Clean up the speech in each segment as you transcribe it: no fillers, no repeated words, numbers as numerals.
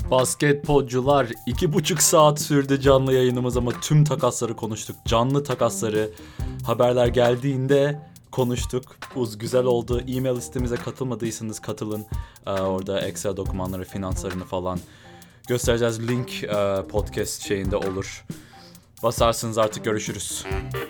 Basketbolcular 2,5 saat sürdü canlı yayınımız ama tüm takasları konuştuk. Canlı takasları haberler geldiğinde konuştuk. Güzel oldu. E-mail listemize katılmadıysanız katılın. Orada Excel dokümanları, finanslarını falan göstereceğiz. Link podcast şeyinde olur. Basarsınız artık, görüşürüz.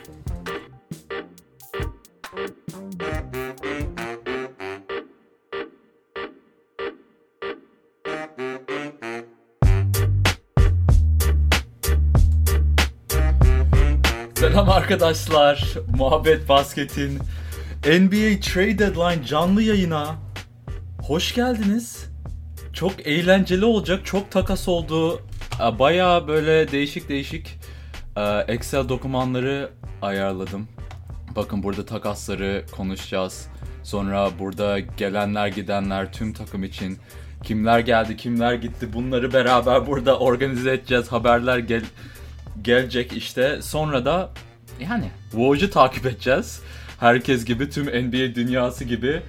Selam arkadaşlar. Muhabbet Basket'in NBA Trade Deadline canlı yayına hoş geldiniz. Çok eğlenceli olacak. Çok takas oldu. Bayağı böyle değişik Excel dokümanları ayarladım. Bakın burada takasları konuşacağız. Sonra burada gelenler gidenler tüm takım için kimler geldi kimler gitti bunları beraber burada organize edeceğiz. Haberler gelecek işte. Sonra da yani Woj'u takip edeceğiz. Herkes gibi, tüm NBA dünyası gibi.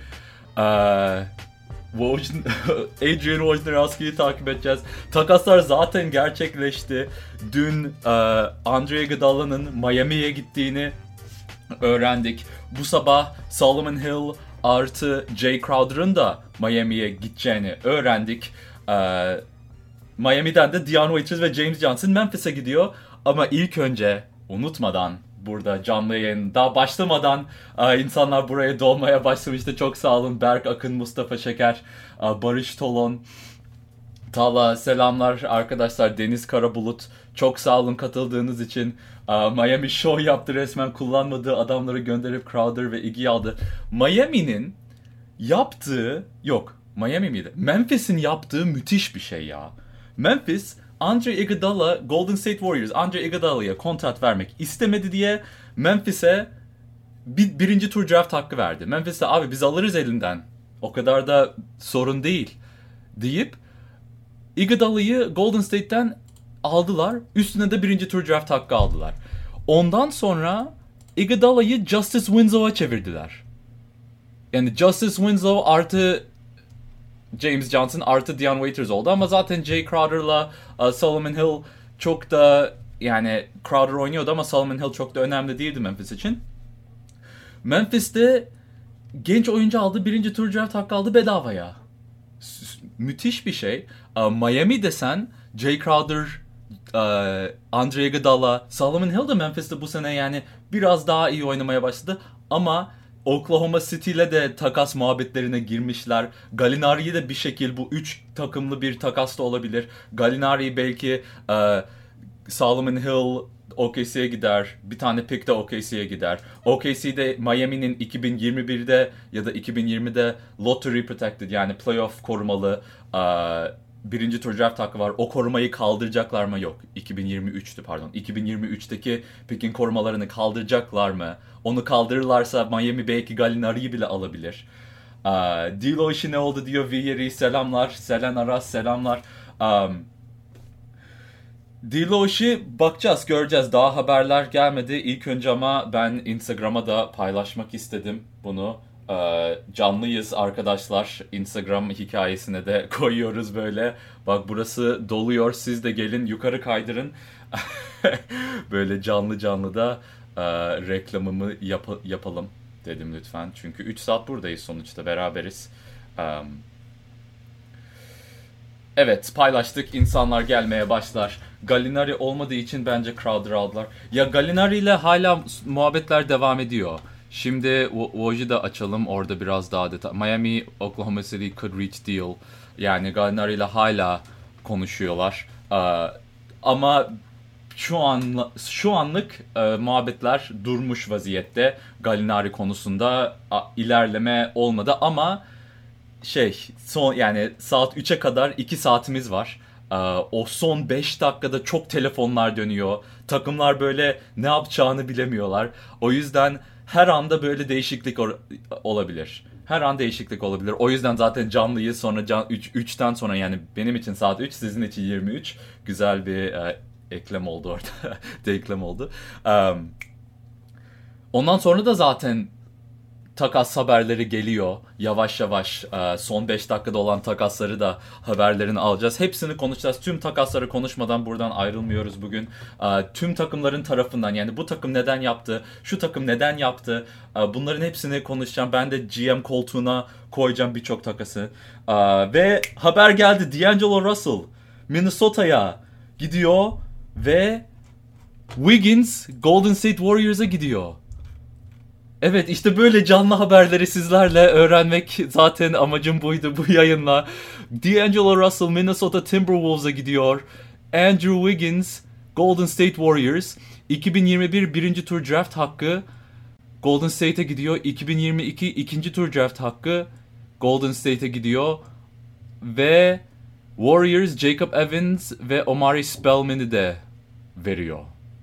Adrian Wojnarowski'yi takip edeceğiz. Takaslar zaten gerçekleşti. Dün Andre Iguodala'nın Miami'ye gittiğini öğrendik. Bu sabah Solomon Hill artı Jay Crowder'ın da Miami'ye gideceğini öğrendik. Miami'den de Dion Waiters ve James Johnson Memphis'e gidiyor. Ama ilk önce unutmadan, burada canlı yayın daha başlamadan insanlar buraya dolmaya başlamıştı. Çok sağ olun. Berk Akın, Mustafa Şeker, Barış Tolon, Tala, selamlar arkadaşlar. Deniz Karabulut, çok sağ olun katıldığınız için. Miami show yaptı resmen, kullanmadığı adamları gönderip Crowder ve Iggy'yi aldı. Miami'nin yaptığı, Miami miydi? Memphis'in yaptığı müthiş bir şey ya. Memphis, Andre Iguodala, Golden State Warriors, Andre Iguodala'ya kontrat vermek istemedi diye Memphis'e birinci tur draft hakkı verdi. Memphis de abi biz alırız elinden, o kadar da sorun değil deyip Iguodala'yı Golden State'ten aldılar. Üstüne de birinci tur draft hakkı aldılar. Ondan sonra Iguodala'yı Justice Winslow'a çevirdiler. Yani Justice Winslow artı James Johnson artı Dion Waiters oldu ama zaten Jay Crowder'la Solomon Hill çok da, yani Crowder oynuyordu ama Solomon Hill çok da önemli değildi Memphis için. Memphis'te genç oyuncu aldı, birinci tur draft hakkı aldı bedavaya. Müthiş bir şey. Miami desen Jay Crowder, Andre Iguodala, Solomon Hill de Memphis'te bu sene yani biraz daha iyi oynamaya başladı ama Oklahoma City ile de takas muhabbetlerine girmişler. Gallinari'yi de bir şekil, bu 3 takımlı bir takas da olabilir. Gallinari belki Solomon Hill OKC'ye gider. Bir tane pick de OKC'ye gider. OKC'de Miami'nin 2021'de ya da 2020'de lottery protected, yani playoff korumalı birinci tur draft hakkı var. O korumayı kaldıracaklar mı? Yok. 2023'tü pardon. 2023'teki pick'in korumalarını kaldıracaklar mı? Onu kaldırırlarsa Miami belki Gallinari'yi bile alabilir. D'Lo işi ne oldu diyor Viyeri. Selamlar. Selen Aras selamlar. D'Lo işi bakacağız, göreceğiz. Daha haberler gelmedi. İlk önce ama ben Instagram'a da paylaşmak istedim bunu. Canlıyız arkadaşlar. Instagram hikayesine de koyuyoruz böyle. Bak burası doluyor. Siz de gelin yukarı kaydırın. Böyle canlı da reklamımı yapalım dedim lütfen. Çünkü 3 saat buradayız sonuçta, beraberiz. Evet, paylaştık. İnsanlar gelmeye başlar. Gallinari olmadığı için bence Crowder aldılar. Ya Gallinari ile hala muhabbetler devam ediyor. Şimdi Woj'u da açalım, orada biraz daha detay. Miami, Oklahoma City could reach deal. Yani Gallinari ile hala konuşuyorlar. Ama şu anlık muhabbetler durmuş vaziyette. Gallinari konusunda ilerleme olmadı ama yani saat 3'e kadar 2 saatimiz var. O son 5 dakikada çok telefonlar dönüyor. Takımlar böyle ne yapacağını bilemiyorlar. O yüzden her anda böyle değişiklik olabilir. Her an değişiklik olabilir. O yüzden zaten canlıyız. Sonra 3'ten sonra, yani benim için saat 3, sizin için 23. Güzel bir eklem oldu orada. Deklem oldu. Ondan sonra da zaten takas haberleri geliyor. Yavaş yavaş son 5 dakikada olan takasları da haberlerini alacağız. Hepsini konuşacağız. Tüm takasları konuşmadan buradan ayrılmıyoruz bugün. Tüm takımların tarafından, yani bu takım neden yaptı, şu takım neden yaptı, bunların hepsini konuşacağım. Ben de GM koltuğuna koyacağım birçok takası. Ve haber geldi. D'Angelo Russell Minnesota'ya gidiyor ve Wiggins Golden State Warriors'a gidiyor. Evet, işte böyle canlı haberleri sizlerle öğrenmek zaten amacım buydu bu yayınla. D'Angelo Russell Minnesota Timberwolves'a gidiyor. Andrew Wiggins Golden State Warriors. 2021 birinci tur draft hakkı Golden State'e gidiyor. 2022 ikinci tur draft hakkı Golden State'e gidiyor. Ve Warriors Jacob Evans ve Omari Spellman'i de veriyor.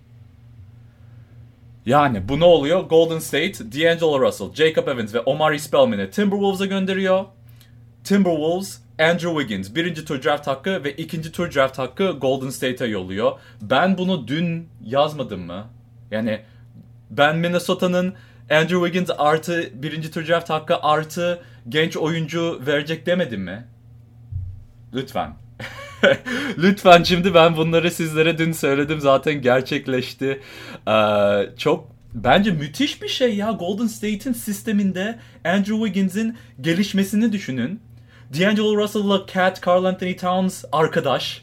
Yani bu ne oluyor? Golden State, D'Angelo Russell, Jacob Evans ve Omari Spellman'i Timberwolves'a gönderiyor. Timberwolves, Andrew Wiggins birinci tur draft hakkı ve ikinci tur draft hakkı Golden State'e yolluyor. Ben bunu dün yazmadım mı? Yani ben Minnesota'nın Andrew Wiggins artı birinci tur draft hakkı artı genç oyuncu verecek demedim mi? Lütfen. Lütfen, şimdi ben bunları sizlere dün söyledim, zaten gerçekleşti. Çok bence müthiş bir şey ya. Golden State'in sisteminde Andrew Wiggins'in gelişmesini düşünün. D'Angelo Russell'la Cat, Karl Anthony Towns arkadaş.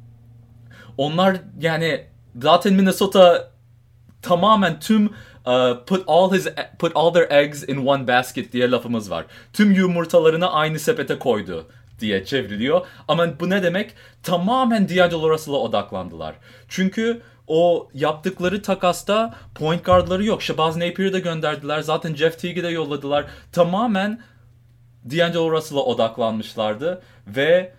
Onlar yani zaten Minnesota tamamen tüm put all their eggs in one basket diye lafımız var. Tüm yumurtalarını aynı sepete koydu diye çevriliyor. Ama bu ne demek? Tamamen D'Angelo Russell'a odaklandılar. Çünkü o yaptıkları takasta point guardları yok. Shabazz Napier'i de gönderdiler. Zaten Jeff Teague'i de yolladılar. Tamamen D'Angelo Russell'a odaklanmışlardı. Ve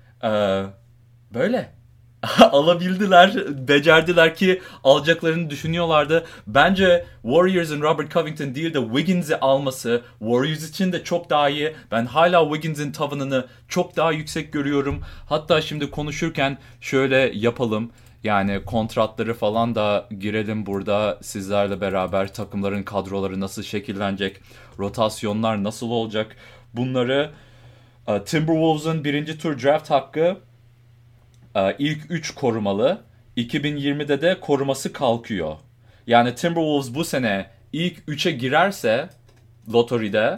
böyle alabildiler, becerdiler ki alacaklarını düşünüyorlardı. Bence Warriors'ın Robert Covington değil de Wiggins'i alması Warriors için de çok daha iyi. Ben hala Wiggins'in tavanını çok daha yüksek görüyorum. Hatta şimdi konuşurken şöyle yapalım. Yani kontratları falan da girelim burada sizlerle beraber. Takımların kadroları nasıl şekillenecek, rotasyonlar nasıl olacak, bunları Timberwolves'ın birinci tur draft hakkı ilk 3 korumalı. 2020'de de koruması kalkıyor. Yani Timberwolves bu sene ilk 3'e girerse lotoride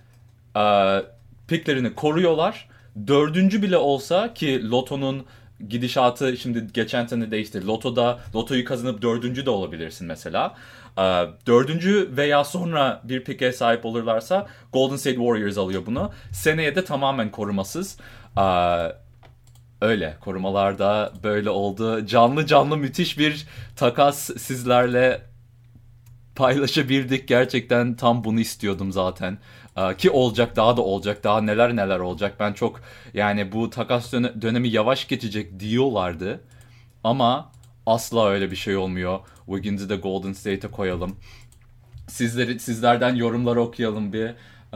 picklerini koruyorlar. Dördüncü bile olsa, ki lotonun gidişatı şimdi geçen sene değişti. Lotoyu kazanıp dördüncü de olabilirsin mesela. Dördüncü veya sonra bir pick'e sahip olurlarsa Golden State Warriors alıyor bunu. Seneye de tamamen korumasız. Öyle, korumalarda böyle oldu. Canlı canlı müthiş bir takas sizlerle paylaşabildik. Gerçekten tam bunu istiyordum zaten. Ki olacak, daha da olacak, daha neler neler olacak. Ben çok, yani bu takas dönemi yavaş geçecek diyorlardı. Ama asla öyle bir şey olmuyor. Wiggins'i de Golden State'e koyalım. Sizlerden yorumları okuyalım bir.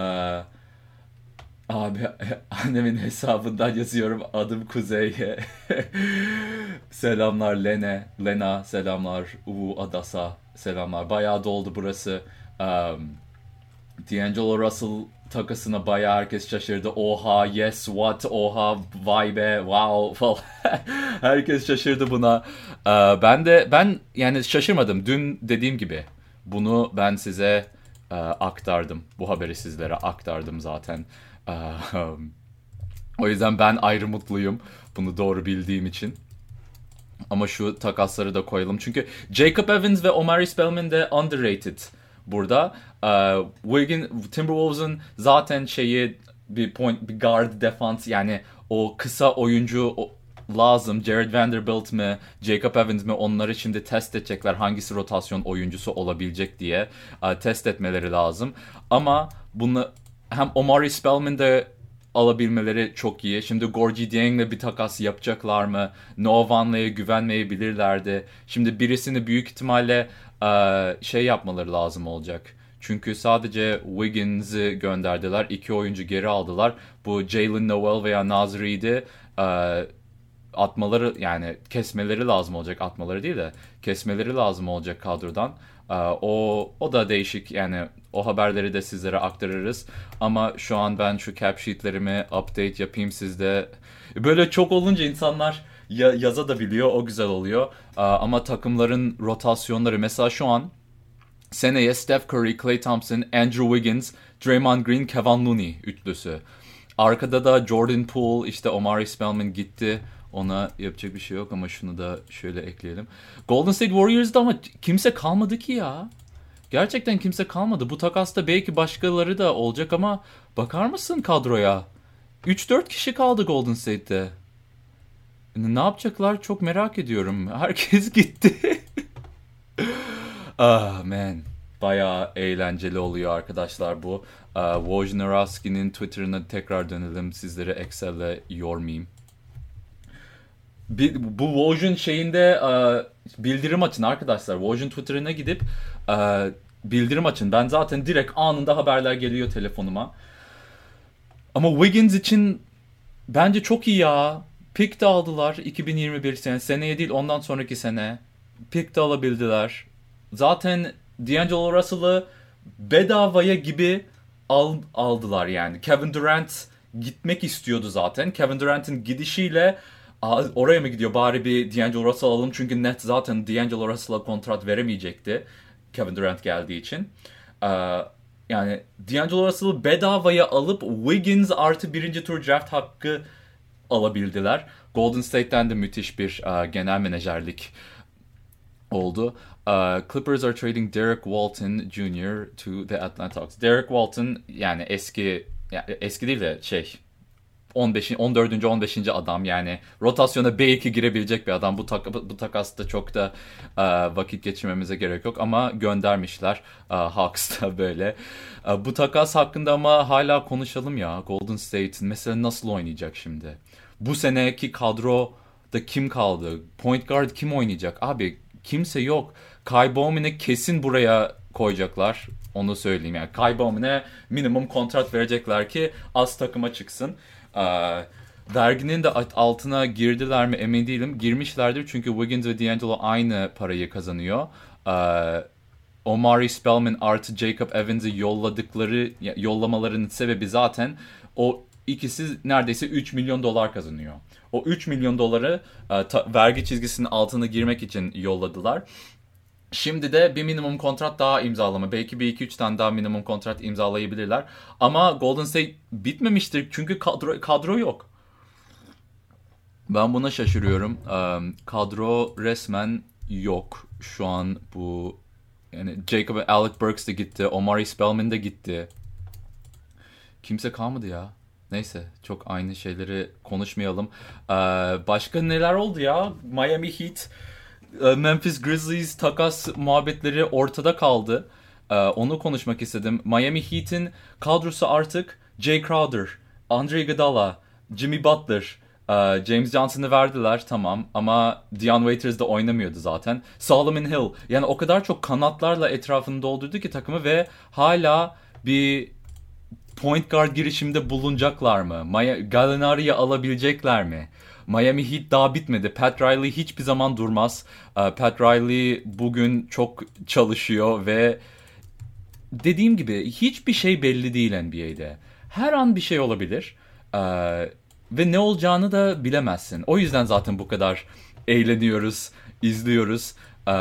Abi annemin hesabından yazıyorum. Adım Kuzey. Selamlar Lena selamlar. Adasa selamlar. Bayağı doldu burası. D'Angelo Russell takasına bayağı herkes şaşırdı. Oha, yes, what, oha, vay be, wow falan. Herkes şaşırdı buna. Ben yani şaşırmadım. Dün dediğim gibi bunu ben size aktardım. Bu haberi sizlere aktardım zaten. O yüzden ben ayrı mutluyum. Bunu doğru bildiğim için. Ama şu takasları da koyalım. Çünkü Jacob Evans ve Omari Spellman de underrated burada. Timberwolves'ın zaten bir guard defense, yani o kısa oyuncu lazım. Jared Vanderbilt mi, Jacob Evans mi, onları şimdi test edecekler. Hangisi rotasyon oyuncusu olabilecek diye test etmeleri lazım. Ama bunu hem Omari Spellman'de alabilmeleri çok iyi. Şimdi Gorgui Dieng'le bir takas yapacaklar mı? Noah Vonleh'e güvenmeyebilirlerdi. Şimdi birisini büyük ihtimalle yapmaları lazım olacak. Çünkü sadece Wiggins'i gönderdiler. 2 oyuncu geri aldılar. Bu Jalen Noel veya Naz Reid'i atmaları, yani kesmeleri lazım olacak, atmaları değil de kesmeleri lazım olacak kadrodan. O da değişik, yani o haberleri de sizlere aktarırız. Ama şu an ben şu cap sheetlerimi update yapayım sizde. Böyle çok olunca insanlar yaza da biliyor, o güzel oluyor. Ama takımların rotasyonları mesela şu an seneye Steph Curry, Klay Thompson, Andrew Wiggins, Draymond Green, Kevin Looney üçlüsü. Arkada da Jordan Poole, işte Omari Spellman gitti. Ona yapacak bir şey yok ama şunu da şöyle ekleyelim. Golden State Warriors'da ama kimse kalmadı ki ya. Gerçekten kimse kalmadı. Bu takasta belki başkaları da olacak ama bakar mısın kadroya? 3-4 kişi kaldı Golden State'te. Ne yapacaklar çok merak ediyorum. Herkes gitti. Ah man. Bayağı eğlenceli oluyor arkadaşlar bu. Wojnarowski'nin Twitter'ına tekrar dönelim. Sizleri Excel'le yormayayım. Bu Woj'un şeyinde bildirim açın arkadaşlar. Woj'un Twitter'ına gidip bildirim açın. Ben zaten direkt anında haberler geliyor telefonuma. Ama Wiggins için bence çok iyi ya. Pick de aldılar 2021 sene. Seneye değil, ondan sonraki sene. Pick de alabildiler. Zaten D'Angelo Russell'ı bedavaya gibi aldılar yani. Kevin Durant gitmek istiyordu zaten. Kevin Durant'in gidişiyle oraya mı gidiyor, bari bir D'Angelo Russell alalım. Çünkü net zaten D'Angelo Russell'a kontrat veremeyecekti Kevin Durant geldiği için. Yani D'Angelo Russell'ı bedavaya alıp Wiggins artı birinci tur draft hakkı alabildiler. Golden State'ten de müthiş bir genel menajerlik oldu. Clippers are trading Derek Walton Jr. to the Atlanta Hawks. Derek Walton yani eski değil de 14. 15. adam, yani rotasyona belki girebilecek bir adam. Bu takasta çok da vakit geçirmemize gerek yok ama göndermişler. Hawks'ta böyle. Bu takas hakkında ama hala konuşalım ya. Golden State'in mesela nasıl oynayacak şimdi? Bu seneki kadroda kim kaldı? Point guard kim oynayacak? Abi kimse yok. Kai Bowman'ı kesin buraya koyacaklar. Onu söyleyeyim yani. Kai Bowman'e minimum kontrat verecekler ki az takıma çıksın. Verginin de altına girdiler mi emin değilim. Girmişlerdir çünkü Wiggins ve D'Angelo aynı parayı kazanıyor. Omari Spellman artı Jacob Evans'ı yollamalarının sebebi zaten o ikisi neredeyse 3 milyon dolar kazanıyor. O 3 milyon doları vergi çizgisinin altına girmek için yolladılar. Şimdi de bir minimum kontrat daha imzalama. Belki bir iki üç tane daha minimum kontrat imzalayabilirler. Ama Golden State bitmemiştir çünkü kadro yok. Ben buna şaşırıyorum. Kadro resmen yok. Şu an bu, yani Jacob ve Alec Burks de gitti. Omari Spellman de gitti. Kimse kalmadı ya. Neyse, çok aynı şeyleri konuşmayalım. Başka neler oldu ya? Miami Heat, Memphis Grizzlies takas muhabbetleri ortada kaldı. Onu konuşmak istedim. Miami Heat'in kadrosu artık Jay Crowder, Andre Iguodala, Jimmy Butler, James Johnson'ı verdiler tamam ama Dion Waiters de oynamıyordu zaten. Solomon Hill, yani o kadar çok kanatlarla etrafını doldurdu ki takımı ve hala bir point guard girişiminde bulunacaklar mı? Gallinari'yi alabilecekler mi? Miami Heat daha bitmedi. Pat Riley hiçbir zaman durmaz. Pat Riley bugün çok çalışıyor ve dediğim gibi hiçbir şey belli değil NBA'de. Her an bir şey olabilir. Ve ne olacağını da bilemezsin. O yüzden zaten bu kadar eğleniyoruz, izliyoruz.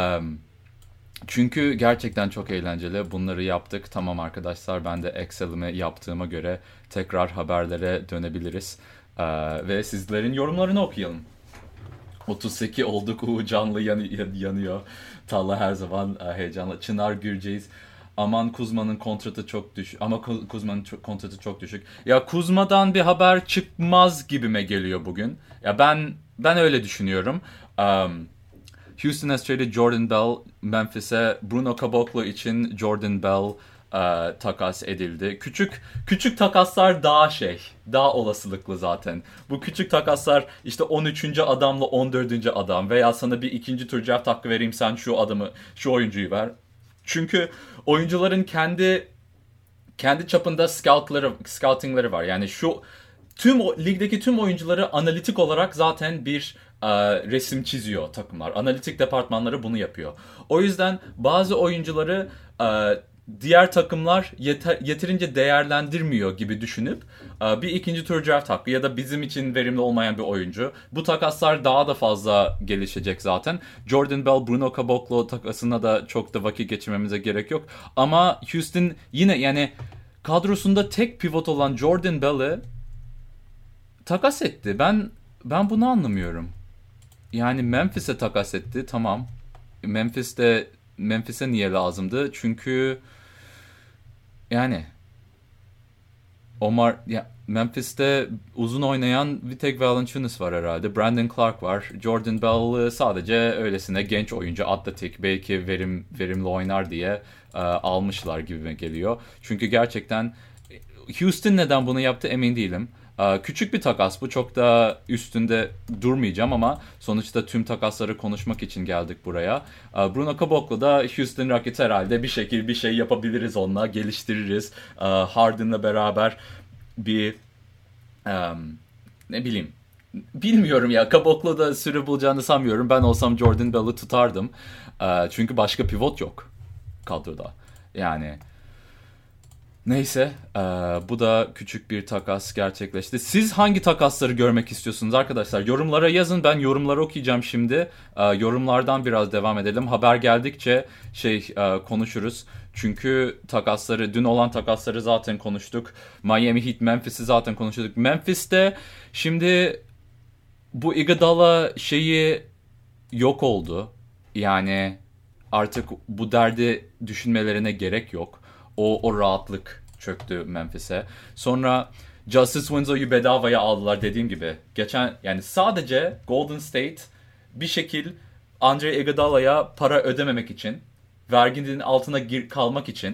Çünkü gerçekten çok eğlenceli. Bunları yaptık. Tamam arkadaşlar, ben de Excel'imi yaptığıma göre tekrar haberlere dönebiliriz. Ve sizlerin yorumlarını okuyalım. 38 olduk. Canlı yanıyor. Talla her zaman heyecanlı. Çınar Gürceğiz. Aman Kuzma'nın kontratı çok düşük. Ama Kuzma'nın kontratı çok düşük. Ya Kuzma'dan bir haber çıkmaz gibime geliyor bugün. Ya ben öyle düşünüyorum. Houston has traded Jordan Bell Memphis'e. Bruno Caboclo için Jordan Bell takas edildi. Küçük takaslar daha olasılıklı zaten. Bu küçük takaslar işte 13. adamla 14. adam veya sana bir ikinci tur draft hakkı vereyim, sen şu oyuncuyu ver. Çünkü oyuncuların kendi çapında scoutingleri var. Yani ligdeki tüm oyuncuları analitik olarak zaten bir resim çiziyor takımlar. Analitik departmanları bunu yapıyor. O yüzden bazı oyuncuları diğer takımlar yeterince değerlendirmiyor gibi düşünüp bir ikinci tur draft hakkı ya da bizim için verimli olmayan bir oyuncu. Bu takaslar daha da fazla gelişecek zaten. Jordan Bell, Bruno Caboclo takasına da çok da vakit geçirmemize gerek yok. Ama Houston yine yani kadrosunda tek pivot olan Jordan Bell'ı takas etti. Ben bunu anlamıyorum. Yani Memphis'e takas etti. Tamam. Memphis'e niye lazımdı? Çünkü yani Memphis'te uzun oynayan bir tek Valanciunas var herhalde. Brandon Clark var. Jordan Bell sadece öylesine genç oyuncu, atletik, belki verimli oynar diye almışlar gibi geliyor. Çünkü gerçekten Houston neden bunu yaptı emin değilim. Küçük bir takas bu, çok da üstünde durmayacağım ama sonuçta tüm takasları konuşmak için geldik buraya. Bruno Caboclo da Houston Rockets herhalde bir şey yapabiliriz onunla, geliştiririz. Harden'la beraber bir ne bileyim, bilmiyorum ya, Caboclo da süre bulacağını sanmıyorum. Ben olsam Jordan Bell'ı tutardım. Çünkü başka pivot yok kadroda. Yani neyse, bu da küçük bir takas gerçekleşti. Siz hangi takasları görmek istiyorsunuz arkadaşlar? Yorumlara yazın, ben yorumları okuyacağım şimdi. Yorumlardan biraz devam edelim. Haber geldikçe konuşuruz. Çünkü dün olan takasları zaten konuştuk. Miami Heat, Memphis'i zaten konuştuk. Memphis'te şimdi bu Iguodala yok oldu. Yani artık bu derdi düşünmelerine gerek yok. O rahatlık çöktü Memphis'e. Sonra Justice Winslow'u bedavaya aldılar dediğim gibi. Yani sadece Golden State bir şekil Andre Iguodala'ya para ödememek için, verginin altına kalmak için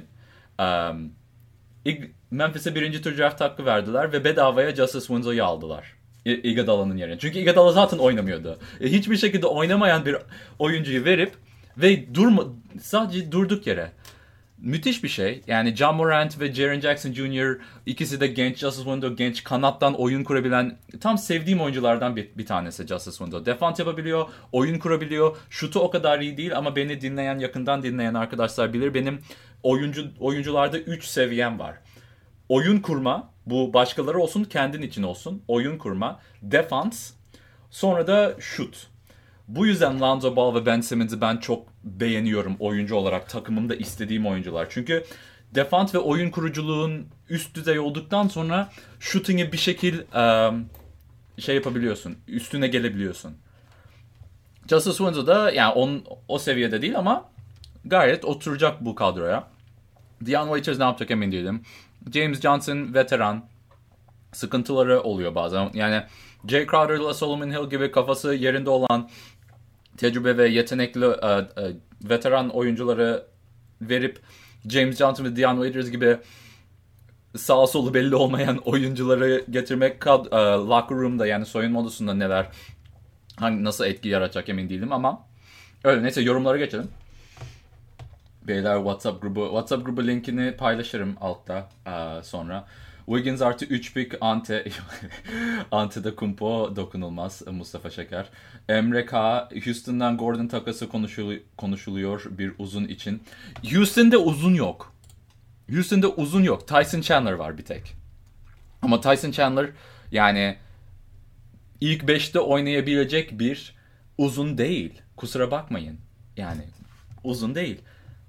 Memphis'e birinci tur draft hakkı verdiler ve bedavaya Justice Winslow'u aldılar. Iguodala'nın yerine. Çünkü Iguodala zaten oynamıyordu. Hiçbir şekilde oynamayan bir oyuncuyu verip ve sadece durduk yere. Müthiş bir şey. Yani Ja Morant ve Jaren Jackson Jr. ikisi de genç. Justice Winslow genç. Kanattan oyun kurabilen, tam sevdiğim oyunculardan bir tanesi Justice Winslow. Defans yapabiliyor, oyun kurabiliyor. Şutu o kadar iyi değil ama beni yakından dinleyen arkadaşlar bilir. Benim oyuncularda 3 seviyem var. Oyun kurma, bu başkaları olsun, kendin için olsun. Oyun kurma, defans, sonra da şut. Bu yüzden Lonzo Ball ve Ben Simmons'ı ben çok beğeniyorum oyuncu olarak. Takımımda istediğim oyuncular. Çünkü defans ve oyun kuruculuğun üst düzey olduktan sonra shooting'i bir şekil yapabiliyorsun. Üstüne gelebiliyorsun. Justice Winslow da yani o seviyede değil ama gayet oturacak bu kadroya. Dion Waiters ne yapacak emin değilim. James Johnson veteran. Sıkıntıları oluyor bazen. Yani Jay Crowder'la Solomon Hill gibi kafası yerinde olan tecrübe ve yetenekli veteran oyuncuları verip James Johnson ve Dion Waiters gibi sağ solu belli olmayan oyuncuları getirmek locker room'da, yani soyunma odasında nasıl etki yaratacak emin değilim ama öyle. Neyse, yorumlara geçelim. Beyler, WhatsApp grubu linkini paylaşırım altta sonra. Wiggins artı 3 pick Antetokounmpo dokunulmaz. Mustafa Şeker. Emre K. Houston'dan Gordon takası konuşuluyor bir uzun için. Houston'da uzun yok. Tyson Chandler var bir tek. Ama Tyson Chandler yani ilk 5'te oynayabilecek bir uzun değil. Kusura bakmayın. Yani uzun değil.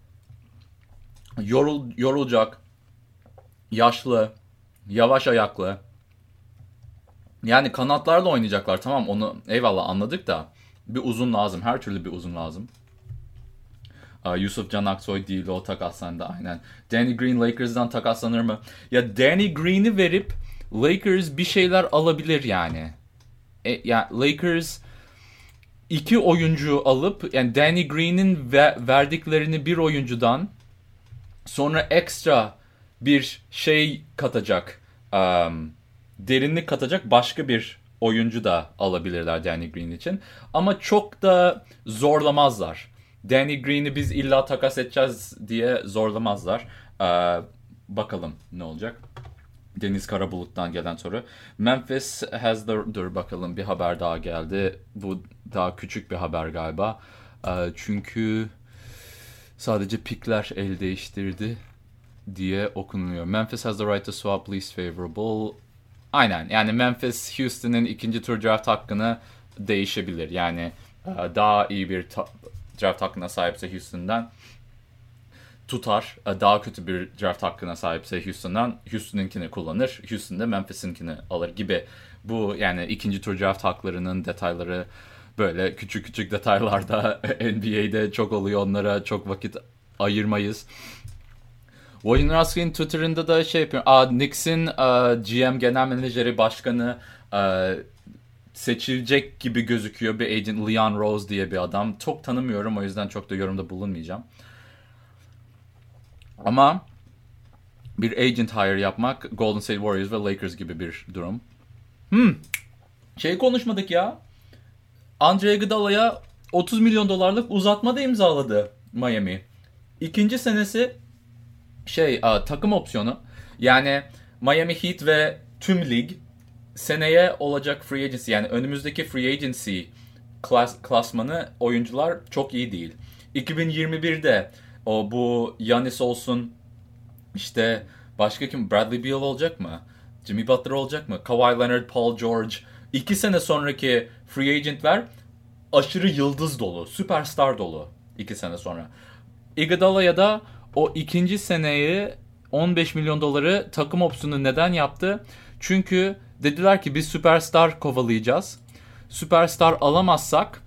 Yorulacak. Yaşlı. Yavaş ayaklı. Yani kanatlarla oynayacaklar. Tamam, onu eyvallah anladık da bir uzun lazım. Her türlü bir uzun lazım. Yusuf Can Aksoy değil, o takaslandı aynen. Danny Green Lakers'dan takaslanır mı? Ya Danny Green'i verip Lakers bir şeyler alabilir yani. Yani Lakers 2 oyuncu alıp, yani Danny Green'in verdiklerini bir oyuncudan sonra ekstra bir şey katacak, derinlik katacak başka bir oyuncu da alabilirler Danny Green için. Ama çok da zorlamazlar. Danny Green'i biz illa takas edeceğiz diye zorlamazlar. Bakalım ne olacak. Deniz Karabulut'tan gelen soru. Memphis has the... Dur bakalım, bir haber daha geldi. Bu daha küçük bir haber galiba. Çünkü sadece pikler el değiştirdi diye okunuyor. Memphis has the right to swap least favorable. Aynen, yani Memphis Houston'ın ikinci tur draft hakkını değişebilir. Yani daha iyi bir draft hakkına sahipse Houston'dan tutar. Daha kötü bir draft hakkına sahipse Houston'dan Houston'ınkini kullanır. Houston da Memphis'inkini alır gibi. Bu yani ikinci tur draft haklarının detayları böyle küçük küçük detaylarda NBA'de çok oluyor. Onlara çok vakit ayırmayız. Wojnarowski'nin Twitter'ında da şey yapıyor. Knicks'in GM genel menajeri başkanı seçilecek gibi gözüküyor. Bir agent, Leon Rose diye bir adam. Çok tanımıyorum, o yüzden çok da yorumda bulunmayacağım. Ama bir agent hire yapmak Golden State Warriors ve Lakers gibi bir durum. Konuşmadık ya. Andre Iguodala'ya 30 milyon dolarlık uzatma da imzaladı Miami. İkinci senesi takım opsiyonu. Yani Miami Heat ve tüm lig seneye olacak free agency, yani önümüzdeki free agency klasmanı oyuncular çok iyi değil. 2021'de bu Giannis olsun, işte başka kim, Bradley Beal olacak mı? Jimmy Butler olacak mı? Kawhi Leonard, Paul George. 2 sene sonraki free agentler aşırı yıldız dolu, süperstar dolu 2 sene sonra. Iguodala'ya da o ikinci seneyi 15 milyon doları takım opsiyonu neden yaptı? Çünkü dediler ki biz süperstar kovalayacağız. Süperstar alamazsak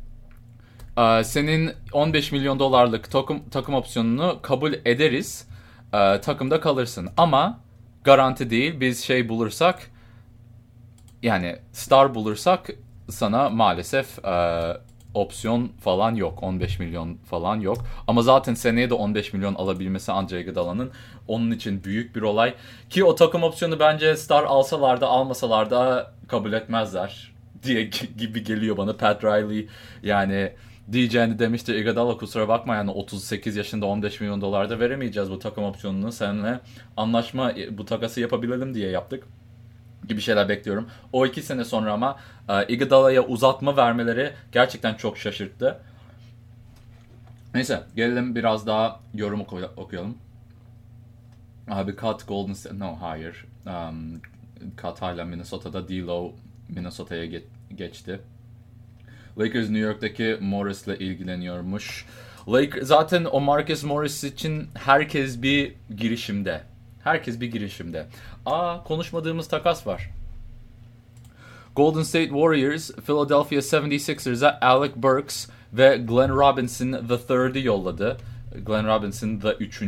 senin 15 milyon dolarlık takım opsiyonunu kabul ederiz. Takımda kalırsın. Ama garanti değil. Biz bulursak, yani star bulursak sana maalesef opsiyon falan yok. 15 milyon falan yok. Ama zaten seneye de 15 milyon alabilmesi Andre Iguodala'nın onun için büyük bir olay. Ki o takım opsiyonu bence star alsalar da almasalar da kabul etmezler diye gibi geliyor bana. Pat Riley yani diyeceğini demişti. Iguodala kusura bakma, yani 38 yaşında 15 milyon dolar da veremeyeceğiz bu takım opsiyonunu. Seninle anlaşma, bu takası yapabilelim diye yaptık gibi şeyler bekliyorum. O 2 sene sonra ama Iguodala'ya uzatma vermeleri gerçekten çok şaşırttı. Neyse, gelelim biraz daha yorum okuyalım. Abi Kat Golden State... No, hayır. Kat hala Minnesota'da. D'Lo Minnesota'ya geçti. Lakers New York'taki Morris'le ilgileniyormuş. Zaten o Marcus Morris için herkes bir girişimde. Konuşmadığımız takas var. Golden State Warriors, Philadelphia 76ers'a Alec Burks ve Glenn Robinson III'ı yolladı. Glenn Robinson the 3.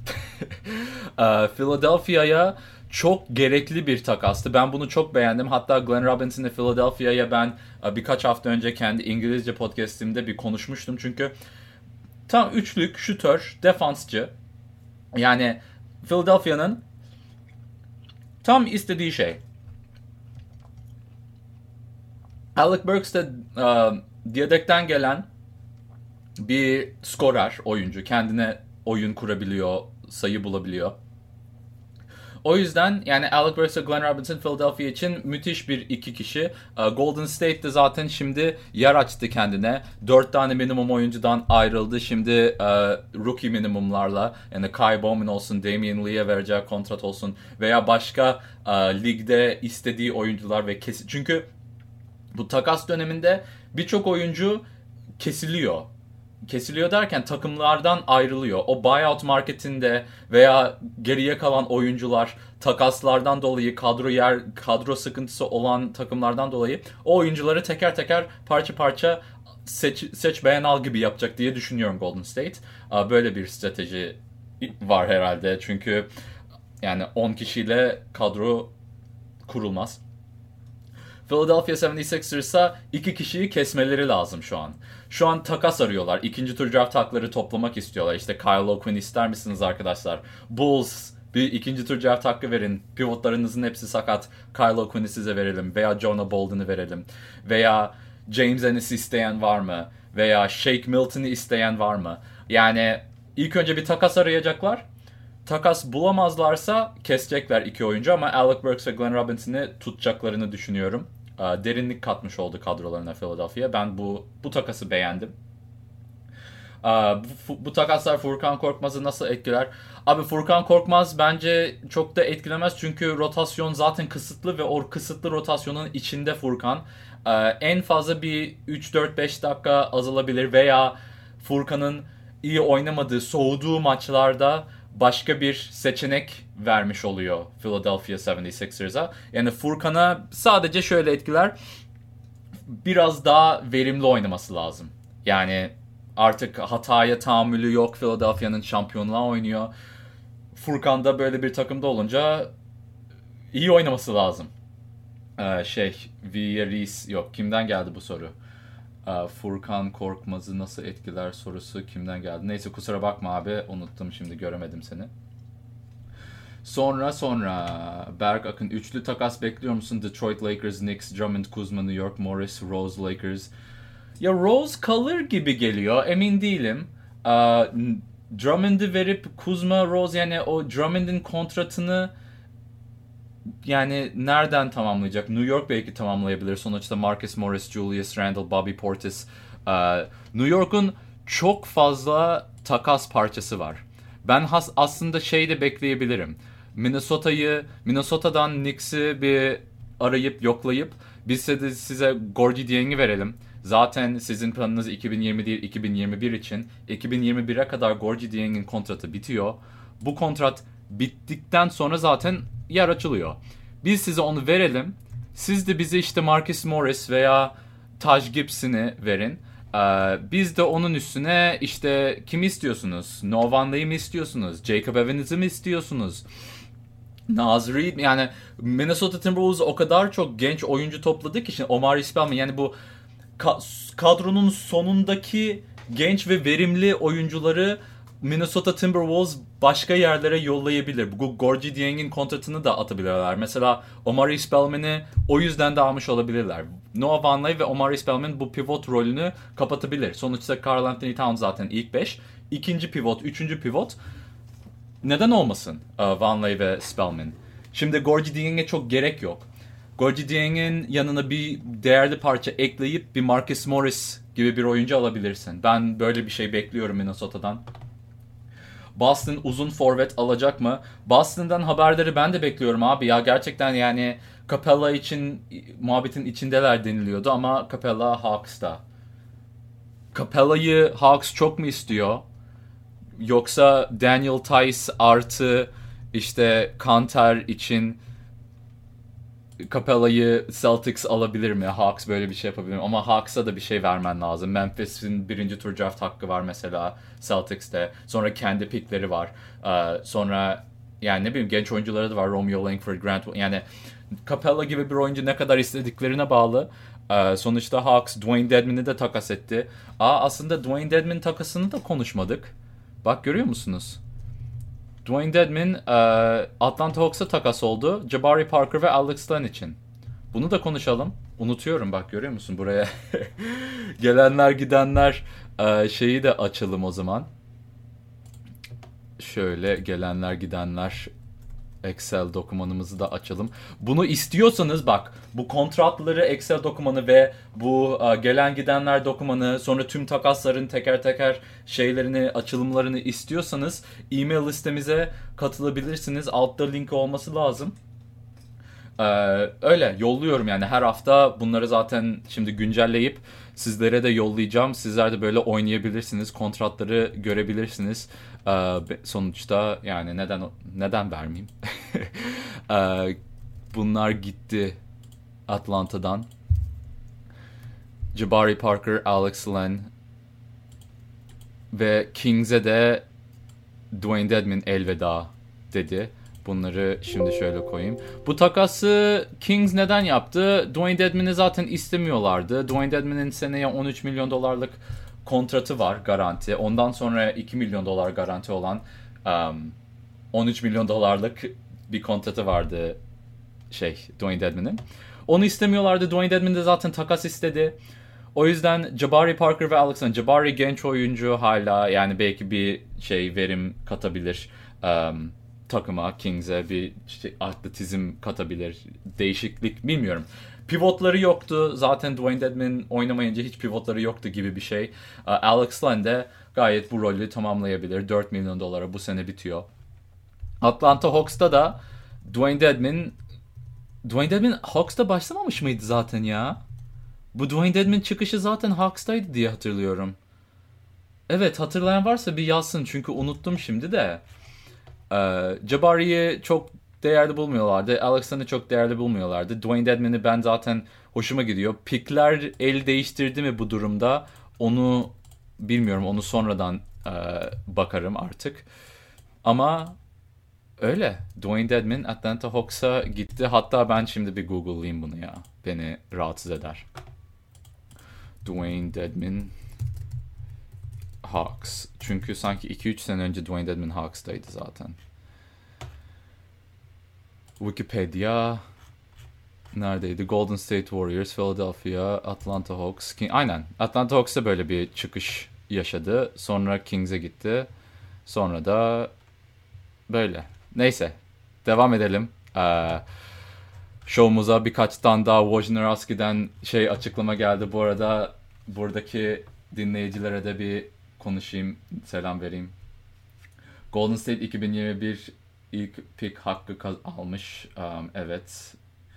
Philadelphia'ya çok gerekli bir takastı. Ben bunu çok beğendim. Hatta Glenn Robinson'ı Philadelphia'ya ben birkaç hafta önce kendi İngilizce podcast'imde bir konuşmuştum. Çünkü tam üçlük, şutör, defansçı. Yani Philadelphia'nın tam istediği şey. Alec Burks de yedekten gelen bir skorer oyuncu. Kendine oyun kurabiliyor, sayı bulabiliyor. O yüzden yani Alec Burks ve Glenn Robinson Philadelphia için müthiş bir iki kişi. Golden State de zaten şimdi yer açtı kendine. 4 tane minimum oyuncudan ayrıldı. Şimdi rookie minimumlarla, yani Kai Bowman olsun, Damian Lee'ye vereceği kontrat olsun veya başka ligde istediği oyuncular ve çünkü bu takas döneminde birçok oyuncu kesiliyor. Kesiliyor derken takımlardan ayrılıyor. O buyout marketinde veya geriye kalan oyuncular takaslardan dolayı, kadro sıkıntısı olan takımlardan dolayı o oyuncuları teker teker, parça parça seç beğen al gibi yapacak diye düşünüyorum Golden State. Böyle bir strateji var herhalde. Çünkü yani 10 kişiyle kadro kurulmaz. Philadelphia 76ers'a 2 kişiyi kesmeleri lazım şu an. Şu an takas arıyorlar. İkinci tur draft hakları toplamak istiyorlar. İşte Kyle O'Quinn ister misiniz arkadaşlar? Bulls bir ikinci tur draft hakkı verin. Pivotlarınızın hepsi sakat. Kyle O'Quinn'i size verelim. Veya Jonah Bolden'ı verelim. Veya James Ennis'i isteyen var mı? Veya Shake Milton'ı isteyen var mı? Yani ilk önce bir takas arayacaklar. takas bulamazlarsa kesecekler iki oyuncu ama Alec Burks ve Glenn Robinson'ı tutacaklarını düşünüyorum. Derinlik katmış oldu kadrolarına Philadelphia. Ben bu takası beğendim. Bu takaslar Furkan Korkmaz'ı nasıl etkiler? Abi Furkan Korkmaz bence çok da etkilemez çünkü rotasyon zaten kısıtlı ve o kısıtlı rotasyonun içinde Furkan. En fazla bir 3-4-5 dakika azalabilir veya Furkan'ın iyi oynamadığı, soğuduğu maçlarda başka bir seçenek vermiş oluyor Philadelphia 76ers'a. Yani Furkan'a sadece şöyle etkiler. Biraz daha verimli oynaması lazım. Yani artık hataya tahammülü yok. Philadelphia'nın şampiyonluğa oynuyor. Furkan da böyle bir takımda olunca iyi oynaması lazım. Reese yok. Kimden geldi bu soru? Furkan Korkmaz'ı nasıl etkiler sorusu kimden geldi? Neyse kusura bakma abi. Unuttum şimdi göremedim seni. Sonra Berk Akın üçlü takas bekliyor musun? Detroit Lakers, Knicks, Drummond, Kuzma, New York, Morris, Rose, Lakers. Ya Rose kalır gibi geliyor. Emin değilim. Drummond'u verip Kuzma, Rose yani o Drummond'un kontratını yani nereden tamamlayacak? New York belki tamamlayabilir. Sonuçta Marcus Morris, Julius Randle, Bobby Portis. New York'un çok fazla takas parçası var. Ben aslında de bekleyebilirim. Minnesota'dan Knicks'i bir arayıp yoklayıp biz de size Gorgui Dieng'i verelim. Zaten sizin planınız 2020 değil 2021 için. 2021'e kadar Gorgui Dieng'in kontratı bitiyor. Bu kontrat bittikten sonra zaten yer açılıyor. Biz size onu verelim. Siz de bize işte Marcus Morris veya Taj Gibson'ı verin. Biz de onun üstüne işte kimi istiyorsunuz? Noah Vonleh'yi mi istiyorsunuz? Jacob Evans'ı mı istiyorsunuz? Naz Reid yani Minnesota Timberwolves o kadar çok genç oyuncu topladı ki şimdi Omari Spellman yani bu kadronun sonundaki genç ve verimli oyuncuları Minnesota Timberwolves başka yerlere yollayabilir. Bu Gorgui Dieng'in kontratını da atabilirler. Mesela Omari Spellman'i o yüzden de almış olabilirler. Noah Vonleh ve Omari Spellman bu pivot rolünü kapatabilir. Sonuçta Karl Anthony Towns zaten ilk 5. İkinci pivot, üçüncü pivot. Neden olmasın Vonleh ve Spellman? Şimdi Gorgui Dieng'e çok gerek yok. Gorgui Dieng'in yanına bir değerli parça ekleyip bir Marcus Morris gibi bir oyuncu alabilirsin. Ben böyle bir şey bekliyorum Minnesota'dan. Boston uzun forvet alacak mı? Boston'dan haberleri ben de bekliyorum abi ya. Gerçekten yani Capella için muhabbetin içindeler deniliyordu ama Capella Hawks'ta. Capella'yı Hawks çok mu istiyor? Yoksa Daniel Tice artı işte Kanter için Capella'yı Celtics alabilir mi? Hawks böyle bir şey yapabilir mi? Ama Hawks'a da bir şey vermen lazım. Memphis'in birinci tur draft hakkı var mesela Celtics'te. Sonra kendi pickleri var. Sonra yani ne bileyim genç oyuncuları da var. Romeo Langford, Grant. Yani Capella gibi bir oyuncu ne kadar istediklerine bağlı. Sonuçta Hawks Dwayne Dedmon'u da takas etti. Aslında Dwayne Dedmon takasını da konuşmadık. Bak görüyor musunuz? Dwayne Dedmon Atlanta Hawks'a takas oldu. Jabari Parker ve Alex Len için. Bunu da konuşalım. Unutuyorum bak görüyor musun buraya. Gelenler gidenler şeyi de açalım o zaman. Şöyle gelenler gidenler Excel dokümanımızı da açalım. Bunu istiyorsanız bak bu kontratları Excel dokümanı ve bu gelen gidenler dokümanı sonra tüm takasların teker teker şeylerini açılımlarını istiyorsanız e-mail listemize katılabilirsiniz. Altta linki olması lazım. Öyle yolluyorum yani her hafta bunları zaten şimdi güncelleyip sizlere de yollayacağım. Sizler de böyle oynayabilirsiniz. Kontratları görebilirsiniz. Sonuçta yani neden vermeyeyim? Bunlar gitti Atlanta'dan. Jabari Parker, Alex Len ve Kings'e de Dwayne Dedmon elveda dedi. Bunları şimdi şöyle koyayım. Bu takası Kings neden yaptı? Dwayne Dedmon'u zaten istemiyorlardı. Dwayne Dedmon'un seneye 13 milyon dolarlık kontratı var garanti. Ondan sonra 2 milyon dolar garanti olan 13 milyon dolarlık bir kontratı vardı Dwayne Dedmon'un. Onu istemiyorlardı. Dwayne Dedmon de zaten takas istedi. O yüzden Jabari Parker ve Alex Len. Jabari genç oyuncu hala yani belki bir verim katabilir. Takıma, Kings'e bir atletizm katabilir. Değişiklik bilmiyorum. Pivotları yoktu. Zaten Dwayne Dedman oynamayınca hiç pivotları yoktu gibi bir şey. Alex Len de gayet bu rolü tamamlayabilir. 4 milyon dolara bu sene bitiyor. Atlanta Hawks'ta da Dwayne Dedman Hawks'ta başlamamış mıydı zaten ya? Bu Dwayne Dedman çıkışı zaten Hawks'taydı diye hatırlıyorum. Evet, hatırlayan varsa bir yazsın çünkü unuttum şimdi de. Jabari'yi çok değerli bulmuyorlardı. Alex'ını çok değerli bulmuyorlardı. Dwayne Dedman'i ben zaten hoşuma gidiyor. Pickler el değiştirdi mi bu durumda? Onu bilmiyorum. Onu sonradan bakarım artık. Ama öyle. Dwayne Dedman Atlanta Hawks'a gitti. Hatta ben şimdi bir Google'layayım bunu ya. Beni rahatsız eder. Dwayne Dedman Hawks. Çünkü sanki 2-3 sene önce Dwayne Dedman Hawks'taydı zaten. Wikipedia neredeydi? Golden State Warriors, Philadelphia, Atlanta Hawks. Aynen. Atlanta Hawks'ta böyle bir çıkış yaşadı. Sonra Kings'e gitti. Sonra da böyle. Neyse. Devam edelim. Show'umuza birkaç tane daha Wojnarowski'den açıklama geldi. Bu arada buradaki dinleyicilere de bir konuşayım, selam vereyim. Golden State 2021 ilk pick hakkı almış. Evet.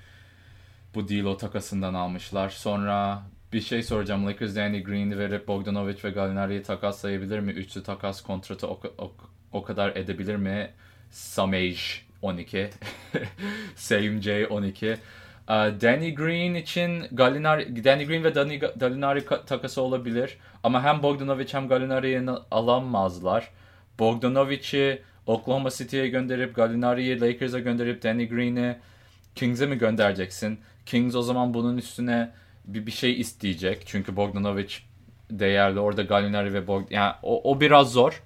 Bu D'Lo takasından almışlar. Sonra bir şey soracağım. Lakers Danny Green'i verip Bogdanovic ve Gallinari'yi takaslayabilir mi? Üçlü takas kontratı o kadar edebilir mi? Samej 12. Same J 12. Danny Green için Danny Green ve Gallinari takası olabilir. Ama hem Bogdanovic hem Gallinari'yi alamazlar. Bogdanovic'i Oklahoma City'ye gönderip Gallinari'yi Lakers'a gönderip Danny Green'i Kings'e mi göndereceksin? Kings o zaman bunun üstüne bir şey isteyecek. Çünkü Bogdanovic değerli. Orada Gallinari ve yani o biraz zor.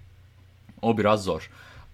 O biraz zor.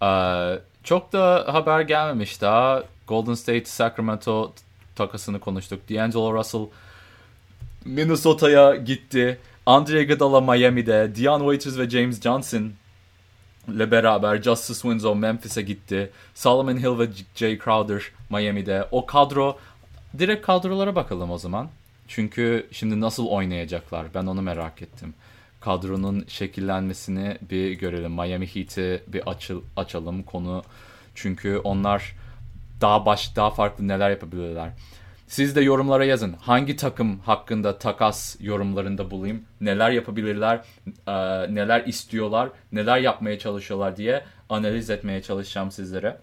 Çok da haber gelmemiş daha. Golden State Sacramento takasını konuştuk. D'Angelo Russell Minnesota'ya gitti. Andre Iguodala Miami'de. Dion Waiters ve James Johnson ile beraber Justice Winslow Memphis'e gitti. Solomon Hill ve Jay Crowder Miami'de. O kadro, direkt kadrolara bakalım o zaman. Çünkü şimdi nasıl oynayacaklar ben onu merak ettim. Kadronun şekillenmesini bir görelim. Miami Heat'i bir açalım konu. Çünkü onlar daha farklı neler yapabilirler. Siz de yorumlara yazın. Hangi takım hakkında takas yorumlarında bulayım? Neler yapabilirler? Neler istiyorlar? Neler yapmaya çalışıyorlar diye analiz etmeye çalışacağım sizlere.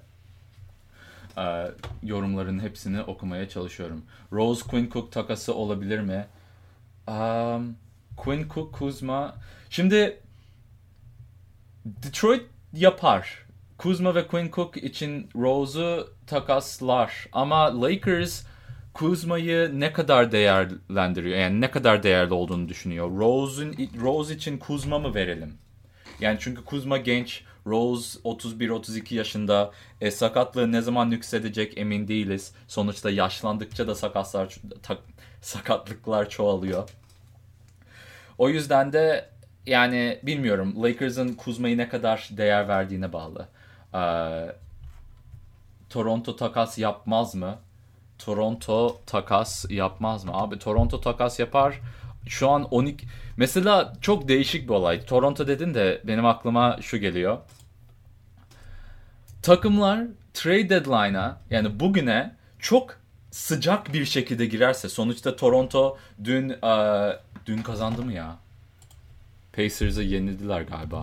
Yorumların hepsini okumaya çalışıyorum. Rose Quinn Cook takası olabilir mi? Quinn Cook, Kuzma. Şimdi Detroit yapar. Kuzma ve Quinn Cook için Rose'u takaslar. Ama Lakers Kuzma'yı ne kadar değerlendiriyor? Yani ne kadar değerli olduğunu düşünüyor. Rose için Kuzma mı verelim? Yani çünkü Kuzma genç. Rose 31-32 yaşında. Sakatlığı ne zaman nüksedecek emin değiliz. Sonuçta yaşlandıkça da sakatlıklar çoğalıyor. O yüzden de yani bilmiyorum. Lakers'ın Kuzma'yı ne kadar değer verdiğine bağlı. Toronto takas yapmaz mı? Toronto takas yapmaz mı? Abi Toronto takas yapar. Şu an 12... Mesela çok değişik bir olay. Toronto dedin de benim aklıma şu geliyor. Takımlar trade deadline'a yani bugüne çok sıcak bir şekilde girerse sonuçta Toronto dün kazandı mı ya? Pacers'ı yenildiler galiba.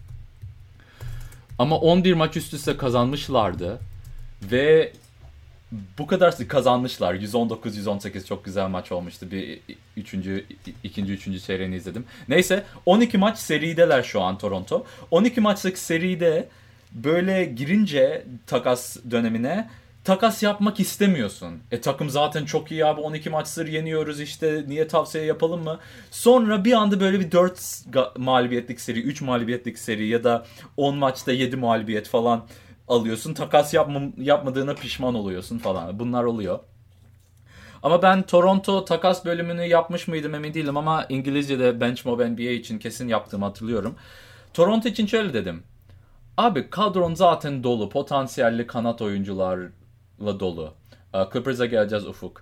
Ama 11 maç üst üste kazanmışlardı ve bu kadar kazanmışlar. 119-118 çok güzel maç olmuştu. Bir ikinci, üçüncü çeyreğini izledim. Neyse 12 maç serideler şu an Toronto. 12 maçlık seride böyle girince takas dönemine takas yapmak istemiyorsun. Takım zaten çok iyi abi 12 maçtır yeniyoruz işte niye tavsiye yapalım mı? Sonra bir anda böyle bir 4 mağlubiyetlik seri, 3 mağlubiyetlik seri ya da 10 maçta 7 mağlubiyet falan alıyorsun. Takas yapmadığına pişman oluyorsun falan. Bunlar oluyor. Ama ben Toronto takas bölümünü yapmış mıydım emin değilim ama İngilizce'de Benchmob NBA için kesin yaptığımı hatırlıyorum. Toronto için şöyle dedim. Abi kadron zaten dolu. Potansiyelli kanat oyuncularla dolu. Clippers'a geleceğiz Ufuk.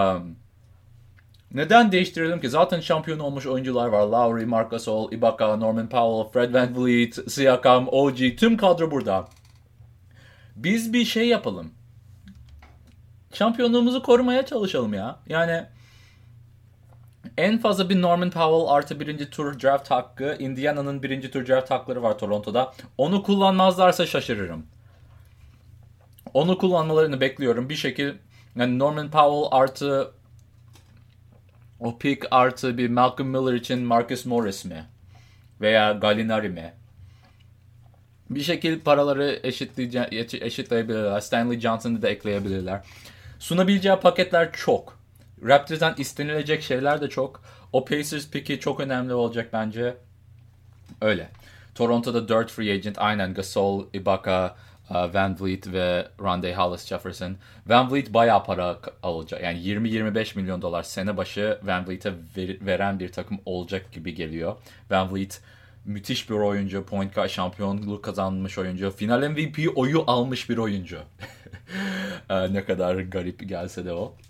Neden değiştirelim ki? Zaten şampiyon olmuş oyuncular var. Lowry, Marc Gasol, Ibaka, Norman Powell, Fred VanVleet, Siakam, OG. Tüm kadro burada. Biz bir şey yapalım. Şampiyonluğumuzu korumaya çalışalım ya. Yani en fazla bir Norman Powell artı birinci tur draft hakkı. Indiana'nın birinci tur draft hakları var Toronto'da. Onu kullanmazlarsa şaşırırım. Onu kullanmalarını bekliyorum. Bir şekil yani Norman Powell artı o pick artı bir Malcolm Miller için Marcus Morris mi? Veya Gallinari mi? Bir şekilde paraları eşitleyebilirler. Stanley Johnson'ı da ekleyebilirler. Sunabileceği paketler çok. Raptors'dan istenilecek şeyler de çok. O Pacers pick'i çok önemli olacak bence. Öyle. Toronto'da 4 free agent. Aynen Gasol, Ibaka, VanVleet ve Rondae Hollis-Jefferson. VanVleet bayağı para alacak. Yani 20-25 milyon dolar sene başı VanVleet'e veren bir takım olacak gibi geliyor. VanVleet müthiş bir oyuncu. Point guard şampiyonluk kazanmış oyuncu. Final MVP oyu almış bir oyuncu. Ne kadar garip gelse de o.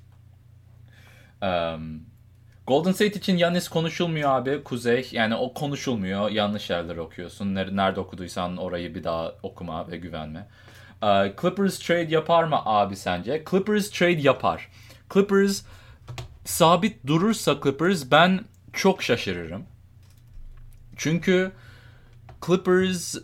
Golden State için Giannis konuşulmuyor abi. Kuzey yani o konuşulmuyor. Yanlış yerler okuyorsun. Nerede okuduysan orayı bir daha okuma ve güvenme. Clippers trade yapar mı abi sence? Clippers trade yapar. Clippers sabit durursa Clippers ben çok şaşırırım. Çünkü Clippers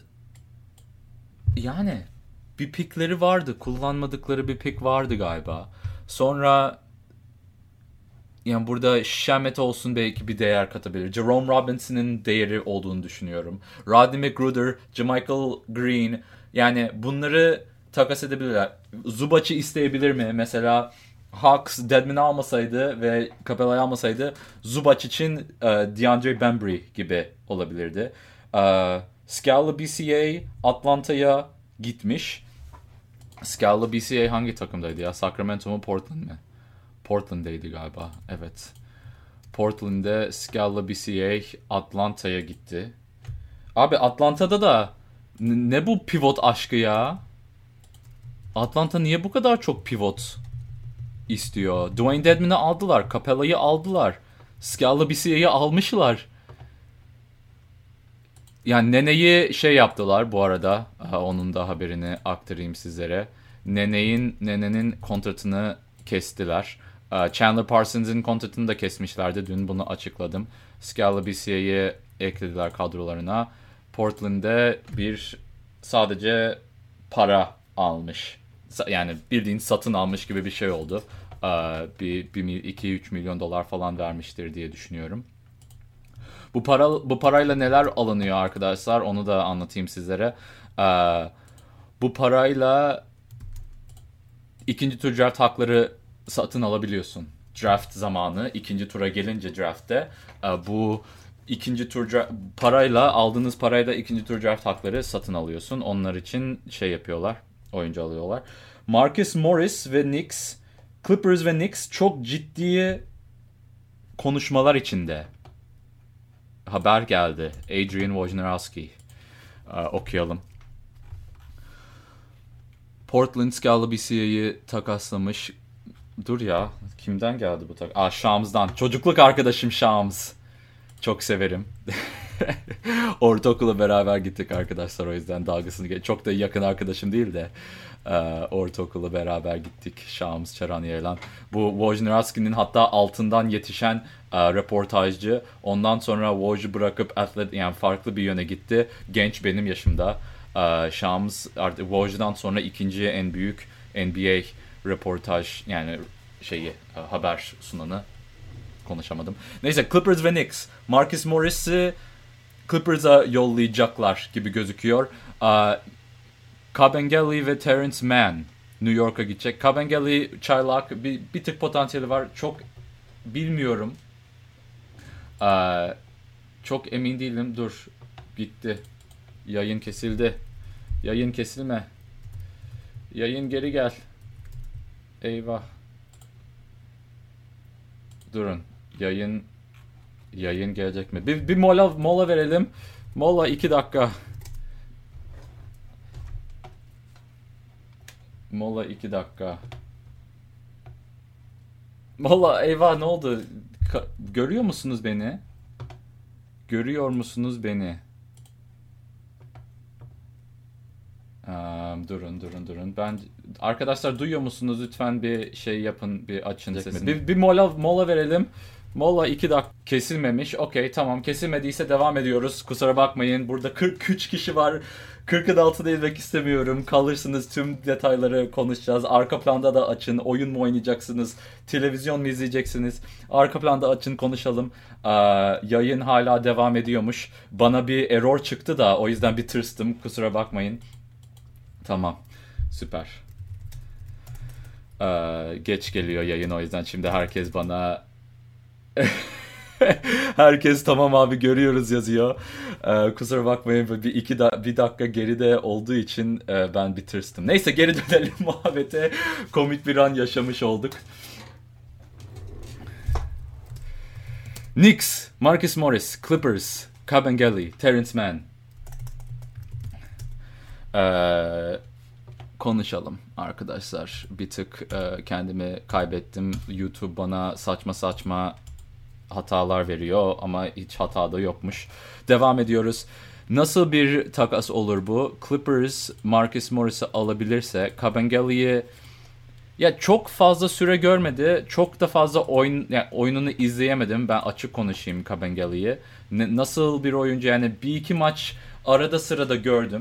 yani bir pickleri vardı. Kullanmadıkları bir pick vardı galiba. Sonra yani burada Shamet olsun belki bir değer katabilir. Jerome Robinson'ın değeri olduğunu düşünüyorum. Rodney McGruder, JaMychal Green yani bunları takas edebilirler. Zubac'ı isteyebilir mi? Mesela Hawks Deadman'ı almasaydı ve Capella'yı almasaydı Zubac için DeAndre Bembry gibi olabilirdi. Scala BCA Atlanta'ya gitmiş. Scala BCA hangi takımdaydı ya? Sacramento mu Portland mi? Portland'daydı galiba. Evet. Portland'de Scala BCA Atlanta'ya gitti. Abi Atlanta'da da ne bu pivot aşkı ya? Atlanta niye bu kadar çok pivot istiyor? Dwayne Dedman'ı aldılar. Capella'yı aldılar. Scala BCA'yı almışlar. Yani Nene'yi şey yaptılar bu arada. Onun da haberini aktarayım sizlere. Nene'nin kontratını kestiler. Chandler Parsons'ın kontratını da kesmişlerdi. Dün bunu açıkladım. Scala BCA'yı eklediler kadrolarına. Portland'de sadece para almış. Yani bildiğin satın almış gibi bir şey oldu. Bir 2-3 milyon dolar falan vermiştir diye düşünüyorum. Bu parayla neler alınıyor arkadaşlar onu da anlatayım sizlere. Bu parayla ikinci tur draft hakları satın alabiliyorsun. Draft zamanı ikinci tura gelince draftte bu ikinci tur parayla aldığınız parayla ikinci tur draft hakları satın alıyorsun. Onlar için şey yapıyorlar. Oyuncu alıyorlar. Marcus Morris ve Knicks, Clippers ve Knicks çok ciddi konuşmalar içinde. Haber geldi. Adrian Wojnarowski. Okuyalım. Portland Scala BCA'yı takaslamış. Dur ya. Kimden geldi bu Shams'dan. Çocukluk arkadaşım Shams. Çok severim. Ortaokula beraber gittik arkadaşlar o yüzden dalgasını. Çok da yakın arkadaşım değil de ortaokula beraber gittik. Shams Çaraniyer'le. Bu Wojnarowski'nin hatta altından yetişen röportajcı. Ondan sonra Woj'u bırakıp yani farklı bir yöne gitti. Genç benim yaşımda. Shams artık Woj'dan sonra ikinci en büyük NBA röportaj yani haber sunanı. Konuşamadım. Neyse Clippers ve Knicks. Marcus Morris'i Clippers'a yollayacaklar gibi gözüküyor. Kabengele ve Terrence Mann New York'a gidecek. Kabengele çaylak bir tık potansiyeli var. Çok bilmiyorum. Çok emin değilim. Dur. Gitti. Yayın kesildi. Yayın kesilme. Yayın geri gel. Eyvah. Durun. Yayın gelecek mi? Bir mola verelim. Mola 2 dakika. Mola 2 dakika. Mola eyvah, ne oldu? Görüyor musunuz beni? Görüyor musunuz beni? Durun. Ben arkadaşlar, duyuyor musunuz? Lütfen bir şey yapın, bir açın sesini. Bir mola verelim. Mola 2 dakika kesilmemiş. Okey, tamam, kesilmediyse devam ediyoruz. Kusura bakmayın. Burada 43 kişi var. 40'ın altına inmek istemiyorum. Kalırsınız, tüm detayları konuşacağız. Arka planda da açın. Oyun mu oynayacaksınız? Televizyon mu izleyeceksiniz? Arka planda açın, konuşalım. Yayın hala devam ediyormuş. Bana bir error çıktı da o yüzden bir tırstım. Kusura bakmayın. Tamam. Süper. Geç geliyor yayın, o yüzden şimdi herkes bana herkes tamam abi görüyoruz yazıyor. Kusura bakmayın, bir dakika geride olduğu için ben bir tırstım. Neyse, geri dönelim muhabbete. Komik bir an yaşamış olduk. Knicks, Marcus Morris, Clippers, Kabengele, Terrence Mann. Konuşalım arkadaşlar. Bir tık kendimi kaybettim. YouTube bana saçma saçma hatalar veriyor ama hiç hata da yokmuş. Devam ediyoruz. Nasıl bir takas olur bu? Clippers Marcus Morris'i alabilirse, Kabengele'yi ya çok fazla süre görmedi. Çok da fazla oyununu izleyemedim. Ben açık konuşayım Kabengele'yi. Nasıl bir oyuncu, yani bir iki maç arada sırada gördüm.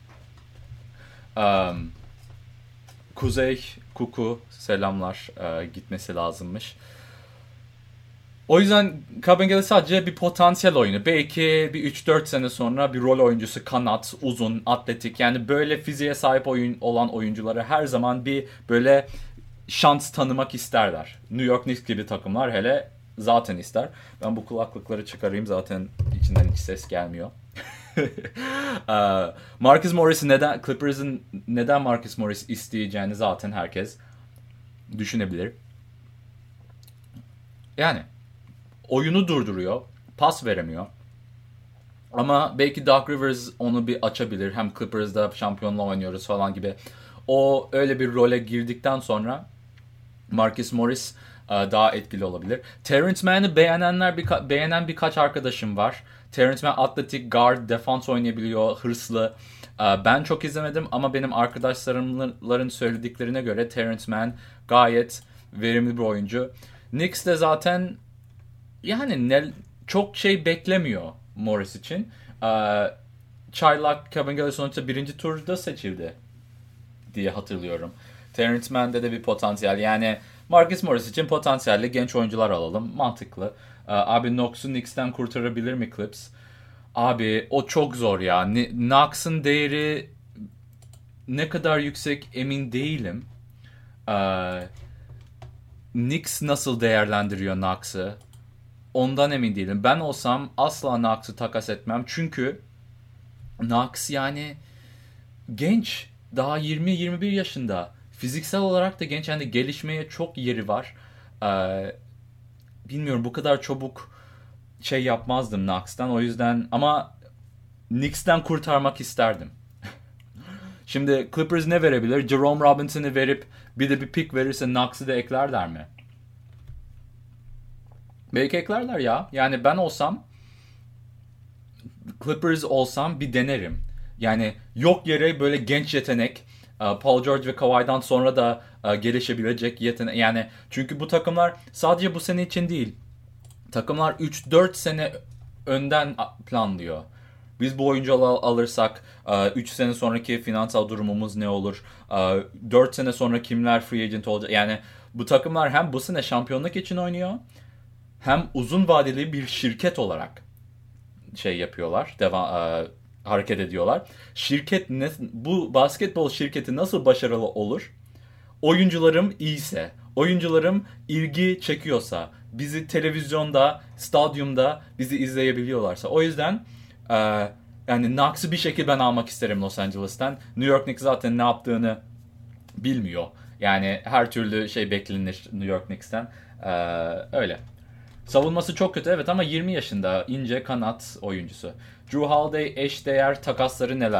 Kuzey Kuku selamlar, gitmesi lazımmış. O yüzden Kabengele sadece bir potansiyel oyunu. Belki bir 3-4 sene sonra bir rol oyuncusu, kanat, uzun, atletik, yani böyle fiziğe sahip olan oyuncuları her zaman bir böyle şans tanımak isterler. New York Knicks gibi takımlar hele zaten ister. Ben bu kulaklıkları çıkarayım, zaten içinden hiç ses gelmiyor. Marcus Morris'i Clippers'ın neden Marcus Morris isteyeceğini zaten herkes düşünebilir. Yani oyunu durduruyor, pas veremiyor. Ama belki Doc Rivers onu bir açabilir. Hem Clippers'da şampiyonla oynuyoruz falan gibi. O öyle bir role girdikten sonra Marcus Morris daha etkili olabilir. Terrence Mann'ı beğenen birkaç arkadaşım var. Terrence Mann atletik, guard, defans oynayabiliyor, hırslı. Ben çok izlemedim ama benim arkadaşlarımların söylediklerine göre Terrence Mann gayet verimli bir oyuncu. Knicks de zaten yani çok şey beklemiyor Morris için. Çaylak Kabengele sonuçta birinci turda seçildi diye hatırlıyorum. Terrence Mann'de de bir potansiyel. Yani Marcus Morris için potansiyelli genç oyuncular alalım. Mantıklı. Abi Knox'u Knicks'ten kurtarabilir mi Clips? Abi o çok zor ya. Knox'ın değeri ne kadar yüksek emin değilim. Knicks nasıl değerlendiriyor Knox'ı? Ondan emin değilim. Ben olsam asla Knox'ı takas etmem. Çünkü Knox yani genç. Daha 20-21 yaşında. Fiziksel olarak da genç. Yani gelişmeye çok yeri var. Bilmiyorum, bu kadar çabuk şey yapmazdım Knox'tan. O yüzden ama Knicks'ten kurtarmak isterdim. Şimdi Clippers ne verebilir? Jerome Robinson'ı verip bir de bir pick verirse Knox'ı da eklerler mi? Belki eklerler ya. Yani ben olsam, Clippers olsam bir denerim. Yani yok yere böyle genç yetenek, Paul George ve Kawhi'dan sonra da gelişebilecek yetenek. Yani çünkü bu takımlar sadece bu sene için değil. Takımlar 3-4 sene önden planlıyor. Biz bu oyuncu alırsak 3 sene sonraki finansal durumumuz ne olur? 4 sene sonra kimler free agent olacak? Yani bu takımlar hem bu sene şampiyonluk için oynuyor, hem uzun vadeli bir şirket olarak şey yapıyorlar, hareket ediyorlar. Bu basketbol şirketi nasıl başarılı olur? Oyuncularım iyiyse, oyuncularım ilgi çekiyorsa, bizi televizyonda, stadyumda bizi izleyebiliyorlarsa. O yüzden yani Knox'ı bir şekilde ben almak isterim Los Angeles'tan. New York Knicks zaten ne yaptığını bilmiyor. Yani her türlü şey beklenir New York Knicks'ten. Öyle. Savunması çok kötü evet, ama 20 yaşında, ince kanat oyuncusu. Drew Holiday eşdeğer takasları neler?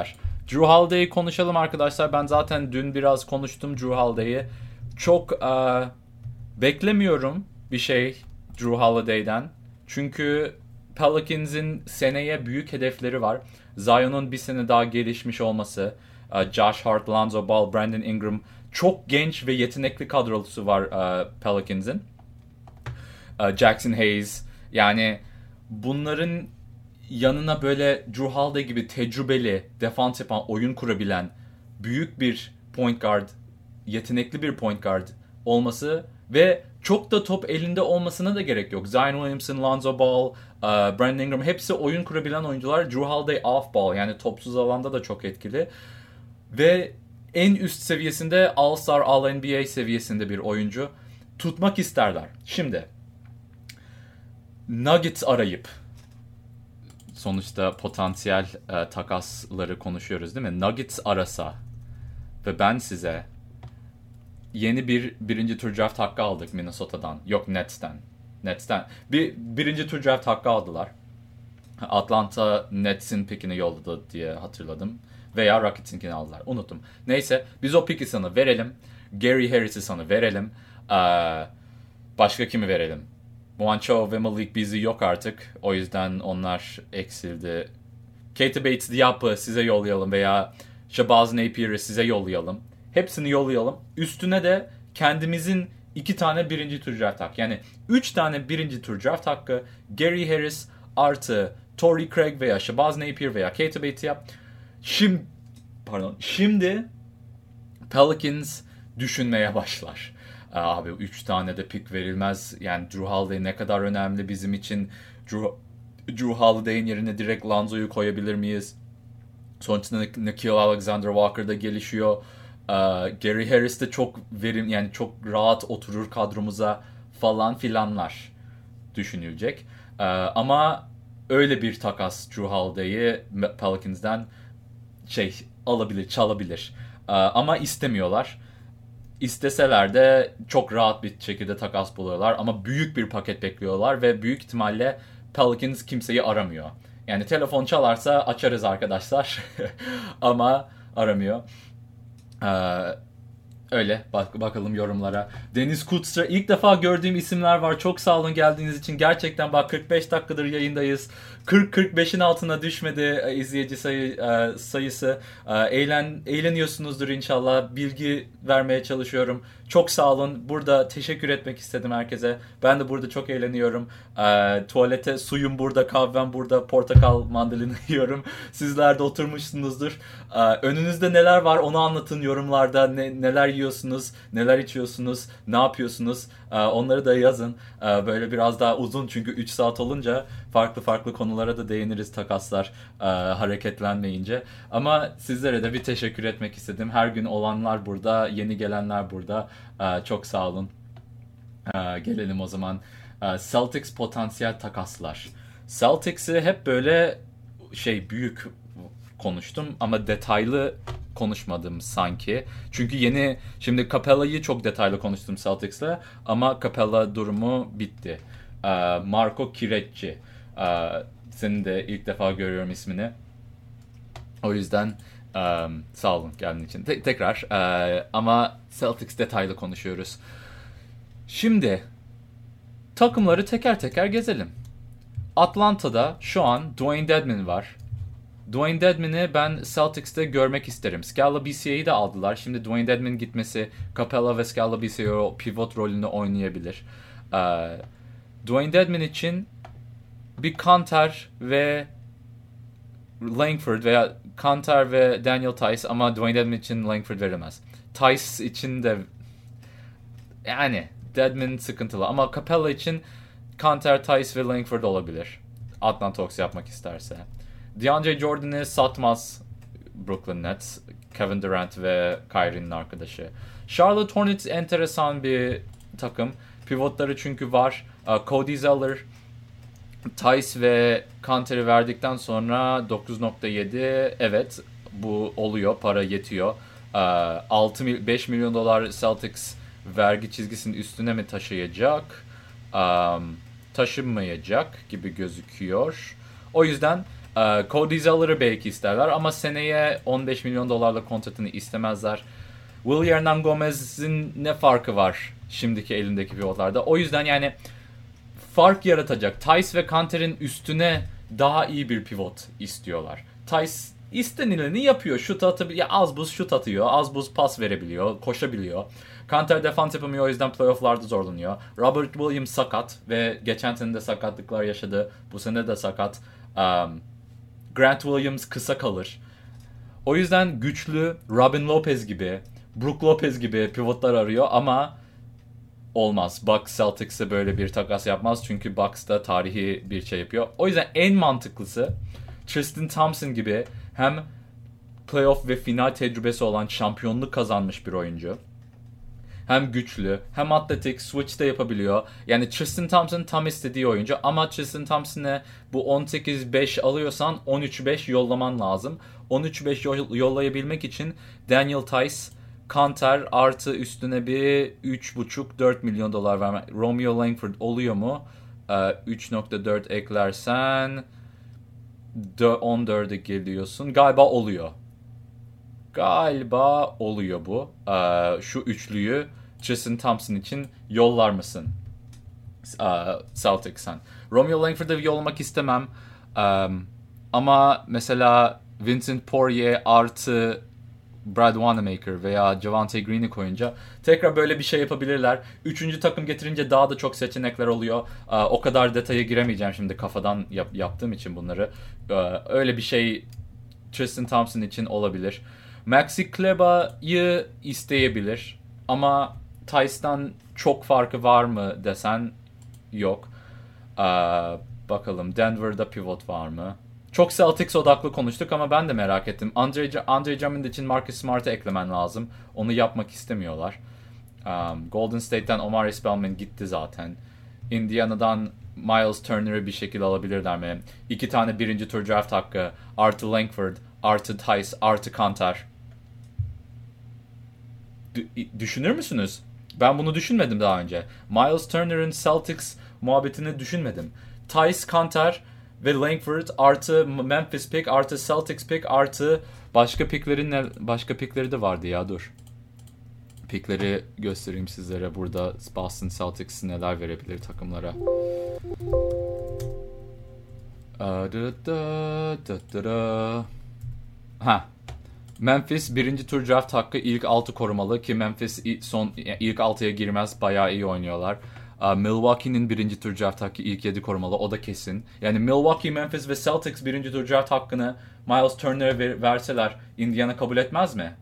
Drew Holiday'i konuşalım arkadaşlar. Ben zaten dün biraz konuştum Drew Holiday'i. Çok beklemiyorum bir şey Drew Holiday'den. Çünkü Pelicans'in seneye büyük hedefleri var. Zion'un bir sene daha gelişmiş olması, Josh Hart, Lonzo Ball, Brandon Ingram, çok genç ve yetenekli kadrosu var Pelicans'in. Jackson Hayes, yani bunların yanına böyle Drew Holiday gibi tecrübeli, defans yapan, oyun kurabilen büyük bir point guard, yetenekli bir point guard olması ve çok da top elinde olmasına da gerek yok. Zion Williamson, Lonzo Ball, Brandon Ingram hepsi oyun kurabilen oyuncular. Drew Holiday off ball, yani topsuz alanda da çok etkili. Ve en üst seviyesinde All-Star, All-NBA seviyesinde bir oyuncu. Tutmak isterler. Şimdi Nuggets arayıp, sonuçta potansiyel takasları konuşuyoruz değil mi? Nuggets arasa ve ben size yeni bir birinci tur draft hakkı aldık Minnesota'dan. Yok, Nets'ten. Birinci tur draft hakkı aldılar. Atlanta Nets'in pickini yolladı diye hatırladım. Veya Rockets'inkini aldılar. Unuttum. Neyse, biz o pick'i sana verelim. Gary Harris'i sana verelim. Başka kimi verelim? Juancho ve Malik Beasley yok artık. O yüzden onlar eksildi. Keita Bates-Diop'u size yollayalım veya Shabazz Napier'i size yollayalım. Hepsini yollayalım. Üstüne de kendimizin 2 tane birinci tur draft hakkı. Yani 3 tane birinci tur draft hakkı. Gary Harris artı Torrey Craig veya Shabazz Napier veya Keita Bates-Diop. Şimdi Pelicans düşünmeye başlar. Abi 3 tane de pick verilmez. Yani Drew Holiday ne kadar önemli bizim için. Drew Holiday'in yerine direkt Lonzo'yu koyabilir miyiz? Sonuçta Nickeil Alexander-Walker da gelişiyor. Gary Harris de çok yani çok rahat oturur kadromuza falan filanlar düşünülecek. Ama öyle bir takas Drew Holiday'i Pelicans'den alabilir, çalabilir. Ama istemiyorlar. İsteseler de çok rahat bir şekilde takas buluyorlar ama büyük bir paket bekliyorlar ve büyük ihtimalle Pelicans kimseyi aramıyor. Yani telefon çalarsa açarız arkadaşlar ama aramıyor. Öyle bakalım yorumlara. Deniz Kutstra, ilk defa gördüğüm isimler var. Çok sağ olun geldiğiniz için. Gerçekten bak 45 dakikadır yayındayız. 40-45'in altına düşmedi izleyici sayısı. Eğleniyorsunuzdur inşallah. Bilgi vermeye çalışıyorum. Çok sağ olun. Burada teşekkür etmek istedim herkese. Ben de burada çok eğleniyorum. Tuvalete suyum burada, kahvem burada, portakal mandalina yiyorum. Sizler de oturmuşsunuzdur. Önünüzde neler var onu anlatın yorumlarda. Neler yiyorsunuz, neler içiyorsunuz, ne yapıyorsunuz? Onları da yazın. Böyle biraz daha uzun, çünkü 3 saat olunca farklı konulara da değiniriz, takaslar hareketlenmeyince. Ama sizlere de bir teşekkür etmek istedim. Her gün olanlar burada, yeni gelenler burada. Çok sağ olun. Gelelim o zaman. Celtics potansiyel takaslar. Celtics'i hep böyle büyük konuştum ama detaylı konuşmadım sanki. Çünkü şimdi Capella'yı çok detaylı konuştum Celtics'le ama Capella durumu bitti. Marco Kirecci. Senin de ilk defa görüyorum ismini. O yüzden sağ olun geldiğin için. Tekrar ama Celtics detaylı konuşuyoruz. Şimdi takımları teker teker gezelim. Atlanta'da şu an Dwayne Dedmon var. Dwayne Dedmon'u ben Celtics'te görmek isterim. Scala BCA'yı de aldılar. Şimdi Dwayne Dedmon gitmesi Capella ve Scala BCA o pivot rolünü oynayabilir. Dwayne Dedmon için bir Kanter ve Langford veya Kanter ve Daniel Tice, ama Dwayne Dedmon için Langford verilmez. Tice için de yani Dedmon sıkıntılı ama Capella için Kanter, Tice ve Langford olabilir. Atlanta Hawks yapmak isterse. DeAndre Jordan'ı satmaz Brooklyn Nets. Kevin Durant ve Kyrie'nin arkadaşı. Charlotte Hornets enteresan bir takım. Pivotları çünkü var. Cody Zeller, Tice ve Kanter'i verdikten sonra 9.7, evet bu oluyor, para yetiyor. 5 milyon dolar Celtics vergi çizgisinin üstüne mi taşıyacak? Taşınmayacak gibi gözüküyor. O yüzden Cody Zeller'ı belki isterler ama seneye 15 milyon dolarla kontratını istemezler. Will Hernan Gomez'in ne farkı var şimdiki elindeki pivotlarda? O yüzden yani fark yaratacak. Tice ve Kanter'in üstüne daha iyi bir pivot istiyorlar. Tice istenileni yapıyor. Şut atabiliyor. Az buz şut atıyor. Az buz pas verebiliyor. Koşabiliyor. Kanter defans yapamıyor. O yüzden playofflarda zorlanıyor. Robert Williams sakat ve geçen sene de sakatlıklar yaşadı. Bu sene de sakat. Grant Williams kısa kalır. O yüzden güçlü Robin Lopez gibi, Brook Lopez gibi pivotlar arıyor ama olmaz. Bucks Celtics'e böyle bir takas yapmaz çünkü Bucks da tarihi bir şey yapıyor. O yüzden en mantıklısı Tristan Thompson gibi hem playoff ve final tecrübesi olan şampiyonluk kazanmış bir oyuncu. Hem güçlü, hem atletik, switch de yapabiliyor. Yani Tristan Thompson tam istediği oyuncu ama Tristan Thompson'e bu 18-5 alıyorsan 13-5 yollaman lazım. 13-5 yollayabilmek için Daniel Tice, Kanter artı üstüne bir 3,5-4 milyon dolar vermek. Romeo Langford oluyor mu? 3,4 eklersen 14'e geliyorsun. Galiba oluyor. Galiba oluyor bu. Şu üçlüyü Tristan Thompson için yollar mısın? Celtics'en. Romeo Langford'ı yollamak istemem. Ama mesela Vincent Poirier artı Brad Wanamaker veya Javante Green'i koyunca tekrar böyle bir şey yapabilirler. Üçüncü takım getirince daha da çok seçenekler oluyor. O kadar detaya giremeyeceğim şimdi kafadan yaptığım için bunları. Öyle bir şey Tristan Thompson için olabilir. Maxi Kleba'yı isteyebilir. Ama Tice'dan çok farkı var mı desen yok. Bakalım Denver'da pivot var mı? Çok Celtics odaklı konuştuk ama ben de merak ettim. Andre Drummond için Marcus Smart'ı eklemen lazım. Onu yapmak istemiyorlar. Golden State'ten Omari Spellman gitti zaten. Indiana'dan Miles Turner'ı bir şekilde alabilirler mi? 2 tane birinci tur draft hakkı. Artı Langford, artı Tice, artı Kanter. Düşünür müsünüz? Ben bunu düşünmedim daha önce. Miles Turner'ın Celtics muhabbetini düşünmedim. Tice, Kanter ve Langford artı Memphis pick artı Celtics pick artı başka pickleri de vardı ya, dur. Pickleri göstereyim sizlere burada. Boston Celtics neler verebilir takımlara. Memphis birinci tur draft hakkı, ilk 6 korumalı ki Memphis ilk 6'ya girmez, bayağı iyi oynuyorlar. Milwaukee'nin birinci tur draft hakkı, ilk 7 korumalı, o da kesin. Yani Milwaukee, Memphis ve Celtics birinci tur draft hakkını Miles Turner'e verseler Indiana kabul etmez mi?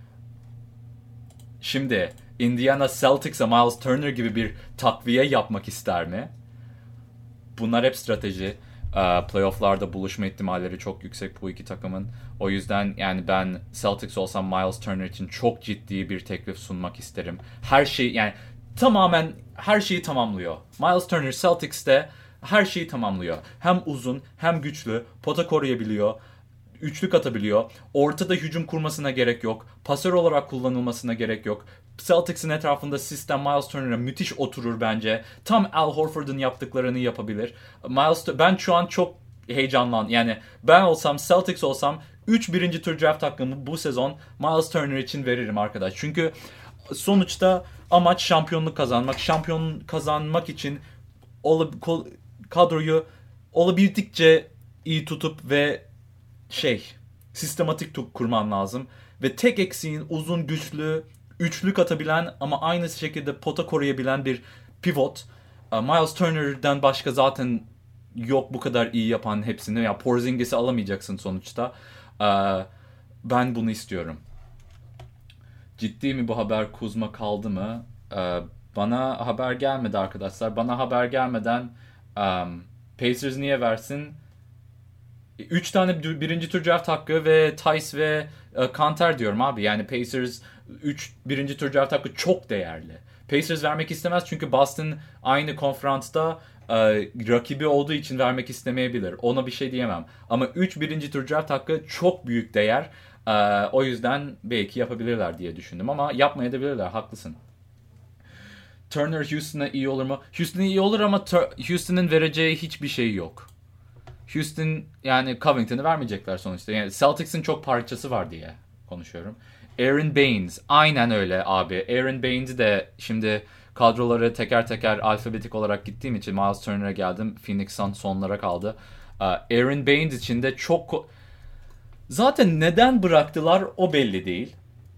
Şimdi Indiana Celtics'e Miles Turner gibi bir takviye yapmak ister mi? Bunlar hep strateji. Playoff'larda buluşma ihtimalleri çok yüksek bu iki takımın. O yüzden yani ben Celtics olsam Miles Turner için çok ciddi bir teklif sunmak isterim. Her şey, yani tamamen her şeyi tamamlıyor. Miles Turner Celtics'te her şeyi tamamlıyor. Hem uzun hem güçlü, pota koruyabiliyor, üçlük atabiliyor. Ortada hücum kurmasına gerek yok. Pasör olarak kullanılmasına gerek yok. Celtics'in etrafında sistem Miles Turner'a müthiş oturur bence. Tam Al Horford'un yaptıklarını yapabilir. Ben şu an çok heyecanlan. Yani ben olsam, Celtics olsam 3 birinci tur draft hakkımı bu sezon Miles Turner için veririm arkadaş. Çünkü sonuçta amaç şampiyonluk kazanmak. Şampiyon kazanmak için kadroyu olabildikçe iyi tutup ve sistematik kurman lazım. Ve tek eksiğin uzun, güçlü, üçlük atabilen ama aynı şekilde pota koruyabilen bir pivot. Miles Turner'dan başka zaten yok bu kadar iyi yapan hepsini. Ya Porzingis'i alamayacaksın sonuçta. Ben bunu istiyorum. Ciddi mi bu haber, Kuzma kaldı mı? Bana haber gelmedi arkadaşlar. Bana haber gelmeden Pacers niye versin? 3 tane birinci tur draft hakkı ve Tice ve Kanter diyorum abi. Yani Pacers 3 birinci tur draft hakkı çok değerli. Pacers vermek istemez çünkü Boston aynı konferansta rakibi olduğu için vermek istemeyebilir. Ona bir şey diyemem. Ama 3 birinci tur draft hakkı çok büyük değer. O yüzden belki yapabilirler diye düşündüm ama yapmayabilirler. Haklısın. Turner Houston'a iyi olur mu? Houston'a iyi olur ama Houston'ın vereceği hiçbir şey yok. Houston yani Covington'ı vermeyecekler sonuçta. Yani Celtics'in çok parçası var diye konuşuyorum. Aaron Baines. Aynen öyle abi. Aaron Baines'i de şimdi kadroları teker teker alfabetik olarak gittiğim için Miles Turner'a geldim. Phoenix Suns sonlara kaldı. Aaron Baines için de çok... Zaten neden bıraktılar o belli değil.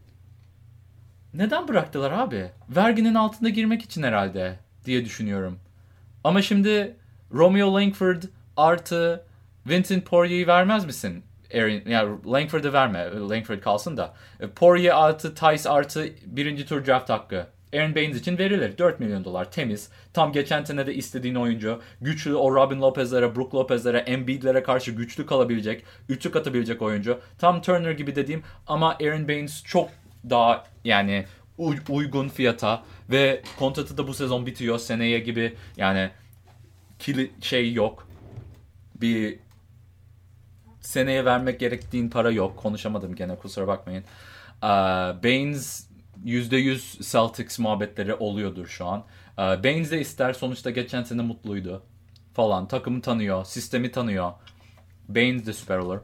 Neden bıraktılar abi? Verginin altında girmek için herhalde diye düşünüyorum. Ama şimdi Romeo Langford artı Vincent Poirier'i vermez misin? Yani Langford'ı verme. Langford kalsın da. Poirier artı Tice artı birinci tur draft hakkı. Aaron Baines için verilir. 4 milyon dolar temiz. Tam geçen sene de istediğin oyuncu. Güçlü o Robin Lopez'lere, Brook Lopez'lere, Embiid'lere karşı güçlü kalabilecek, üçlük atabilecek oyuncu. Tam Turner gibi dediğim ama Aaron Baines çok daha yani uygun fiyata ve kontratı da bu sezon bitiyor. Seneye gibi yani şey yok. Bir seneye vermek gerektiğin para yok. Konuşamadım gene kusura bakmayın. Baines %100 Celtics muhabbetleri oluyordur şu an. Baines de ister sonuçta geçen sene mutluydu falan. Takımı tanıyor, sistemi tanıyor. Baines de süper olur.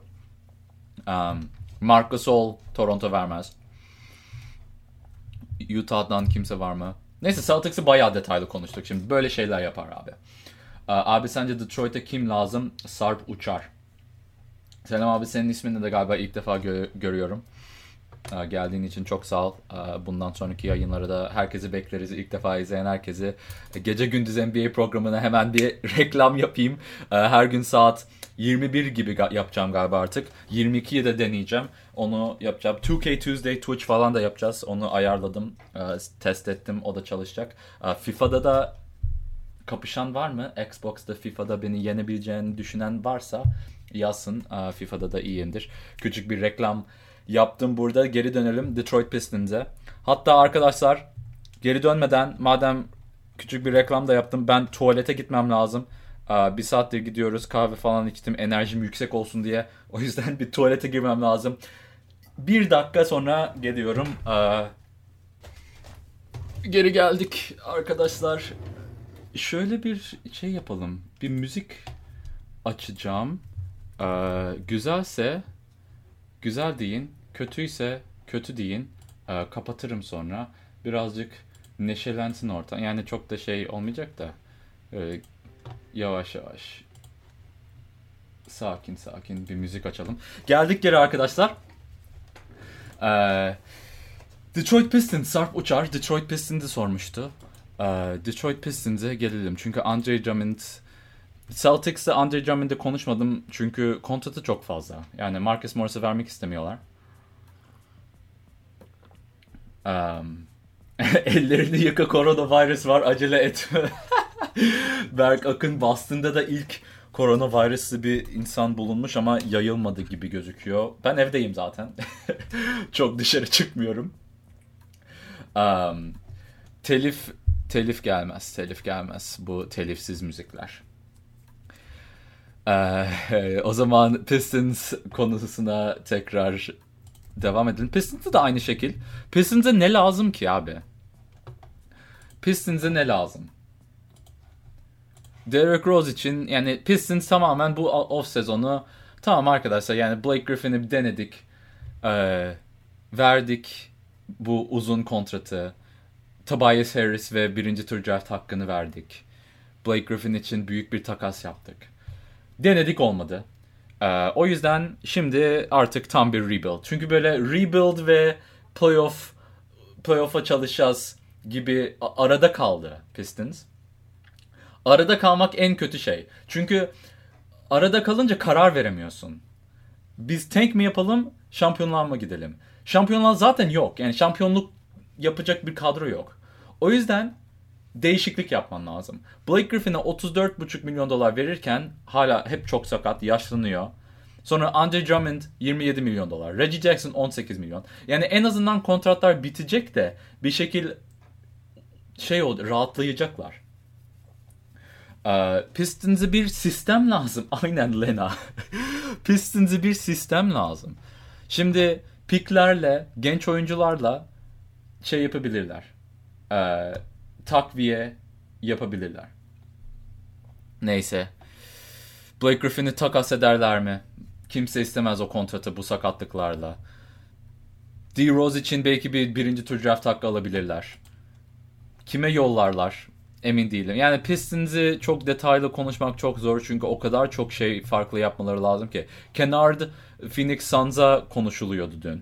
Marc Gasol Toronto vermez. Utah'dan kimse var mı? Neyse Celtics'i bayağı detaylı konuştuk şimdi. Böyle şeyler yapar abi. Abi sence Detroit'e kim lazım? Sarp Uçar. Selam abi senin ismini de galiba ilk defa görüyorum. Geldiğin için çok sağ ol. Bundan sonraki yayınları da herkesi bekleriz. İlk defa izleyen herkesi. Gece gündüz NBA programına hemen bir reklam yapayım. Her gün saat 21 gibi yapacağım galiba artık. 22'yi de deneyeceğim. Onu yapacağım. 2K Tuesday Twitch falan da yapacağız. Onu ayarladım. Test ettim. O da çalışacak. FIFA'da da kapışan var mı? Xbox'ta FIFA'da beni yenebileceğini düşünen varsa yazsın. FIFA'da da iyiyimdir. Küçük bir reklam yaptım burada. Geri dönelim Detroit Pistons'e. Hatta arkadaşlar geri dönmeden madem küçük bir reklam da yaptım ben tuvalete gitmem lazım. Bir saattir gidiyoruz kahve falan içtim enerjim yüksek olsun diye. O yüzden bir tuvalete girmem lazım. Bir dakika sonra geliyorum. Geri geldik arkadaşlar. Şöyle bir şey yapalım. Bir müzik açacağım. Güzelse güzel deyin. Kötüyse kötü deyin. Kapatırım sonra. Birazcık neşelensin ortam. Yani çok da şey olmayacak da. Yavaş yavaş. Sakin sakin bir müzik açalım. Geldik geri arkadaşlar. Detroit Pistons, Sarp Uçar Detroit Pistons'ı sormuştu. Detroit Pistons'e gelelim. Çünkü Andre Drummond Celtics'te Andre Drummond'ı konuşmadım çünkü kontratı çok fazla. Yani Marcus Morris'e vermek istemiyorlar. Ellerini yıka koronavirüs var acele etme. Berk Akın Boston'da da ilk koronavirüsü bir insan bulunmuş ama yayılmadı gibi gözüküyor. Ben evdeyim zaten. Çok dışarı çıkmıyorum. Telif gelmez. Bu telifsiz müzikler. O zaman Pistons konusuna tekrar devam edelim. Pistons'a da aynı şekil. Pistons'a ne lazım ki abi? Pistons'a ne lazım? Derrick Rose için yani Pistons tamamen bu off sezonu tamam arkadaşlar yani Blake Griffin'i denedik. Verdik bu uzun kontratı. Tobias Harris ve birinci tur draft hakkını verdik. Blake Griffin için büyük bir takas yaptık. Denedik olmadı. O yüzden şimdi artık tam bir rebuild. Çünkü böyle rebuild ve playoff'a çalışacağız gibi arada kaldı Pistons. Arada kalmak en kötü şey. Çünkü arada kalınca karar veremiyorsun. Biz tank mi yapalım, şampiyonluğa mı gidelim? Şampiyonluğa zaten yok. Yani şampiyonluk yapacak bir kadro yok. O yüzden değişiklik yapman lazım. Blake Griffin'e 34,5 milyon dolar verirken hala hep çok sakat, yaşlanıyor. Sonra Andre Drummond 27 milyon dolar. Reggie Jackson 18 milyon. Yani en azından kontratlar bitecek de bir şekil şey oldu, rahatlayacaklar. Pistons'e bir sistem lazım. Aynen Lena. Pistons'e bir sistem lazım. Şimdi piklerle, genç oyuncularla şey yapabilirler. Takviye yapabilirler. Neyse. Blake Griffin'i takas ederler mi? Kimse istemez o kontratı bu sakatlıklarla. D. Rose için belki bir birinci tur draft hakkı alabilirler. Kime yollarlar? Emin değilim. Yani Pistons'i çok detaylı konuşmak çok zor. Çünkü o kadar çok şey farklı yapmaları lazım ki. Kennard Phoenix Suns'a konuşuluyordu dün.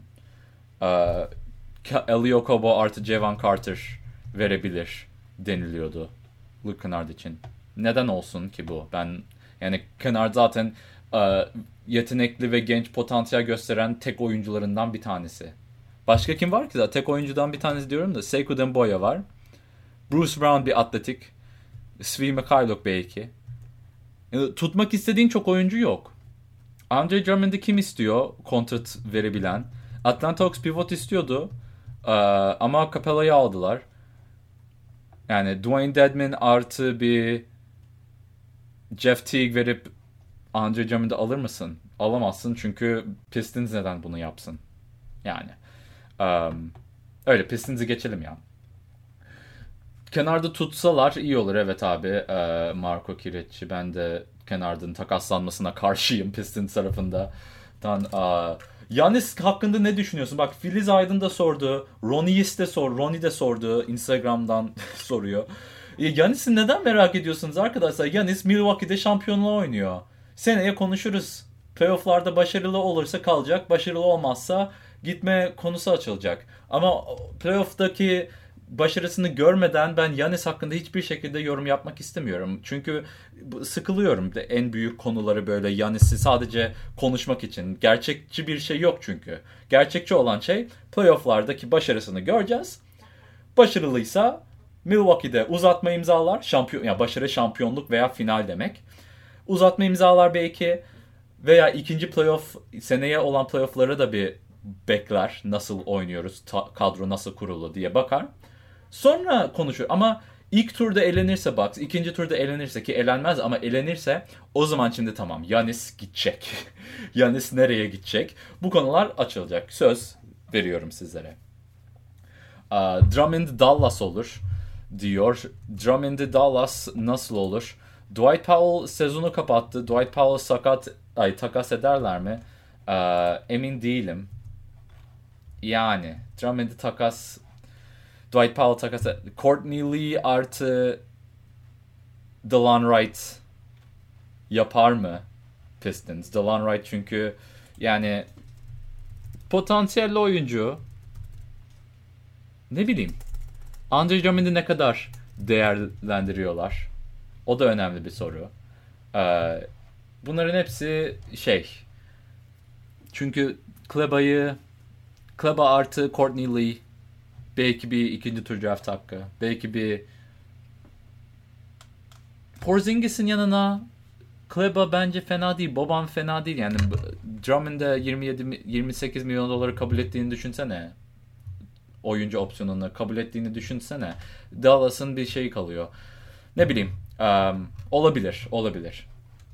Elie Okobo artı Jevon Carter verebilir deniliyordu Luke Kennard için. Neden olsun ki bu? Yani Kennard zaten yetenekli ve genç potansiyel gösteren tek oyuncularından bir tanesi. Başka kim var ki da? Tek oyuncudan bir tanesi diyorum da Sekou Demboya var. Bruce Brown bir atletik. Svi Mikhailuk belki. Tutmak istediğin çok oyuncu yok. Andre Drummond'ı kim istiyor kontrat verebilen? Atlanta Hawks pivot istiyordu. Ama Capella'yı aldılar. Yani Dwayne Dedman artı bir Jeff Teague verip Andre Drummond'ı alır mısın? Alamazsın çünkü Pistons neden bunu yapsın? Yani. Öyle Pistons'ı geçelim ya. Kenarda tutsalar iyi olur evet abi. Marko Kiric'i ben de Kennard'ın takaslanmasına karşıyım Pistons tarafında. Giannis hakkında ne düşünüyorsun? Bak Filiz Aydın da sordu. Ronnie de sordu. Instagram'dan soruyor. Giannis'i neden merak ediyorsunuz arkadaşlar? Giannis Milwaukee'de şampiyonluğa oynuyor. Seneye konuşuruz. Playoff'larda başarılı olursa kalacak. Başarılı olmazsa gitme konusu açılacak. Ama playoff'taki başarısını görmeden ben Giannis hakkında hiçbir şekilde yorum yapmak istemiyorum. Çünkü sıkılıyorum en büyük konuları böyle Giannis'i sadece konuşmak için. Gerçekçi bir şey yok çünkü. Gerçekçi olan şey playoff'lardaki başarısını göreceğiz. Başarılıysa Milwaukee'de uzatma imzalar. Yani başarı şampiyonluk veya final demek. Uzatma imzalar belki veya ikinci playoff seneye olan playoff'ları da bir bekler. Nasıl oynuyoruz, kadro nasıl kurulu diye bakar. Sonra konuşur ama ilk turda elenirse Bucks, ikinci turda elenirse ki elenmez ama elenirse o zaman şimdi tamam Giannis gidecek. Giannis nereye gidecek? Bu konular açılacak. Söz veriyorum sizlere. Drummond Dallas olur diyor. Drummond Dallas nasıl olur? Dwight Powell sezonu kapattı. Dwight Powell takas ederler mi? Emin değilim. Yani Drummond Dwight Powell takası. Courtney Lee artı Delon Wright yapar mı Pistons? Delon Wright çünkü yani potansiyelli oyuncu. Ne bileyim. Andre Drummond'u ne kadar değerlendiriyorlar? O da önemli bir soru. Bunların hepsi çünkü Kleba artı Courtney Lee belki bir ikinci tur draft hakkı. Belki bir Porzingis'in yanına Kleba bence fena değil. Boban fena değil. Yani Drummond'a 28 milyon doları kabul ettiğini düşünsene. Oyuncu opsiyonunu kabul ettiğini düşünsene. Dallas'ın bir şeyi kalıyor. Ne bileyim. Olabilir.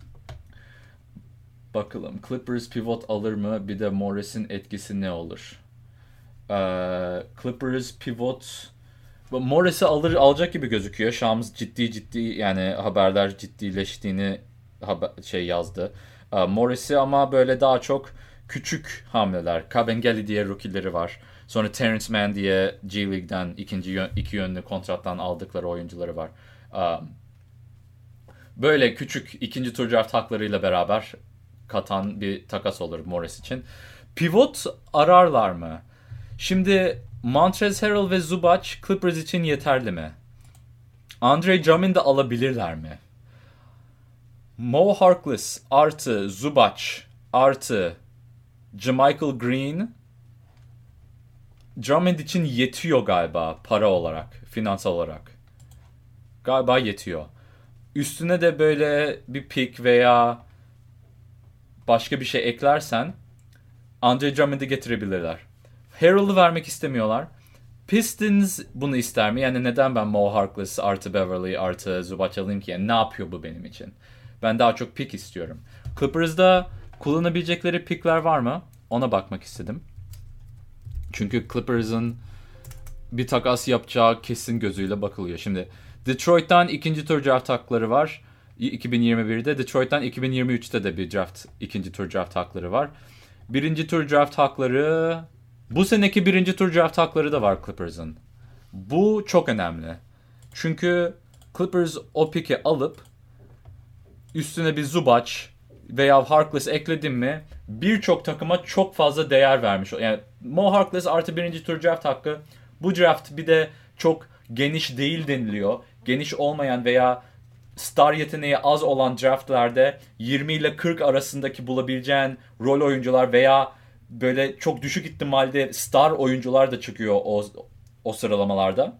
Bakalım. Clippers pivot alır mı? Bir de Morris'in etkisi ne olur? Clippers pivot Morris'i alacak gibi gözüküyor. Shams ciddi yani haberler ciddileştiğini yazdı. Morris'i ama böyle daha çok küçük hamleler. Kabengeli diye rookie'leri var. Sonra Terrence Mann diye G League'den iki yönlü kontrattan aldıkları oyuncuları var. Böyle küçük ikinci tur draft haklarıyla beraber katan bir takas olur Morris için. Pivot ararlar mı? Şimdi Montrezl Harrell ve Zubac Clippers için yeterli mi? Andre Drummond'ı alabilirler mi? Mo Harkless artı Zubac artı JaMychal Green Drummond için yetiyor galiba para olarak, finansal olarak. Galiba yetiyor. Üstüne de böyle bir pick veya başka bir şey eklersen Andre Drummond'ı getirebilirler. Harrell'ı vermek istemiyorlar. Pistons bunu ister mi? Yani neden ben Mo Harkless artı Beverly artı Zubac alayım ki? Yani ne yapıyor bu benim için? Ben daha çok pick istiyorum. Clippers'da kullanabilecekleri pickler var mı? Ona bakmak istedim. Çünkü Clippers'ın bir takas yapacağı kesin gözüyle bakılıyor. Şimdi Detroit'tan ikinci tur draft hakları var. 2021'de. Detroit'ten 2023'te de bir ikinci tur draft hakları var. Birinci tur draft hakları, bu seneki birinci tur draft hakları da var Clippers'ın. Bu çok önemli. Çünkü Clippers o pick'i alıp üstüne bir Zubac veya Harkless ekledin mi birçok takıma çok fazla değer vermiş. Yani Mo Harkless artı birinci tur draft hakkı. Bu draft bir de çok geniş değil deniliyor. Geniş olmayan veya star yeteneği az olan draftlarda 20 ile 40 arasındaki bulabileceğin rol oyuncular veya böyle çok düşük ihtimalde star oyuncular da çıkıyor o sıralamalarda.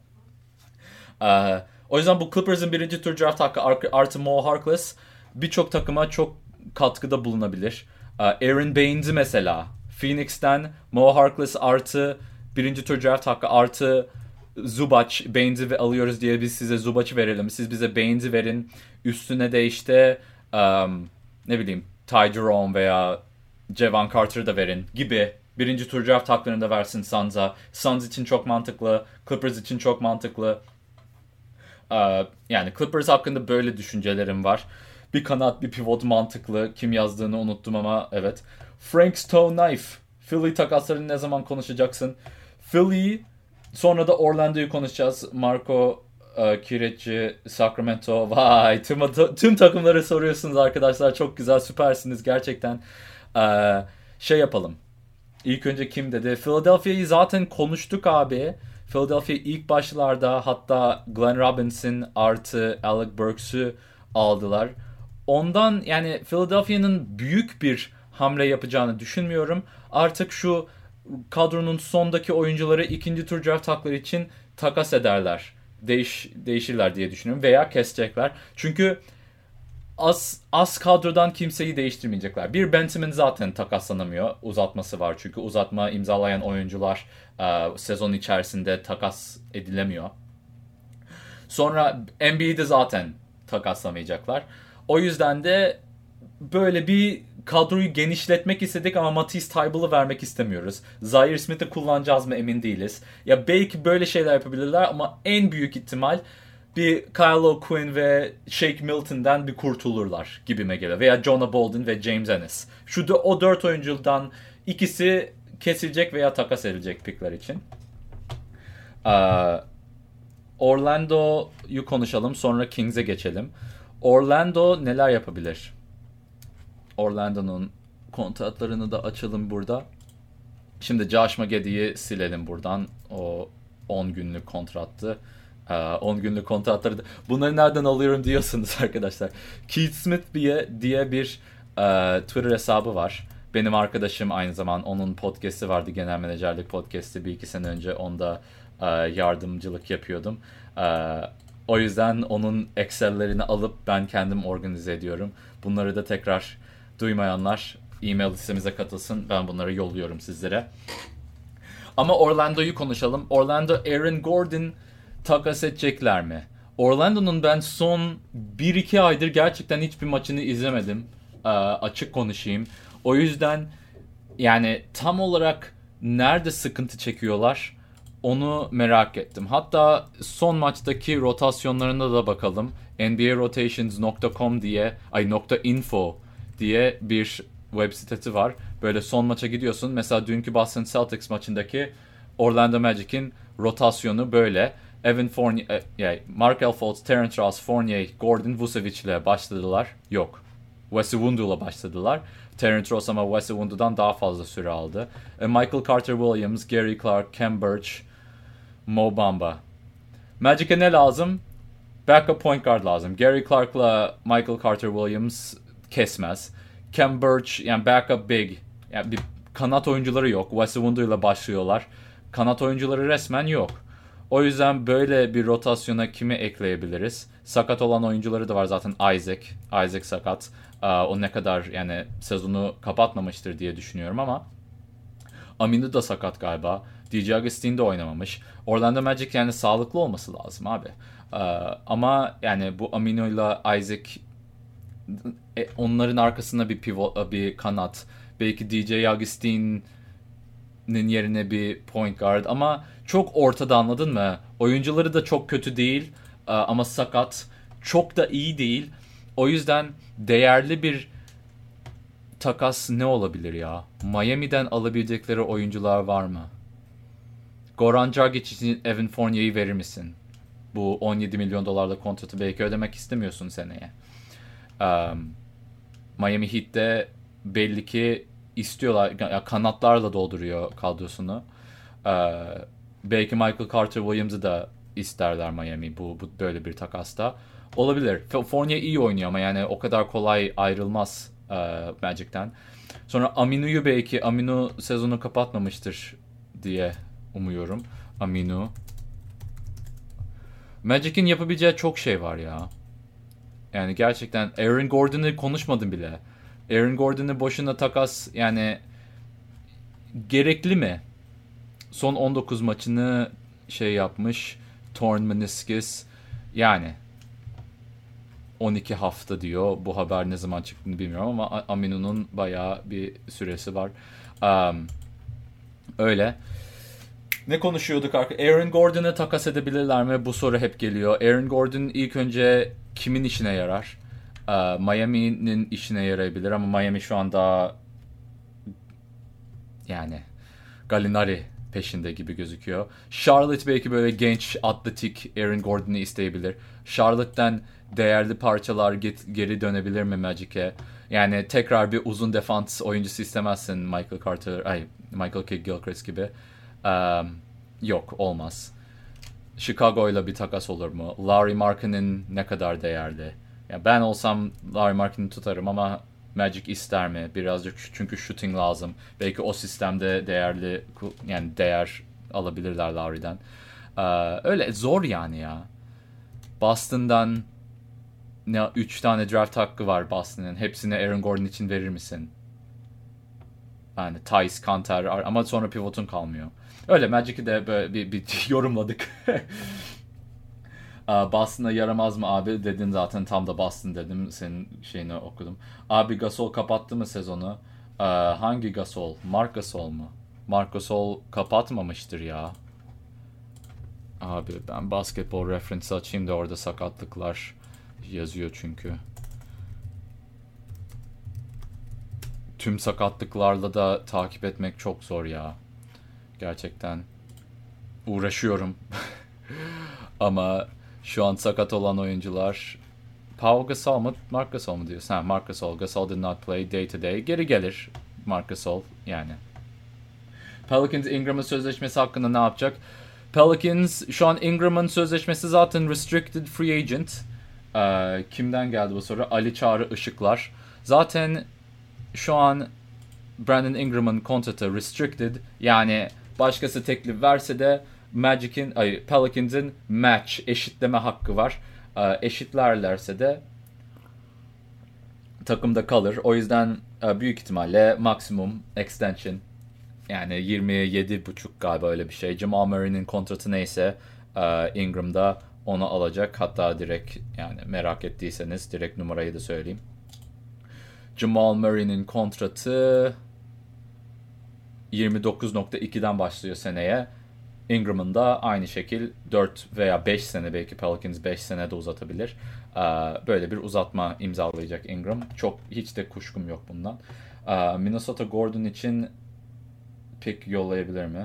O yüzden bu Clippers'ın birinci tur draft hakkı artı Mo Harkless birçok takıma çok katkıda bulunabilir. Aaron Baines'i mesela Phoenix'ten Mo Harkless artı birinci tur draft hakkı artı Zubac, Baines'i alıyoruz diye biz size Zubac'ı verelim. Siz bize Baines'i verin. Üstüne de işte ne bileyim Ty Jerome veya Jevon Carter'ı da verin gibi. Birinci tur draft haklarını da versin Suns'a. Suns için çok mantıklı. Clippers için çok mantıklı. Yani Clippers hakkında böyle düşüncelerim var. Bir kanat, bir pivot mantıklı. Kim yazdığını unuttum ama evet. Frank Stone-Knife. Philly takaslarını ne zaman konuşacaksın? Philly, sonra da Orlando'yu konuşacağız. Marco Kirecci, Sacramento. Vay, tüm takımları soruyorsunuz arkadaşlar. Çok güzel, süpersiniz gerçekten. Şey yapalım. İlk önce kim dedi? Philadelphia'yı zaten konuştuk abi. Philadelphia ilk başlarda hatta Glenn Robinson artı Alec Burks'ü aldılar. Ondan yani Philadelphia'nın büyük bir hamle yapacağını düşünmüyorum. Artık şu kadronun sondaki oyuncuları ikinci tur draft hakları için takas ederler. Değişirler diye düşünüyorum. Veya kesecekler. Çünkü az kadrodan kimseyi değiştirmeyecekler. Bir Benjamin zaten takaslanamıyor. Uzatması var çünkü uzatma imzalayan oyuncular sezon içerisinde takas edilemiyor. Sonra NBA'de zaten takaslamayacaklar. O yüzden de böyle bir kadroyu genişletmek istedik ama Matisse Thybulle'ı vermek istemiyoruz. Zaire Smith'i kullanacağız mı emin değiliz. Ya belki böyle şeyler yapabilirler ama en büyük ihtimal bir Kyle O'Quinn ve Shake Milton'dan bir kurtulurlar gibime geliyor. Veya Jonah Bolden ve James Ennis. O 4 oyuncudan ikisi kesilecek veya takas edilecek pickler için. Orlando'yu konuşalım, sonra Kings'e geçelim. Orlando neler yapabilir? Orlando'nun kontratlarını da açalım burada. Şimdi Josh Magiddy'yi silelim buradan. O 10 günlük kontrattı. 10 günlük kontratları da... Bunları nereden alıyorum diyorsunuz arkadaşlar. Keith Smith diye bir Twitter hesabı var. Benim arkadaşım, aynı zamanda onun podcast'i vardı. Genel menajerlik podcast'i. 1-2 sene önce onda yardımcılık yapıyordum. O yüzden onun Excel'lerini alıp ben kendim organize ediyorum. Bunları da tekrar duymayanlar e-mail listemize katılsın. Ben bunları yolluyorum sizlere. Ama Orlando'yu konuşalım. Orlando Aaron Gordon takas edecekler mi? Orlando'nun ben son 1-2 aydır gerçekten hiçbir maçını izlemedim. Açık konuşayım. O yüzden yani tam olarak nerede sıkıntı çekiyorlar onu merak ettim. Hatta son maçtaki rotasyonlarına da bakalım. NBARotations.com diye .info diye bir web sitesi var. Böyle son maça gidiyorsun. Mesela dünkü Boston Celtics maçındaki Orlando Magic'in rotasyonu böyle. Evan Fournier, Markelle Fultz, Terrence Ross, Fournier, Gordon, Vucevic ile başladılar. Yok. Wesley Wundu ile başladılar. Terrence Ross ama Wesley Wundu'dan daha fazla süre aldı. Michael Carter Williams, Gary Clark, Kem Birch, Mo Bamba. Magic'e ne lazım? Backup point guard lazım. Gary Clark'la Michael Carter Williams kesmez. Kem Birch yani backup big. Yani bir kanat oyuncuları yok. Wesley Wundu ile başlıyorlar. Kanat oyuncuları resmen yok. O yüzden böyle bir rotasyona kimi ekleyebiliriz? Sakat olan oyuncuları da var zaten. Isaac sakat. O ne kadar yani sezonu kapatmamıştır diye düşünüyorum ama Aminu da sakat galiba. DJ Augustin de oynamamış. Orlando Magic yani sağlıklı olması lazım abi. Ama yani bu Aminu ile Isaac onların arkasında bir pivot, bir kanat. Belki DJ Augustin'in yerine bir point guard ama çok ortada, anladın mı? Oyuncuları da çok kötü değil ama sakat. Çok da iyi değil. O yüzden değerli bir takas ne olabilir ya? Miami'den alabilecekleri oyuncular var mı? Goran Dragic için Evan Fournier'i verir misin? Bu 17 milyon dolarlık kontratı belki ödemek istemiyorsun seneye. Miami Heat'te belli ki istiyorlar. Kanatlarla dolduruyor kadrosunu. Belki Michael Carter Williams'ı da isterler Miami bu böyle bir takasta. Olabilir. Fournier iyi oynuyor ama yani o kadar kolay ayrılmaz Magic'ten. Sonra Aminu'yu belki Aminu sezonu kapatmamıştır diye umuyorum. Aminu. Magic'in yapabileceği çok şey var ya. Yani gerçekten Aaron Gordon'ı konuşmadım bile. Aaron Gordon'ı boşuna takas yani gerekli mi? Son 19 maçını şey yapmış. Torn meniscus. Yani 12 hafta diyor. Bu haber ne zaman çıktığını bilmiyorum ama Aminu'nun bayağı bir süresi var. Öyle. Ne konuşuyorduk arkadaşlar? Aaron Gordon'ı takas edebilirler mi? Bu soru hep geliyor. Aaron Gordon ilk önce kimin işine yarar? Miami'nin işine yarayabilir ama Miami şu anda yani Gallinari peşinde gibi gözüküyor. Charlotte belki böyle genç, atletik Aaron Gordon'u isteyebilir. Charlotte'den değerli parçalar geri dönebilir mi Magic'e? Yani tekrar bir uzun defans oyuncusu istemezsin Michael Kidd-Gilchrist gibi. Yok, olmaz. Chicago'yla bir takas olur mu? Larry Markkanen ne kadar değerli? Yani ben olsam Larry Markkanen'i tutarım ama Magic ister mi? Birazcık çünkü shooting lazım. Belki o sistemde değerli yani değer alabilirler Larry'den. Öyle zor yani ya. Boston'dan 3 tane draft hakkı var Boston'ın. Hepsini Aaron Gordon için verir misin? Yani Tice, Kanter ama sonra pivotun kalmıyor. Öyle Magic'i de böyle bir yorumladık. Boston'a yaramaz mı abi dedin zaten tam da Boston dedim. Senin şeyini okudum. Abi Gasol kapattı mı sezonu? Hangi Gasol? Marc Gasol mu? Marc Gasol kapatmamıştır ya. Abi ben basketbol reference açayım da orada sakatlıklar yazıyor çünkü. Tüm sakatlıklarla da takip etmek çok zor ya. Gerçekten uğraşıyorum. Ama şu an sakat olan oyuncular Pau Gasol mu? Marc Gasol mu diyorsun? Ha, Marc Gasol. Gasol did not play day to day. Geri gelir Marc Gasol yani. Pelicans Ingram'ın sözleşmesi hakkında ne yapacak? Pelicans şu an Ingram'ın sözleşmesi zaten restricted free agent. Kimden geldi bu soru? Ali Çağrı Işıklar. Zaten şu an Brandon Ingram'ın kontratı restricted. Yani başkası teklif verse de Pelicans'in match eşitleme hakkı var. Eşitlerlerse de takımda kalır. O yüzden büyük ihtimalle maksimum extension yani 27,5 galiba öyle bir şey. Jamal Murray'nin kontratı neyse Ingram da onu alacak. Hatta direkt yani merak ettiyseniz direkt numarayı da söyleyeyim. Jamal Murray'nin kontratı 29,2'den başlıyor seneye. Ingram'ın da aynı şekil 4 veya 5 sene belki Pelicans 5 sene de uzatabilir. Böyle bir uzatma imzalayacak Ingram. Hiç de kuşkum yok bundan. Minnesota Gordon için pick yollayabilir mi?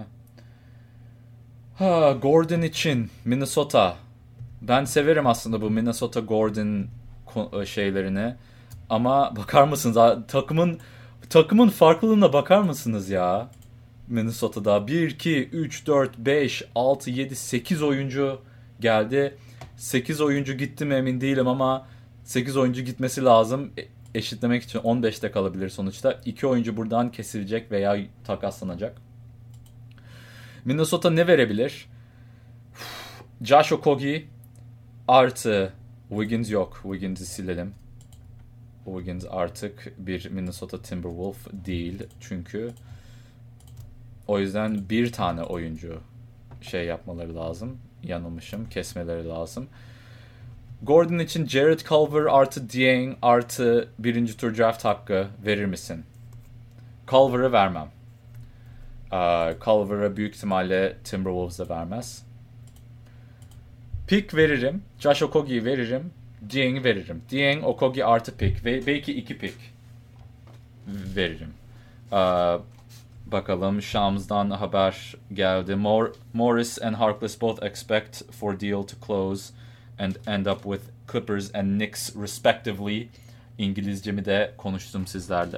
Gordon için Minnesota. Ben severim aslında bu Minnesota Gordon şeylerini. Ama bakar mısınız? Takımın farklılığına bakar mısınız ya? Minnesota'da 1, 2, 3, 4, 5, 6, 7, 8 oyuncu geldi. 8 oyuncu gitti mi emin değilim ama 8 oyuncu gitmesi lazım. Eşitlemek için 15'te kalabilir sonuçta. 2 oyuncu buradan kesilecek veya takaslanacak. Minnesota ne verebilir? Josh Okogie artı Wiggins yok. Wiggins'i silelim. Wiggins artık bir Minnesota Timberwolf değil. Çünkü o yüzden bir tane oyuncu yapmaları lazım. Yanılmışım. Kesmeleri lazım. Gordon için Jared Culver artı Dieng artı birinci tur draft hakkı verir misin? Culver'ı vermem. Culver'a büyük ihtimalle Timberwolves de vermez. Pick veririm. Josh Okogie'yi veririm. Dieng'i veririm. Dieng, Okogie artı pick ve belki 2 pick veririm. Bakalım Şams'dan haber geldi. Morris and Harkless both expect for deal to close and end up with Clippers and Knicks respectively. İngilizcemi de konuştum sizlerle.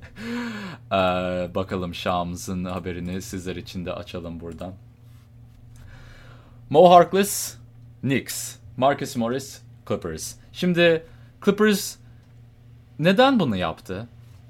Bakalım Şams'ın haberini sizler için de açalım buradan. Mo Harkless, Knicks. Marcus Morris, Clippers. Şimdi Clippers neden bunu yaptı?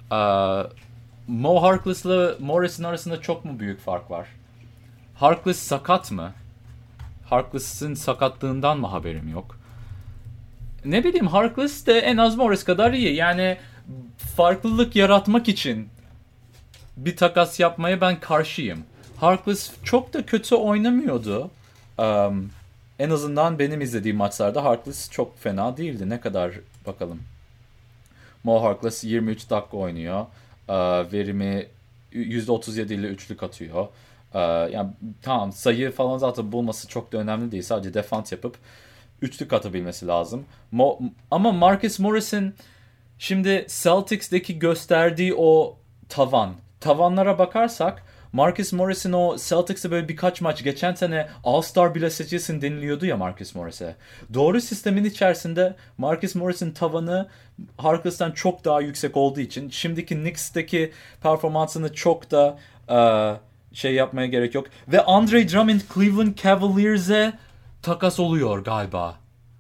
Mo Harkless'la Morris'in arasında çok mu büyük fark var? Harkless sakat mı? Harkless'ın sakatlığından mı haberim yok? Ne bileyim, Harkless de en az Morris kadar iyi. Yani farklılık yaratmak için bir takas yapmaya ben karşıyım. Harkless çok da kötü oynamıyordu. En azından benim izlediğim maçlarda Harkless çok fena değildi. Ne kadar bakalım. Mo Harkless 23 dakika oynuyor. Verimi %37 ile üçlük atıyor. Yani tamam, sayı falan zaten bulması çok da önemli değil. Sadece defans yapıp üçlük atabilmesi lazım. Ama Marcus Morris'in şimdi Celtics'deki gösterdiği o tavanlara bakarsak, Marcus Morris'in o Celtics'e böyle birkaç maç, geçen sene All-Star bile seçilsin deniliyordu ya Marcus Morris'e. Doğru sistemin içerisinde Marcus Morris'in tavanı Harkless'tan çok daha yüksek olduğu için şimdiki Knicks'teki performansını çok da şey yapmaya gerek yok. Ve Andre Drummond Cleveland Cavaliers'e takas oluyor galiba.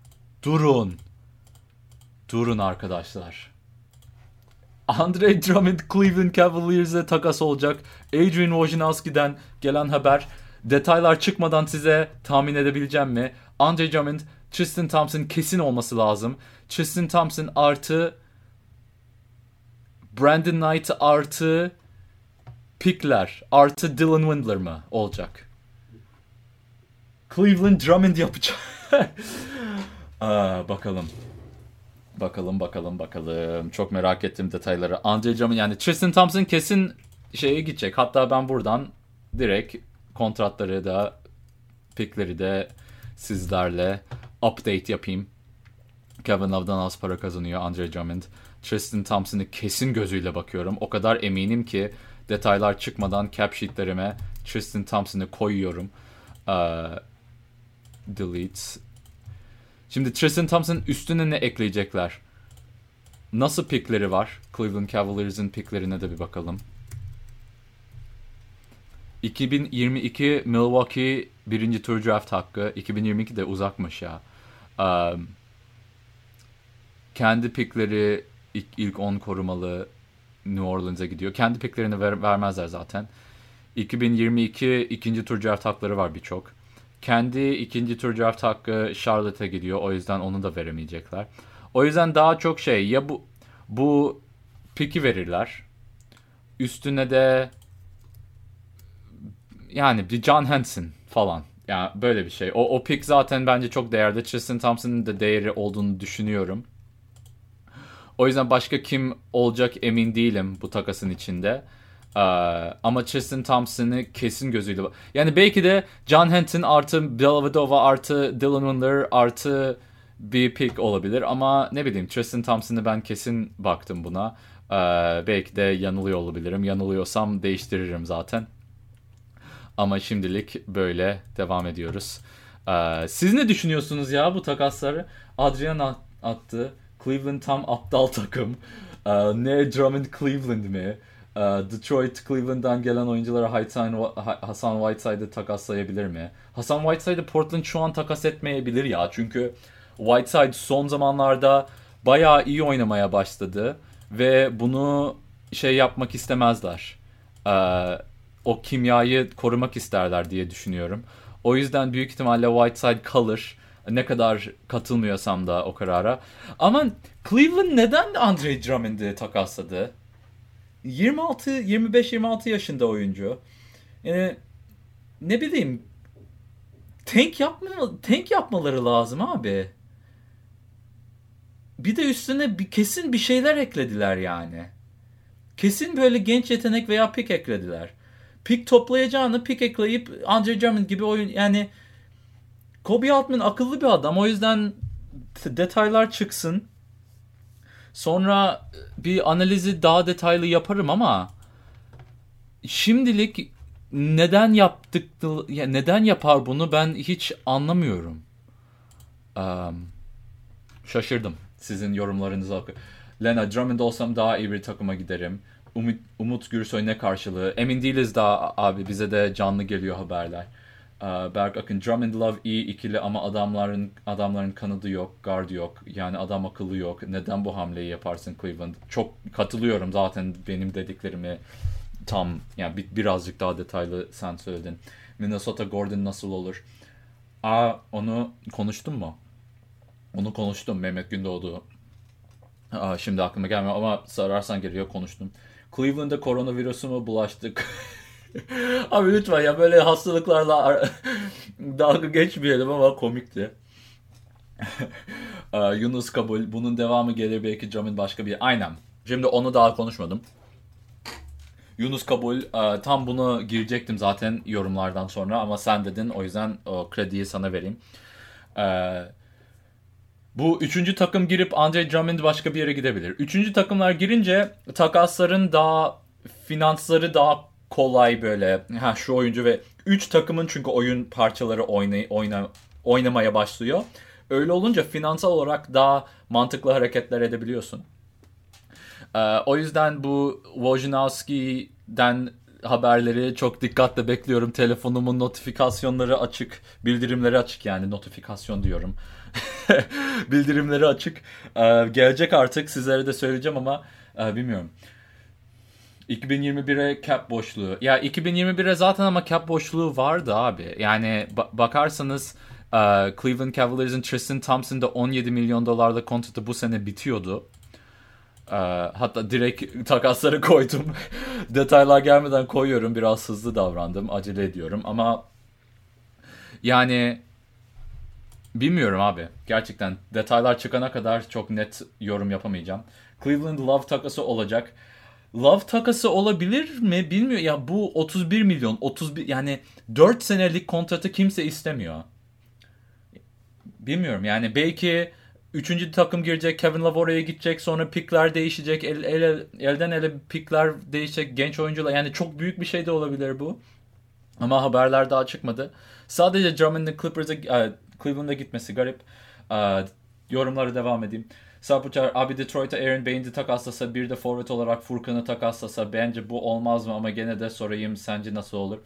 Durun arkadaşlar. Andre Drummond Cleveland Cavaliers'e takas olacak. Adrian Wojnarowski'den gelen haber. Detaylar çıkmadan size tahmin edebileceğim mi? Andre Drummond, Tristan Thompson kesin olması lazım. Tristan Thompson artı Brandon Knight artı pickler artı Dylan Windler mı olacak? Cleveland Drummond yapacak. Bakalım. Çok merak ettim detayları. Andre Drummond, yani Tristan Thompson kesin şeye gidecek. Hatta ben buradan direkt kontratları da pickleri de sizlerle update yapayım. Kevin Love'dan az para kazanıyor Andre Drummond. Tristan Thompson'ı kesin gözüyle bakıyorum. O kadar eminim ki detaylar çıkmadan cap sheetlerime Tristan Thompson'ı koyuyorum. Delete. Şimdi Tristan Thompson'ın üstüne ne ekleyecekler? Nasıl pickleri var? Cleveland Cavaliers'ın picklerine de bir bakalım. 2022 Milwaukee 1. tur draft hakkı. 2022 de uzakmış ya. Kendi pickleri ilk 10 korumalı New Orleans'a gidiyor. Kendi picklerini vermezler zaten. 2022 2. tur draft hakları var birçok. Kendi 2. tur draft hakkı Charlotte'a gidiyor. O yüzden onu da veremeyecekler. O yüzden daha çok ya bu pick'i verirler. Üstüne de yani bir John Henson falan. Yani böyle bir şey. O pick zaten bence çok değerli. Tristan Thompson'ın da değeri olduğunu düşünüyorum. O yüzden başka kim olacak emin değilim bu takasın içinde. Ama Tristan Thompson'ı kesin gözüyle yani belki de John Henson artı Dellavedova artı Dylan Windler artı bir pick olabilir ama ne bileyim, Tristan Thompson'ı ben kesin baktım buna. Belki de yanılıyor olabilirim. Yanılıyorsam değiştiririm zaten. Ama şimdilik böyle devam ediyoruz. Siz ne düşünüyorsunuz ya bu takasları? Adrian attı. Cleveland tam aptal takım. Ne Drummond Cleveland mi? Detroit Cleveland'dan gelen oyunculara Hassan Whiteside'ı takaslayabilir mi? Hassan Whiteside'ı Portland şu an takas etmeyebilir ya. Çünkü Whiteside son zamanlarda bayağı iyi oynamaya başladı. Ve bunu yapmak istemezler. O kimyayı korumak isterler diye düşünüyorum. O yüzden büyük ihtimalle Whiteside kalır. Ne kadar katılmıyorsam da o karara. Ama Cleveland neden Andre Drummond'ı takasladı? 25-26 yaşında oyuncu. Yani ne bileyim, tank yapmaları lazım abi. Bir de üstüne kesin bir şeyler eklediler yani. Kesin böyle genç yetenek veya pick eklediler. Pick toplayacağını pick ekleyip Andre Drummond gibi oyun, yani Kobe Altman akıllı bir adam. O yüzden detaylar çıksın. Sonra bir analizi daha detaylı yaparım ama şimdilik neden yapar bunu ben hiç anlamıyorum. Şaşırdım sizin yorumlarınızı okuyorum. Lena, Drummond olsam daha iyi bir takıma giderim. Umut Gürsoy ne karşılığı? Emin değiliz daha abi, bize de canlı geliyor haberler. Berk Akın, Drummond Love iyi ikili ama adamların kanadı yok, gardı yok. Yani adam akıllı yok. Neden bu hamleyi yaparsın Cleveland? Çok katılıyorum, zaten benim dediklerimi tam yani birazcık daha detaylı sen söyledin. Minnesota Gordon nasıl olur? Onu konuştun mu? Onu konuştum, Mehmet Gündoğdu. Şimdi aklıma gelmiyor ama sararsan geriye konuştum. Cleveland'da koronavirüsü mü bulaştık? Abi lütfen ya, böyle hastalıklarla dalga geçmeyelim ama komikti. Yunus kabul. Bunun devamı gelir belki, Drummond başka bir... Aynen. Şimdi onu daha konuşmadım. Yunus kabul. Tam bunu girecektim zaten yorumlardan sonra ama sen dedin, o yüzden o krediyi sana vereyim. Bu üçüncü takım girip Andre Drummond başka bir yere gidebilir. Üçüncü takımlar girince takasların daha, finansları daha kolay böyle. Şu oyuncu ve 3 takımın çünkü oyun parçaları oynamaya başlıyor. Öyle olunca finansal olarak daha mantıklı hareketler edebiliyorsun. O yüzden bu Wojnarowski'den haberleri çok dikkatle bekliyorum. Telefonumun notifikasyonları açık, bildirimleri açık, yani notifikasyon diyorum. Bildirimleri açık. Gelecek artık, sizlere de söyleyeceğim ama bilmiyorum. 2021'e cap boşluğu. Ya 2021'e zaten ama cap boşluğu vardı abi. Yani bakarsanız Cleveland Cavaliers'ın Tristan Thompson'da $17 milyon kontratı bu sene bitiyordu. Hatta direkt takasları koydum. Detaylar gelmeden koyuyorum. Biraz hızlı davrandım. Acele ediyorum ama yani bilmiyorum abi. Gerçekten detaylar çıkana kadar çok net yorum yapamayacağım. Cleveland Love takası olacak. Love takası olabilir mi bilmiyorum. Ya bu 31 milyon, 31 yani 4 senelik kontratı kimse istemiyor. Bilmiyorum yani, belki üçüncü takım girecek, Kevin Love oraya gidecek, sonra pickler değişecek, elden ele pickler değişecek, genç oyuncular, yani çok büyük bir şey de olabilir bu. Ama haberler daha çıkmadı. Sadece Drummond'ın Cleveland'a gitmesi garip. Yorumlara devam edeyim. Sapuçar abi, Detroit'a Aaron Baines'i takaslasa, bir de forvet olarak Furkan'ı takaslasa, bence bu olmaz mı, ama gene de sorayım, sence nasıl olur?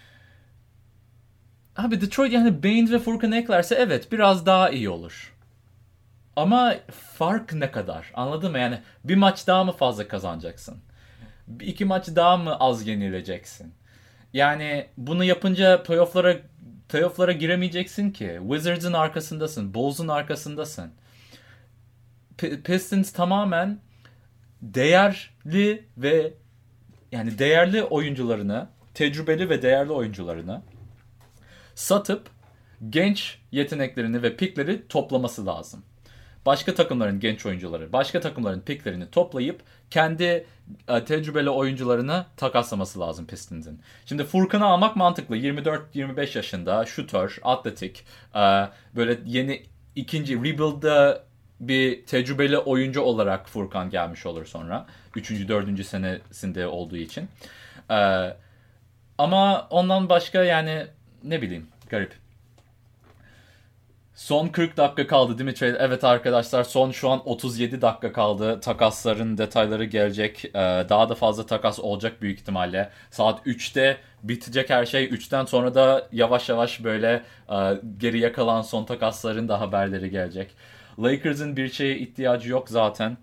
Abi Detroit yani Baines ve Furkan'ı eklerse evet biraz daha iyi olur. Ama fark ne kadar? Anladın mı? Yani bir maç daha mı fazla kazanacaksın? İki maç daha mı az yenileceksin? Yani bunu yapınca playoff'lara giremeyeceksin ki. Wizards'ın arkasındasın, Bulls'un arkasındasın. Pistons tamamen değerli ve yani değerli oyuncularını, tecrübeli ve değerli oyuncularını satıp genç yeteneklerini ve pikleri toplaması lazım. Başka takımların genç oyuncuları, başka takımların piklerini toplayıp kendi tecrübeli oyuncularını takaslaması lazım Pistons'ın. Şimdi Furkan'ı almak mantıklı. 24-25 yaşında, şutör, atletik, böyle yeni ikinci rebuild'da bir tecrübeli oyuncu olarak Furkan gelmiş olur sonra. 3. 4. senesinde olduğu için. Ama ondan başka yani ne bileyim, garip. Son 40 dakika kaldı değil mi trade? Evet arkadaşlar, son şu an 37 dakika kaldı. Takasların detayları gelecek. Daha da fazla takas olacak büyük ihtimalle. Saat 3'te bitecek her şey. 3'ten sonra da yavaş yavaş böyle geriye kalan son takasların da haberleri gelecek. Lakers'ın bir şeye ihtiyacı yok zaten.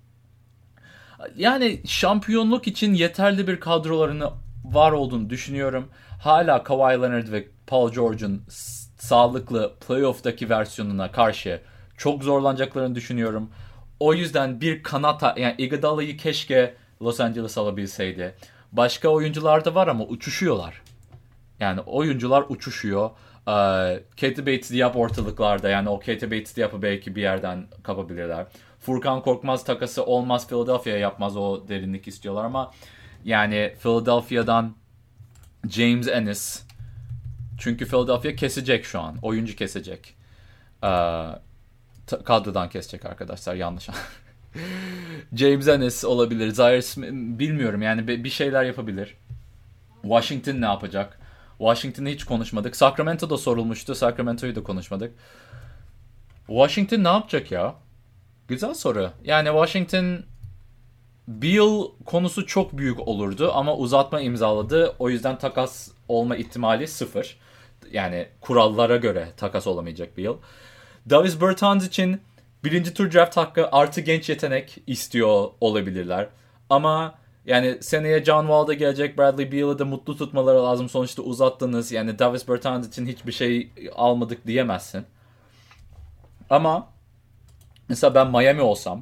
Yani şampiyonluk için yeterli bir kadrolarının var olduğunu düşünüyorum. Hala Kawhi Leonard ve Paul George'un sağlıklı playoff'taki versiyonuna karşı çok zorlanacaklarını düşünüyorum. O yüzden bir kanata, yani Iguodala'yı keşke Los Angeles alabilseydi. Başka oyuncular da var ama uçuşuyorlar. Yani oyuncular uçuşuyor. Katie Bates Diop ortalıklarda, yani o Katie Bates Diop'u belki bir yerden kapabilirler. Furkan Korkmaz takası olmaz, Philadelphia'ya yapmaz, o derinlik istiyorlar ama yani Philadelphia'dan James Ennis, çünkü Philadelphia kesecek şu an. Oyuncu kesecek. Kadrodan kesecek arkadaşlar, yanlış. James Ennis olabilir. Zaire Smith, bilmiyorum yani bir şeyler yapabilir. Washington ne yapacak? Washington'ı hiç konuşmadık. Sacramento'da sorulmuştu. Sacramento'yu da konuşmadık. Washington ne yapacak ya? Güzel soru. Yani Washington, Beal konusu çok büyük olurdu ama uzatma imzaladı. O yüzden takas olma ihtimali sıfır. Yani kurallara göre takas olamayacak Beal. Davis Bertans için birinci tur draft hakkı artı genç yetenek istiyor olabilirler. Ama yani seneye John Wall'da gelecek, Bradley Beal'ı da mutlu tutmaları lazım. Sonuçta uzattınız. Yani Davis Bertans için hiçbir şey almadık diyemezsin. Ama mesela ben Miami olsam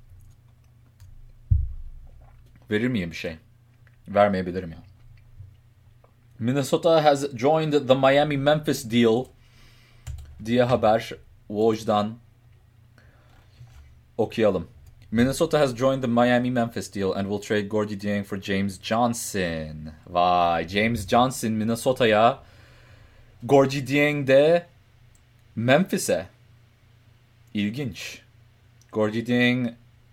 verir miyim bir şey? Vermeyebilirim ya. Minnesota has joined the Miami-Memphis deal diye haber Woj'dan okuyalım. Minnesota has joined the Miami-Memphis deal and will trade Gorgui Dieng for James Johnson. Vay, James Johnson Minnesota'ya, Gorgui Dieng de Memphis'e. İlginç. Gorgui Dieng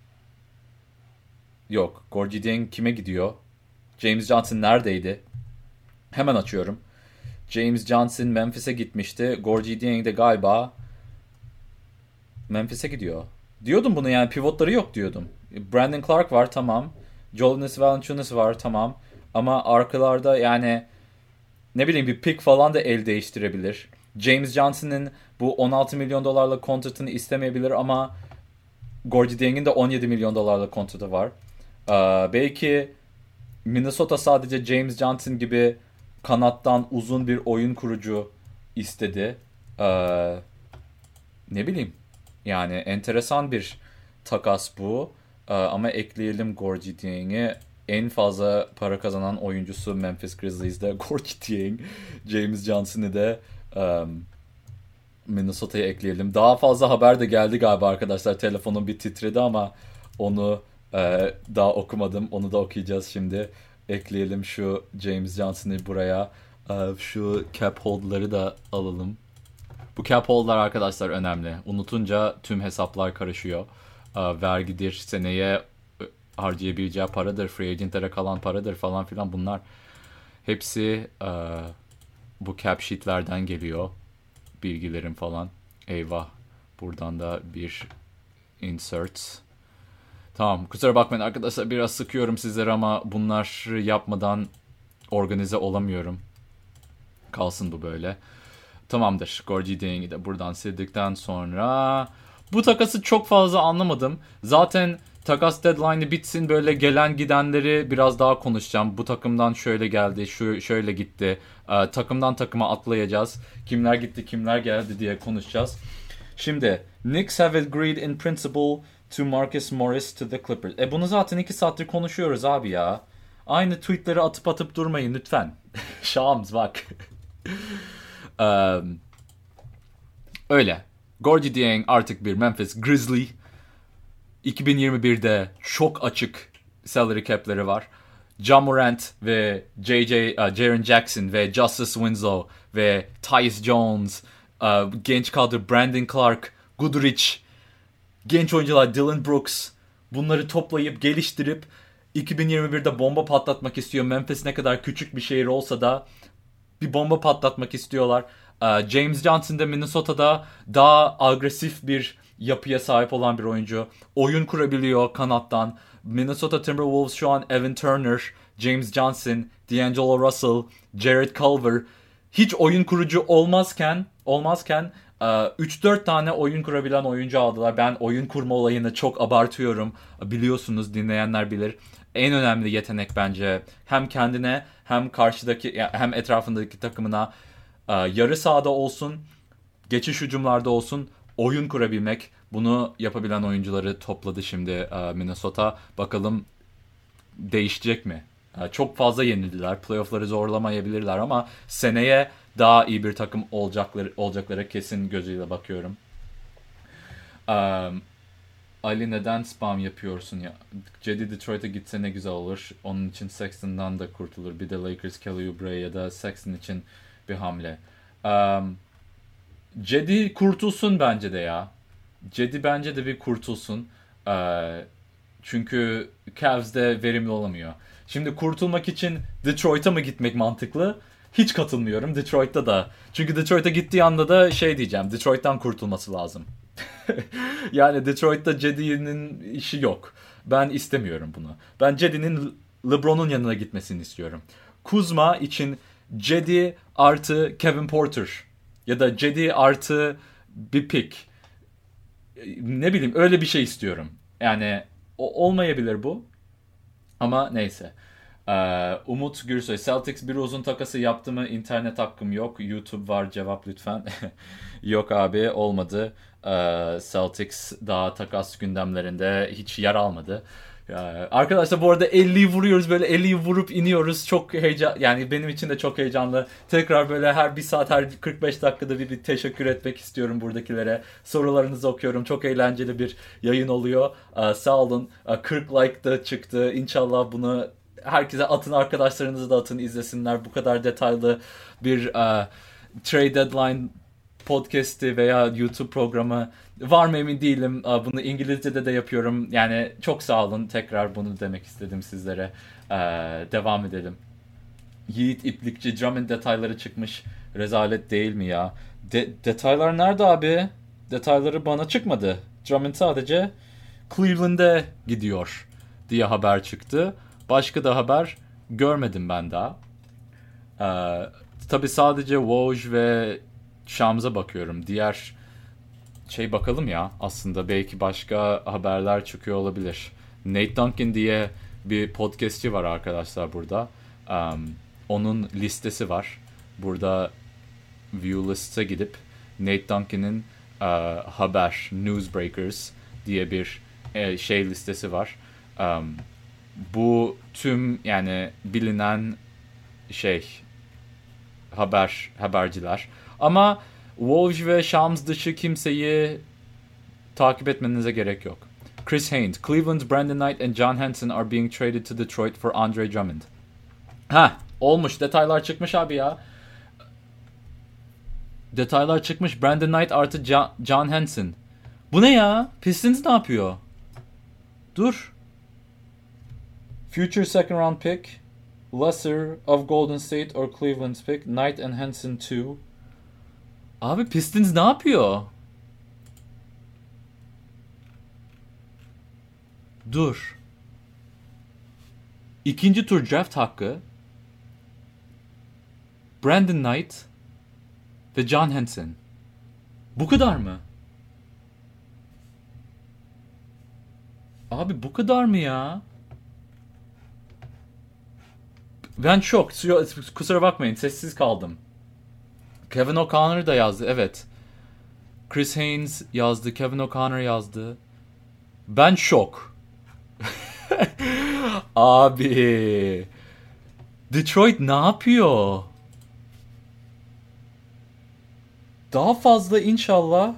yok. Gorgui Dieng kime gidiyor? James Johnson neredeydi? Hemen açıyorum. James Johnson Memphis'e gitmişti. Gorgui Dieng de galiba Memphis'e gidiyor. Diyordum bunu, yani pivotları yok diyordum. Brandon Clark var, tamam. Jonas Valanciunas var, tamam. Ama arkalarda yani ne bileyim bir pick falan da el değiştirebilir. James Johnson'ın bu 16 milyon dolarla kontratını istemeyebilir ama Gorgui Dieng'in de 17 milyon dolarla kontratı var. Belki Minnesota sadece James Johnson gibi kanattan uzun bir oyun kurucu istedi. Ne bileyim. Yani enteresan bir takas bu. Ama ekleyelim Gorgui Dieng'i. En fazla para kazanan oyuncusu Memphis Grizzlies'de Gorgui Dieng. James Johnson'ı da Minnesota'ya ekleyelim. Daha fazla haber de geldi galiba arkadaşlar. Telefonum bir titredi ama onu daha okumadım. Onu da okuyacağız şimdi. Ekleyelim şu James Johnson'ı buraya. Şu cap hold'ları da alalım. Bu cap hold'lar arkadaşlar önemli. Unutunca tüm hesaplar karışıyor. Vergidir, seneye harcayabileceği paradır, free agentlere kalan paradır falan filan, bunlar hepsi bu cap sheet'lerden geliyor. Bilgilerim falan. Eyvah. Buradan da bir insert. Tamam, kusura bakmayın arkadaşlar, biraz sıkıyorum sizlere ama bunlar yapmadan organize olamıyorum. Kalsın bu böyle. Tamamdır. Gorgui Dieng'i de buradan sildikten sonra bu takası çok fazla anlamadım. Zaten takas deadline'ı bitsin, böyle gelen gidenleri biraz daha konuşacağım. Bu takımdan şöyle geldi, şu şöyle gitti. Takımdan takıma atlayacağız. Kimler gitti, kimler geldi diye konuşacağız. Şimdi Knicks have agreed in principle to Marcus Morris to the Clippers. Bunu zaten 2 saattir konuşuyoruz abi ya. Aynı tweetleri atıp durmayın lütfen. Shams bak. Öyle. Gorgui Dieng artık bir Memphis Grizzly. 2021'de çok açık salary cap'leri var. Ja Morant ve Jaren Jackson ve Justice Winslow ve Tyus Jones, genç kadro Brandon Clark, Goodrich, genç oyuncular Dylan Brooks, bunları toplayıp geliştirip 2021'de bomba patlatmak istiyor. Memphis ne kadar küçük bir şehir olsa da bir bomba patlatmak istiyorlar. James Johnson da Minnesota'da daha agresif bir yapıya sahip olan bir oyuncu. Oyun kurabiliyor kanattan. Minnesota Timberwolves şu an Evan Turner, James Johnson, D'Angelo Russell, Jared Culver hiç oyun kurucu olmazken 3-4 tane oyun kurabilen oyuncu aldılar. Ben oyun kurma olayını çok abartıyorum. Biliyorsunuz, dinleyenler bilir. En önemli yetenek bence hem kendine hem karşıdaki hem etrafındaki takımına yarı sahada olsun, geçiş hücumlarda olsun oyun kurabilmek. Bunu yapabilen oyuncuları topladı şimdi Minnesota. Bakalım değişecek mi? Çok fazla yenildiler. Playoff'ları zorlamayabilirler ama seneye daha iyi bir takım olacakları kesin gözüyle bakıyorum. Ali neden spam yapıyorsun ya? Cedi Detroit'e gitse ne güzel olur. Onun için Sexton'dan da kurtulur. Bir de Lakers Kelly Oubre ya da Sexton için bir hamle. Cedi kurtulsun bence de ya. Cedi bence de bir kurtulsun. Çünkü Cavs'de verimli olamıyor. Şimdi kurtulmak için Detroit'a mı gitmek mantıklı? Hiç katılmıyorum Detroit'ta da. Çünkü Detroit'a gittiği anda da şey diyeceğim. Detroit'ten kurtulması lazım. Yani Detroit'ta Cedi'nin işi yok. Ben istemiyorum bunu. Ben Cedi'nin LeBron'un yanına gitmesini istiyorum. Kuzma için Cedi artı Kevin Porter ya da Cedi artı bir pick. Ne bileyim öyle bir şey istiyorum. Yani olmayabilir bu. Ama neyse. Umut Gürsoy. Celtics bir uzun takası yaptı mı? İnternet hakkım yok. YouTube var, cevap lütfen. Yok abi, olmadı. Celtics daha takas gündemlerinde hiç yer almadı. Arkadaşlar bu arada 50'yi vuruyoruz, böyle 50'yi vurup iniyoruz. Çok heyecan, yani benim için de çok heyecanlı. Tekrar böyle her bir saat, her 45 dakikada bir teşekkür etmek istiyorum buradakilere. Sorularınızı okuyorum. Çok eğlenceli bir yayın oluyor. Sağ olun. 40 like da çıktı. İnşallah bunu herkese atın, arkadaşlarınızı da atın, izlesinler. Bu kadar detaylı bir trade deadline podcast'i veya YouTube programı var mı emin değilim. Bunu İngilizce'de de yapıyorum. Yani çok sağ olun. Tekrar bunu demek istedim sizlere. Devam edelim. Yiğit İplikçi, Drummond detayları çıkmış. Rezalet değil mi ya? Detaylar nerede abi? Detayları bana çıkmadı. Drummond sadece Cleveland'e gidiyor diye haber çıktı. Başka da haber görmedim ben daha. Tabii sadece Woj ve Shams'a bakıyorum. Diğer bakalım ya, aslında belki başka haberler çıkıyor olabilir. Nate Duncan diye bir podcastçi var arkadaşlar burada. Onun listesi var. Burada View List'e gidip Nate Duncan'ın haber, Newsbreakers diye bir listesi var. Bu tüm yani bilinen haberciler. Ama Woj ve Shams dışı kimseyi takip etmenize gerek yok. Chris Haynes, Cleveland's Brandon Knight and John Henson are being traded to Detroit for Andre Drummond. Olmuş. Detaylar çıkmış abi ya. Detaylar çıkmış. Brandon Knight artı John Henson. Bu ne ya? Pistons ne yapıyor? Dur. Future second round pick. Lesser of Golden State or Cleveland's pick. Knight and Henson 2. Abi Pistons ne yapıyor? Dur. İkinci tur draft hakkı. Brandon Knight ve John Henson. Bu kadar mı? Abi bu kadar mı ya? Ben şok. Kusura bakmayın, sessiz kaldım. Kevin O'Connor da yazdı, evet. Chris Haynes yazdı, Kevin O'Connor yazdı. Ben şok. Abi. Detroit ne yapıyor? Daha fazla inşallah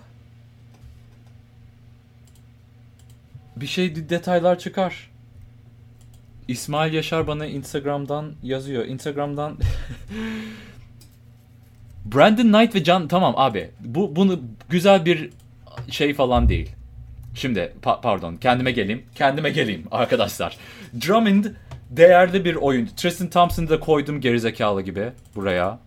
bir detaylar çıkar. İsmail Yaşar bana Instagram'dan yazıyor. Instagram'dan Brandon Knight ve John, tamam abi. Bunu güzel bir falan değil. Şimdi pardon, kendime geleyim arkadaşlar. Drummond değerli bir oyuncu. Tristan Thompson'ı da koydum gerizekalı gibi buraya.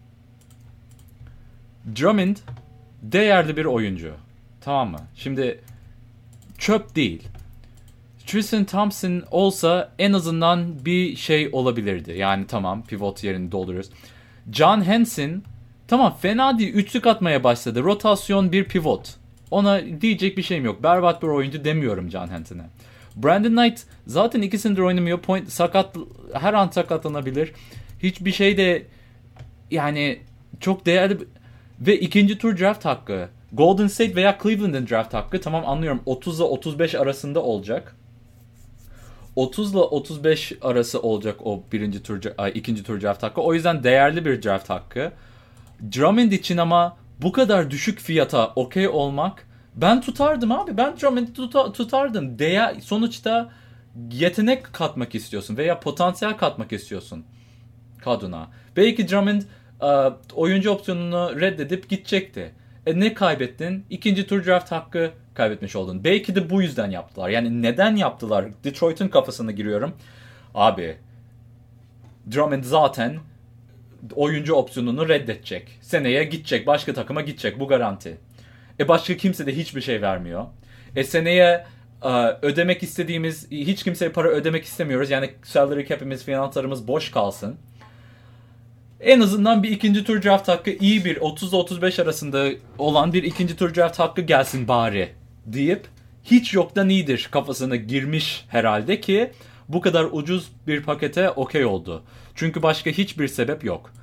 Drummond değerli bir oyuncu. Tamam mı? Şimdi çöp değil. Tristan Thompson olsa en azından bir olabilirdi. Yani tamam, pivot yerini dolduruyoruz. John Henson tamam, fena değil. Üçlük atmaya başladı. Rotasyon bir pivot. Ona diyecek bir şeyim yok. Berbat bir oyuncu demiyorum John Henson'a. Brandon Knight zaten ikisindir oynamıyor. Her an sakatlanabilir. Hiçbir şey de yani çok değerli ve ikinci tur draft hakkı. Golden State veya Cleveland'ın draft hakkı, tamam anlıyorum, 30 ile 35 arasında olacak. 30 ile 35 arası olacak o ikinci tur draft hakkı. O yüzden değerli bir draft hakkı. Drummond için ama bu kadar düşük fiyata okey olmak, ben tutardım abi. Ben Drummond'u tutardım. Sonuçta yetenek katmak istiyorsun veya potansiyel katmak istiyorsun kadına. Belki Drummond oyuncu opsiyonunu reddedip gidecekti. Ne kaybettin? İkinci tur draft hakkı kaybetmiş oldun. Belki de bu yüzden yaptılar. Yani neden yaptılar? Detroit'in kafasına giriyorum. Abi Drummond zaten oyuncu opsiyonunu reddedecek. Seneye gidecek. Başka takıma gidecek. Bu garanti. Başka kimse de hiçbir şey vermiyor. Seneye ödemek istediğimiz, hiç kimseye para ödemek istemiyoruz. Yani salary cap'imiz, finanslarımız boş kalsın. En azından bir ikinci tur draft hakkı, iyi bir 30 35 arasında olan bir ikinci tur draft hakkı gelsin bari deyip hiç yoktan iyidir kafasına girmiş herhalde ki bu kadar ucuz bir pakete okey oldu. Çünkü başka hiçbir sebep yok.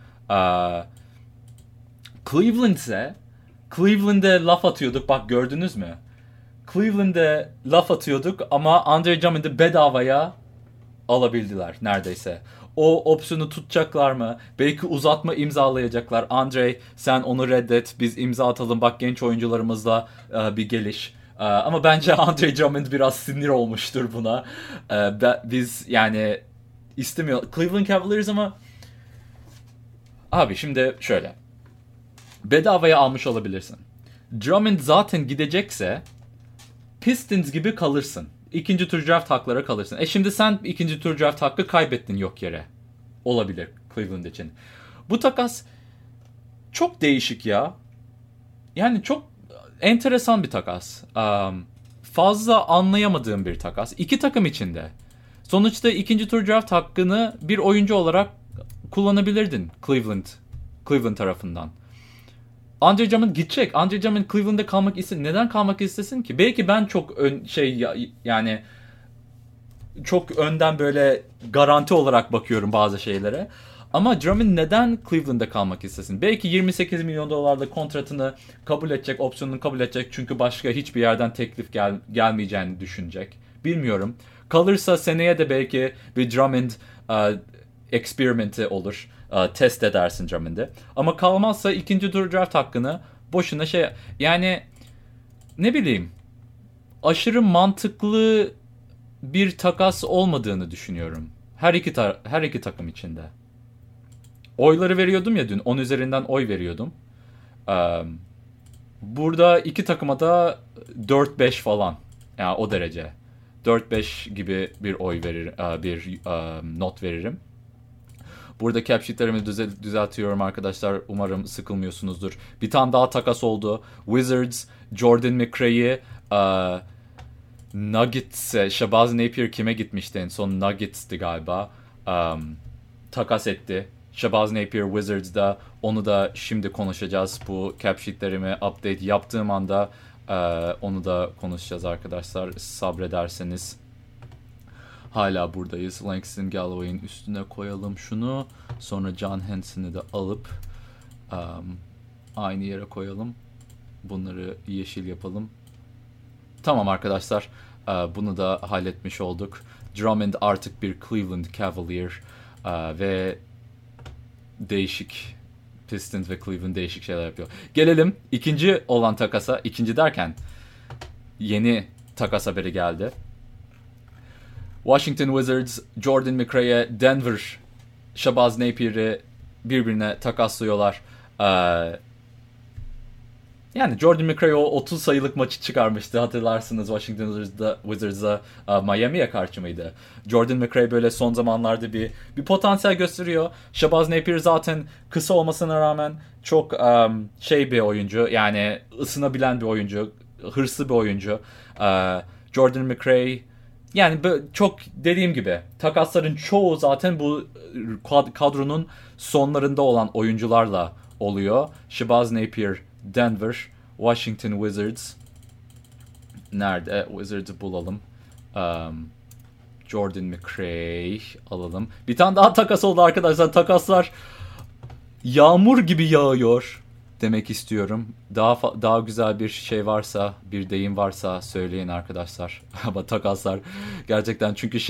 Cleveland ise Cleveland'e laf atıyorduk, bak gördünüz mü? Cleveland'e laf atıyorduk ama Andre Drummond'ı bedavaya alabildiler neredeyse. O opsiyonu tutacaklar mı? Belki uzatma imzalayacaklar. Andre sen onu reddet, biz imza atalım, bak genç oyuncularımızla bir geliş. Ama bence Andre Drummond biraz sinir olmuştur buna. Biz yani istemiyor Cleveland Cavaliers ama abi şimdi şöyle. Bedavaya almış olabilirsin. Drummond zaten gidecekse Pistons gibi kalırsın. İkinci tur draft haklara kalırsın. Şimdi sen ikinci tur draft hakkı kaybettin yok yere. Olabilir Cleveland için. Bu takas çok değişik ya. Yani çok enteresan bir takas. Fazla anlayamadığım bir takas. İki takım içinde. Sonuçta ikinci tur draft hakkını bir oyuncu olarak kullanabilirdin Cleveland tarafından. Andre Drummond gidecek. Andre Drummond Cleveland'da kalmak istesin. Neden kalmak istesin ki? Belki ben çok yani çok önden böyle garanti olarak bakıyorum bazı şeylere. Ama Drummond neden Cleveland'da kalmak istesin? Belki 28 milyon dolarlık kontratını kabul edecek, opsiyonunu kabul edecek. Çünkü başka hiçbir yerden teklif gelmeyeceğini düşünecek. Bilmiyorum. Kalırsa seneye de belki bir Drummond experimenti olur. Test edersin Drummond'ı. Ama kalmazsa ikinci tur draft hakkını boşuna yani ne bileyim aşırı mantıklı bir takas olmadığını düşünüyorum. Her iki takım içinde. Oyları veriyordum ya dün. 10 üzerinden oy veriyordum. Burada iki takıma da 4-5 falan. Yani o derece. 4-5 gibi bir oy verir, bir not veririm. Burada cap sheetlerimi düzeltiyorum arkadaşlar. Umarım sıkılmıyorsunuzdur. Bir tane daha takas oldu. Wizards, Jordan McRae'yi Nuggets'e, Shabazz Napier kime gitmişti en son? Nuggets'ti galiba. Takas etti. Shabazz Napier Wizards'da. Onu da şimdi konuşacağız. Bu cap sheetlerimi update yaptığım anda onu da konuşacağız arkadaşlar. Sabrederseniz. Hala buradayız. Langston Galloway'in üstüne koyalım şunu. Sonra John Henson'ı da alıp aynı yere koyalım. Bunları yeşil yapalım. Tamam arkadaşlar. Bunu da halletmiş olduk. Drummond artık bir Cleveland Cavalier ve değişik Pistons ve Cleveland değişik şeyler yapıyor. Gelelim ikinci olan takasa. İkinci derken yeni takas haberi geldi. Washington Wizards, Jordan McRae'ye Denver, Shabazz Napier'i birbirine takaslıyorlar. Yani Jordan McRae o 30 sayılık maçı çıkarmıştı. Hatırlarsınız Washington Wizards'a Miami'ye karşı mıydı? Jordan McRae böyle son zamanlarda bir potansiyel gösteriyor. Shabazz Napier zaten kısa olmasına rağmen çok bir oyuncu. Yani ısınabilen bir oyuncu. Hırslı bir oyuncu. Jordan McRae yani çok dediğim gibi takasların çoğu zaten bu kadronun sonlarında olan oyuncularla oluyor. Shabazz Napier, Denver, Washington Wizards. Nerede? Wizards'ı bulalım. Jordan McRae alalım. Bir tane daha takas oldu arkadaşlar. Takaslar yağmur gibi yağıyor demek istiyorum. Daha güzel bir şey varsa, bir deyim varsa söyleyin arkadaşlar. Ama takaslar gerçekten çünkü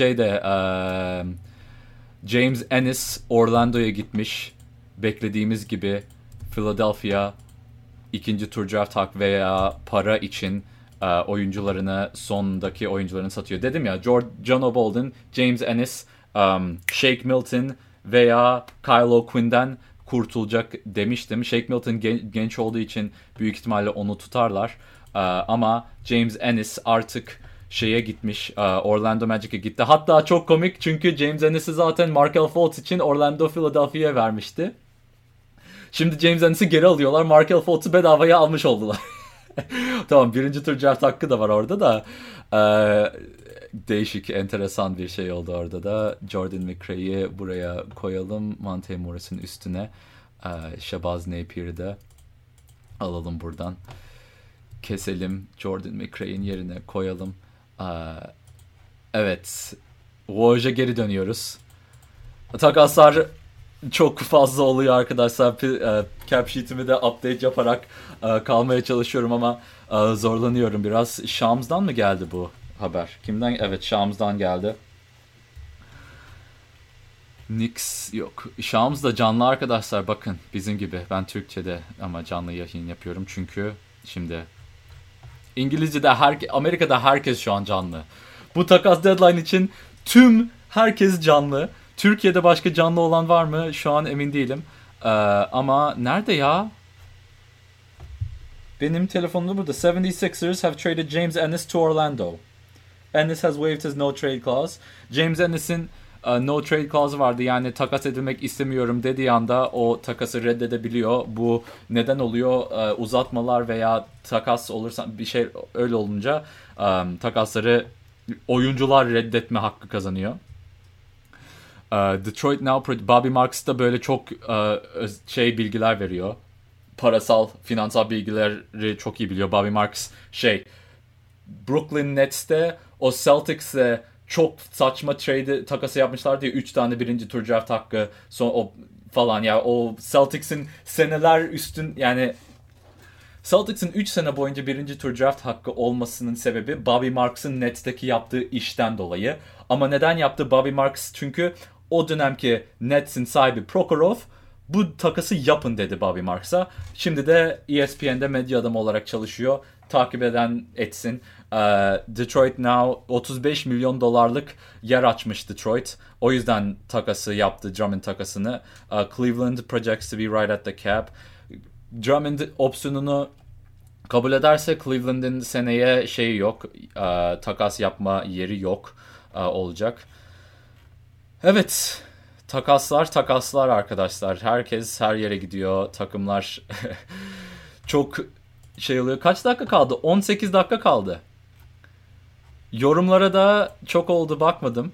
James Ennis Orlando'ya gitmiş. Beklediğimiz gibi Philadelphia ikinci tur draft hak veya para için sondaki oyuncularını satıyor. Dedim ya John Bolden, James Ennis, Shake Milton veya Kyle O'Quinn'den kurtulacak demiştim. Shake Milton genç olduğu için büyük ihtimalle onu tutarlar. Ama James Ennis artık şeye gitmiş, Orlando Magic'e gitti. Hatta çok komik çünkü James Ennis'i zaten Markelle Fultz için Orlando Philadelphia'ya vermişti. Şimdi James Ennis'i geri alıyorlar. Markelle Fultz'u bedavaya almış oldular. Tamam, birinci tur draft hakkı da var orada da. Değişik, enteresan bir şey oldu orada da. Jordan McRae'yi buraya koyalım. Monte Morris'in üstüne. Shabazz Napier'i de alalım buradan. Keselim. Jordan McRae'in yerine koyalım. Evet. Woj'a geri dönüyoruz. Takaslar çok fazla oluyor arkadaşlar. Cap sheet'imi de update yaparak kalmaya çalışıyorum ama zorlanıyorum biraz. Shams'dan mı geldi bu haber? Kimden? Evet, Shams'dan geldi. Knicks yok. Shams da canlı arkadaşlar, bakın bizim gibi. Ben Türkçe'de ama canlı yayın yapıyorum çünkü şimdi İngilizce'de Amerika'da herkes şu an canlı. Bu takas deadline için herkes canlı. Türkiye'de başka canlı olan var mı? Şu an emin değilim. Ama nerede ya? Benim telefonum burada. 76ers have traded James Ennis to Orlando. Ennis has waived his no trade clause. James Ennis'in no trade clause vardı. Yani takas edilmek istemiyorum dediği anda o takası reddedebiliyor. Bu neden oluyor? Uzatmalar veya takas olursa bir şey öyle olunca takasları oyuncular reddetme hakkı kazanıyor. Detroit Now, Bobby Marks da böyle çok bilgiler veriyor. Parasal, finansal bilgileri çok iyi biliyor. Bobby Marks Brooklyn Nets'te o Celtics'e çok saçma trade takası yapmışlar diye 3 tane birinci tur draft hakkı o falan ya, o Celtics'in seneler üstün, yani Celtics'in 3 sene boyunca birinci tur draft hakkı olmasının sebebi Bobby Marks'ın Nets'teki yaptığı işten dolayı. Ama neden yaptı Bobby Marks? Çünkü o dönemki Nets'in sahibi Prokhorov bu takası yapın dedi Bobby Marks'a. Şimdi de ESPN'de medya adamı olarak çalışıyor. Takip eden etsin. Detroit Now 35 milyon dolarlık yer açmış Detroit. O yüzden takası yaptı, Drummond takasını. Cleveland projects to be right at the cap. Drummond opsiyonunu kabul ederse Cleveland'in seneye yok. Takas yapma yeri yok olacak. Evet. Takaslar arkadaşlar. Herkes her yere gidiyor. Takımlar çok oluyor. Kaç dakika kaldı? 18 dakika kaldı. Yorumlara da çok oldu, bakmadım.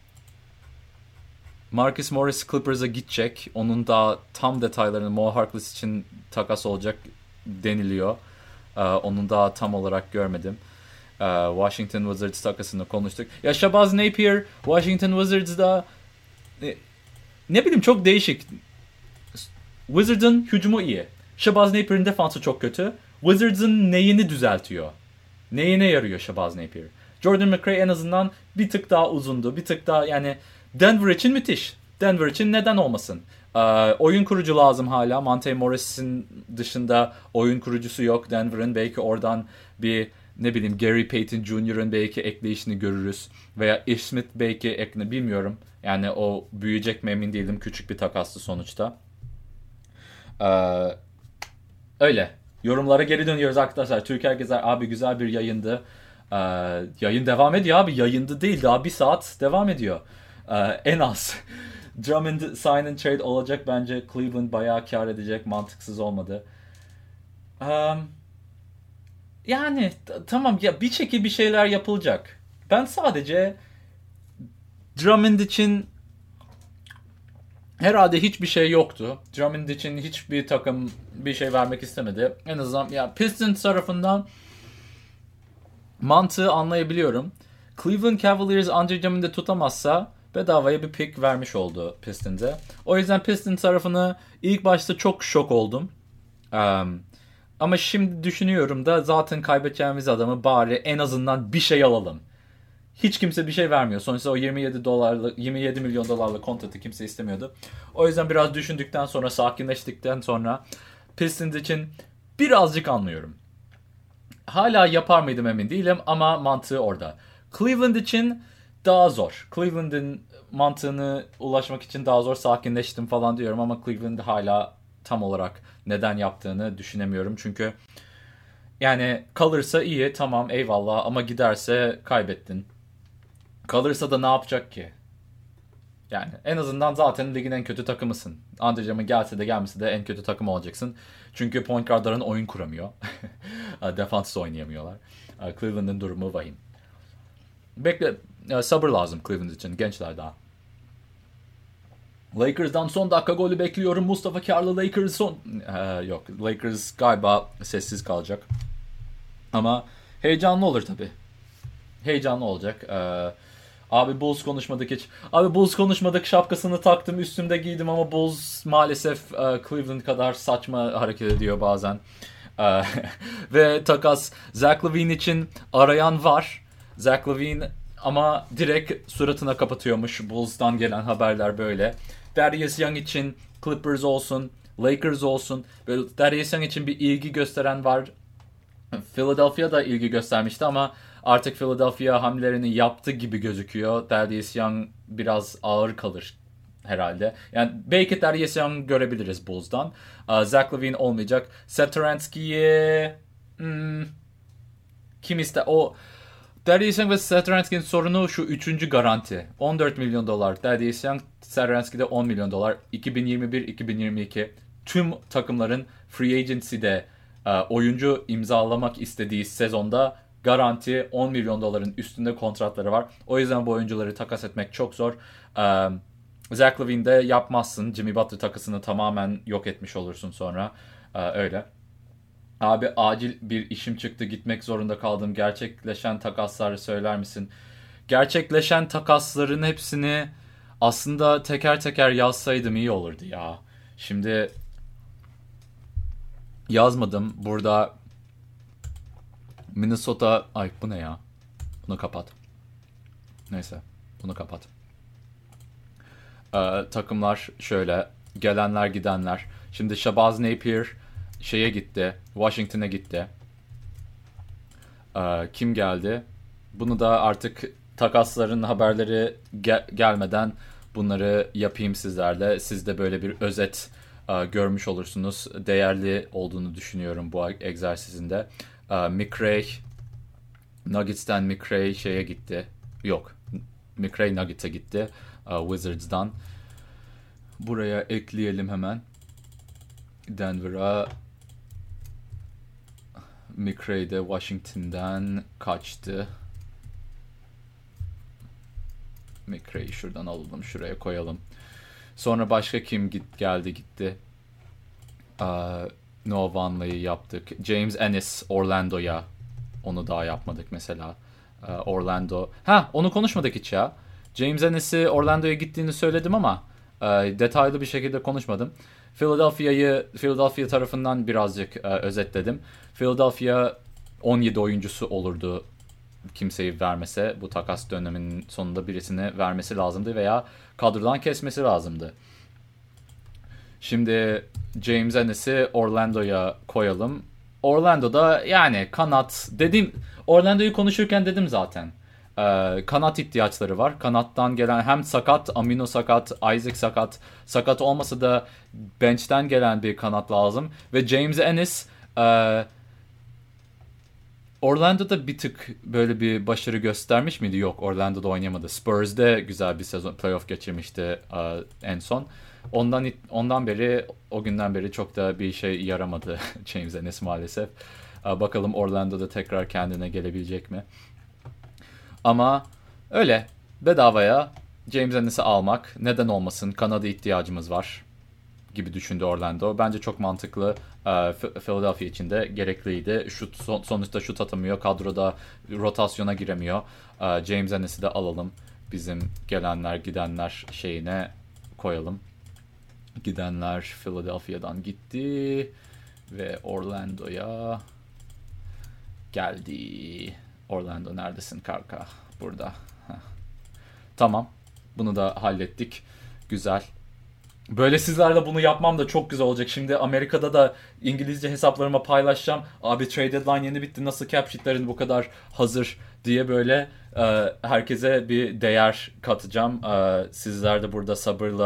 Marcus Morris Clippers'a gidecek. Onun da tam detaylarını, Mo Harkless için takas olacak deniliyor. Onun da tam olarak görmedim. Washington Wizards takasını konuştuk. Ya Shabazz Napier Washington Wizards'da ne bileyim, çok değişik. Wizards'ın hücumu iyi. Shabazz Napier'in defansı çok kötü. Wizards'ın neyini düzeltiyor? Neyine yarıyor Shabazz Napier? Jordan McRae en azından bir tık daha uzundu. Bir tık daha, yani Denver için müthiş. Denver için neden olmasın? Oyun kurucu lazım hala. Monte Morris'in dışında oyun kurucusu yok Denver'ın. Belki oradan bir, ne bileyim, Gary Payton Jr.'ın belki ekleyişini görürüz. Veya Ish Smith belki bilmiyorum. Yani o büyüyecek mi emin değilim. Küçük bir takastı sonuçta. Öyle. Yorumlara geri dönüyoruz arkadaşlar. Türker Gezer abi, güzel bir yayındı. Yayın devam ediyor abi. Yayındı değil, daha bir saat devam ediyor. En az. Drummond sign and trade olacak bence. Cleveland bayağı kar edecek. Mantıksız olmadı. Yani tamam ya, bir şekilde bir şeyler yapılacak. Ben sadece Drummond için herhalde hiçbir şey yoktu. Drummond için hiçbir takım bir şey vermek istemedi. En azından ya Pistons tarafından mantığı anlayabiliyorum. Cleveland Cavaliers Andre Drummond'ı tutamazsa bedavaya bir pick vermiş oldu Pistons'e. O yüzden Pistons tarafını ilk başta çok şok oldum. Ama şimdi düşünüyorum da zaten kaybedeceğimiz adamı bari en azından bir şey alalım. Hiç kimse bir şey vermiyor. Sonuçta o 27 milyon dolarlık kontratı kimse istemiyordu. O yüzden biraz düşündükten sonra, sakinleştikten sonra Pistons için birazcık anlıyorum. Hala yapar mıydım emin değilim ama mantığı orada. Cleveland için daha zor. Cleveland'in mantığını ulaşmak için daha zor, sakinleştim falan diyorum ama Cleveland hala tam olarak neden yaptığını düşünemiyorum. Çünkü Yani kalırsa iyi, tamam, eyvallah, ama giderse kaybettin. Kalırsa da ne yapacak ki? Yani en azından zaten ligin en kötü takımısın. Andre Drummond gelse de gelmese de en kötü takım olacaksın. Çünkü point guardların oyun kuramıyor. Defans oynayamıyorlar. Cleveland'ın durumu vahim. Bekle, sabır lazım Cleveland için. Gençler daha. Lakers'dan son dakika golü bekliyorum. Mustafa Karlı Lakers son... Yok, Lakers galiba sessiz kalacak. Ama heyecanlı olur tabii. Heyecanlı olacak. Abi Bulls konuşmadık hiç. Abi Bulls konuşmadık, şapkasını taktım, üstümde giydim ama Bulls maalesef Cleveland kadar saçma hareket ediyor bazen. E, Ve takas Zach LaVine için arayan var. Zach LaVine ama direkt suratına kapatıyormuş. Bulls'tan gelen haberler böyle. Darius Young için Clippers olsun, Lakers olsun. Böyle Darius Young için bir ilgi gösteren var. Philadelphia da ilgi göstermişti ama artık Philadelphia hamlelerini yaptı gibi gözüküyor. Darius Young biraz ağır kalır herhalde. Yani belki Darius Young görebiliriz Bulls'dan. Zach LaVine olmayacak. Satoransky'yi kim ister? O Darius Young ve Satoransky'nin sorunu şu üçüncü garanti. 14 milyon dolar. Darius Young, Satoransky'de 10 milyon dolar. 2021-2022 tüm takımların free agency'de oyuncu imzalamak istediği sezonda garanti 10 milyon doların üstünde kontratları var. O yüzden bu oyuncuları takas etmek çok zor. Zach LaVine'de yapmazsın. Jimmy Butler takısını tamamen yok etmiş olursun sonra. Öyle. Abi acil bir işim çıktı, gitmek zorunda kaldım. Gerçekleşen takasları söyler misin? Gerçekleşen takasların hepsini aslında teker teker yazsaydım iyi olurdu ya. Şimdi yazmadım. Burada Minnesota... Ay bu ne ya? Bunu kapat. Neyse. Bunu kapat. Takımlar şöyle. Gelenler gidenler. Şimdi Shabazz Napier şeye gitti. Washington'a gitti. Kim geldi? Bunu da artık takasların haberleri gelmeden bunları yapayım sizlerle. Siz de böyle bir özet görmüş olursunuz. Değerli olduğunu düşünüyorum bu egzersizinde. McRae, Nuggets'ten McRae şeye gitti. Yok. McRae Nuggets'e gitti. Wizards'dan. Buraya ekleyelim hemen. Denver'a McRae de Washington'dan kaçtı. McRae'yi şuradan alalım, şuraya koyalım. Sonra başka kim geldi gitti. Noah Vonleh'yi yaptık. James Ennis Orlando'ya. Onu daha yapmadık mesela. Orlando. Onu konuşmadık hiç ya. James Ennis'i Orlando'ya gittiğini söyledim ama detaylı bir şekilde konuşmadım. Philadelphia tarafından birazcık özetledim. Philadelphia 17 oyuncusu olurdu kimseyi vermese. Bu takas döneminin sonunda birisini vermesi lazımdı veya kadrodan kesmesi lazımdı. Şimdi James Ennis'i Orlando'ya koyalım. Orlando'da yani kanat dedim. Orlando'yu konuşurken dedim zaten. Kanat ihtiyaçları var. Kanattan gelen hem sakat, Amino sakat, Isaac sakat. Sakat olmasa da bench'ten gelen bir kanat lazım. Ve James Ennis Orlando'da bir tık böyle bir başarı göstermiş miydi? Yok, Orlando'da oynayamadı. Spurs'de güzel bir sezon playoff geçirmişti en son. Ondan beri, o günden beri çok da bir şey yaramadı James Ennis maalesef. Bakalım Orlando'da tekrar kendine gelebilecek mi? Ama öyle bedavaya James Ennis'i almak neden olmasın? Kanada ihtiyacımız var gibi düşündü Orlando. Bence çok mantıklı. Philadelphia için de gerekliydi. Sonuçta şut atamıyor. Kadroda rotasyona giremiyor. James Ennis'i de alalım. Bizim gelenler gidenler şeyine koyalım. Gidenler Philadelphia'dan gitti. Ve Orlando'ya geldi. Orlando neredesin kanka? Burada. Tamam. Bunu da hallettik. Güzel. Böyle sizlerle bunu yapmam da çok güzel olacak. Şimdi Amerika'da da İngilizce hesaplarıma paylaşacağım. Abi trade deadline yeni bitti. Nasıl cap sheet'lerin bu kadar hazır diye böyle herkese bir değer katacağım. Sizler de burada sabırla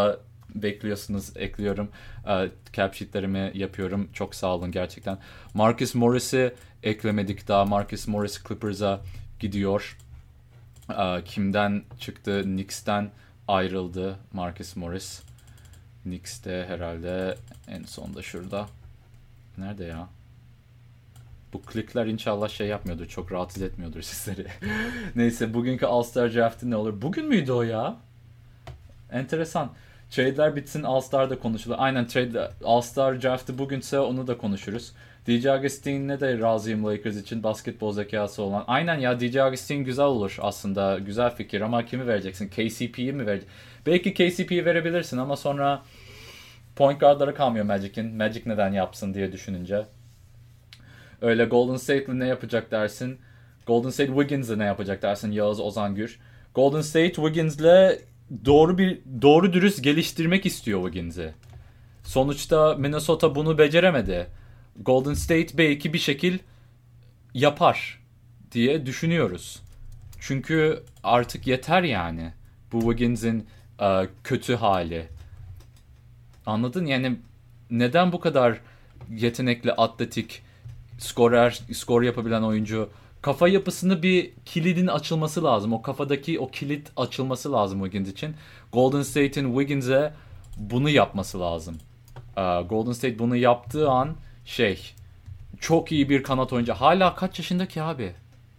bekliyorsunuz, ekliyorum. Cap sheetlerimi yapıyorum. Çok sağ olun gerçekten. Marcus Morris'i eklemedik daha. Marcus Morris Clippers'a gidiyor. Kimden çıktı? Knicks'ten ayrıldı Marcus Morris. Knicks'te herhalde en sonda şurada. Nerede ya? Bu klikler inşallah şey yapmıyordur. Çok rahatsız etmiyordur sizleri. Neyse, bugünkü All-Star Draft'ı ne olur? Bugün müydü o ya? Enteresan. Trade'ler bitsin, All-Star'da konuşulur. Aynen, trade All-Star Draft'ı bugünse onu da konuşuruz. DJ Augustin'le de razıyım Lakers için, basketbol zekası olan. Aynen ya, DJ Augustin güzel olur aslında. Güzel fikir ama kimi vereceksin? KCP'yi mi vereceksin? Belki KCP'yi verebilirsin ama sonra point guard'lara kalmıyor Magic'in. Magic neden yapsın diye düşününce. Öyle Golden State'le ne yapacak dersin? Golden State Wiggins'le ne yapacak dersin? Yağız Ozangür. Golden State Wiggins'le doğru dürüst geliştirmek istiyor Wiggins'i. Sonuçta Minnesota bunu beceremedi. Golden State belki bir şekil yapar diye düşünüyoruz. Çünkü artık yeter yani. Bu Wiggins'in kötü hali. Anladın? Yani neden bu kadar yetenekli, atletik, skor yapabilen oyuncu, kafa yapısını, bir kilidin açılması lazım. O kafadaki o kilit açılması lazım Wiggins için. Golden State'in Wiggins'e bunu yapması lazım. Golden State bunu yaptığı an çok iyi bir kanat oyuncu. Hala kaç yaşındaki abi?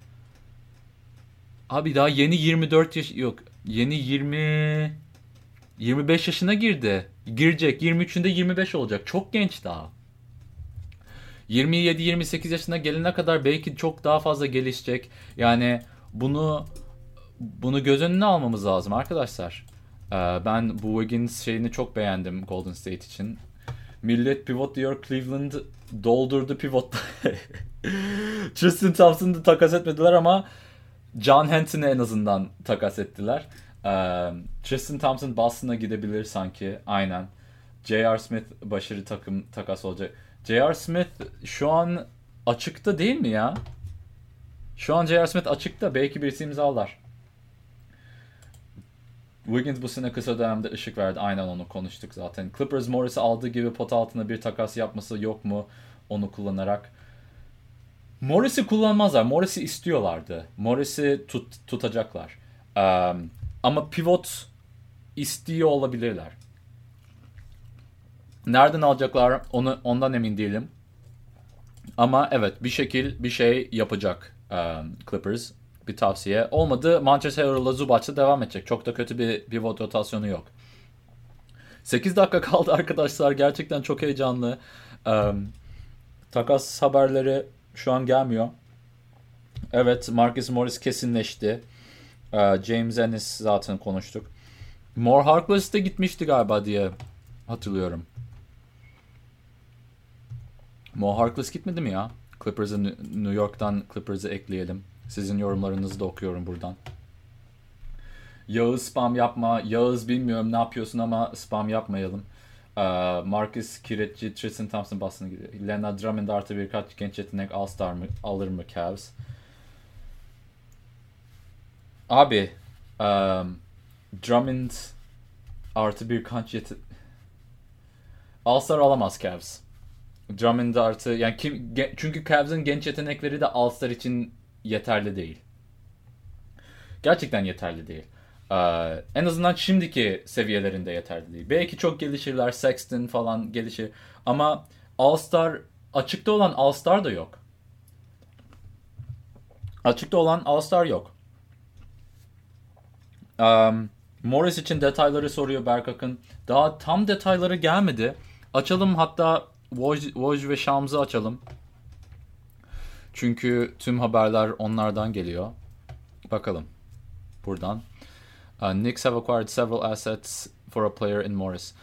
Abi daha yeni 24 yaş, yok, yeni 25 yaşına girdi. Girecek. 23'ünde 25 olacak. Çok genç daha. 27-28 yaşına gelene kadar belki çok daha fazla gelişecek. Yani bunu göz önüne almamız lazım arkadaşlar. Ben bu Wiggins şeyini çok beğendim Golden State için. Millet pivot diyor, Cleveland doldurdu pivot. Tristan Thompson'ı takas etmediler ama John Hanson'ı en azından takas ettiler. Tristan Thompson Boston'a gidebilir sanki. Aynen. J.R. Smith başarı takım takas olacak. J.R. Smith şu an açıkta değil mi ya? Şu an J.R. Smith açıkta. Belki birisi imzalar. Wiggins bu sene kısa dönemde ışık verdi. Aynen, onu konuştuk zaten. Clippers Morris'i aldığı gibi pot altına bir takas yapması yok mu? Onu kullanarak. Morris'i kullanmazlar. Morris'i istiyorlardı. Morris'i tutacaklar. Ama pivot istiyor olabilirler. Nereden alacaklar ondan emin değilim. Ama evet, bir şey yapacak Clippers. Bir tavsiye. Olmadı Manchester Harrell'la Zubac'la devam edecek. Çok da kötü bir pivot rotasyonu yok. 8 dakika kaldı arkadaşlar. Gerçekten çok heyecanlı. Takas haberleri şu an gelmiyor. Evet, Marcus Morris kesinleşti. James Ennis zaten konuştuk. More Harkless de gitmişti galiba diye hatırlıyorum. Mo Harkless gitmedi mi ya? Clippers'ı, New York'tan Clippers'ı ekleyelim. Sizin yorumlarınızı da okuyorum buradan. Yağız spam yapma. Yağız bilmiyorum ne yapıyorsun ama spam yapmayalım. Marcus Kireçci, Tristan Thompson Boston'a gidiyor. Lena Drummond artı birkaç genç yetenek All-Star mı? Alır mı Cavs? Abi Drummond artı birkaç yetenek All-Star alamaz Cavs. Drummond artı yani çünkü Cavs'ın genç yetenekleri de All-Star için yeterli değil. Gerçekten yeterli değil. En azından şimdiki seviyelerinde yeterli değil. Belki çok gelişirler, Sexton falan gelişir. Ama All-Star, açıkta olan All-Star da yok. Açıkta olan All-Star yok. Morris için detayları soruyor Berk Akın. Daha tam detayları gelmedi. Açalım, hatta Woj ve Shams'ı açalım. Çünkü tüm haberler onlardan geliyor. Bakalım. Buradan. Knicks have acquired several assets for a player in Morris.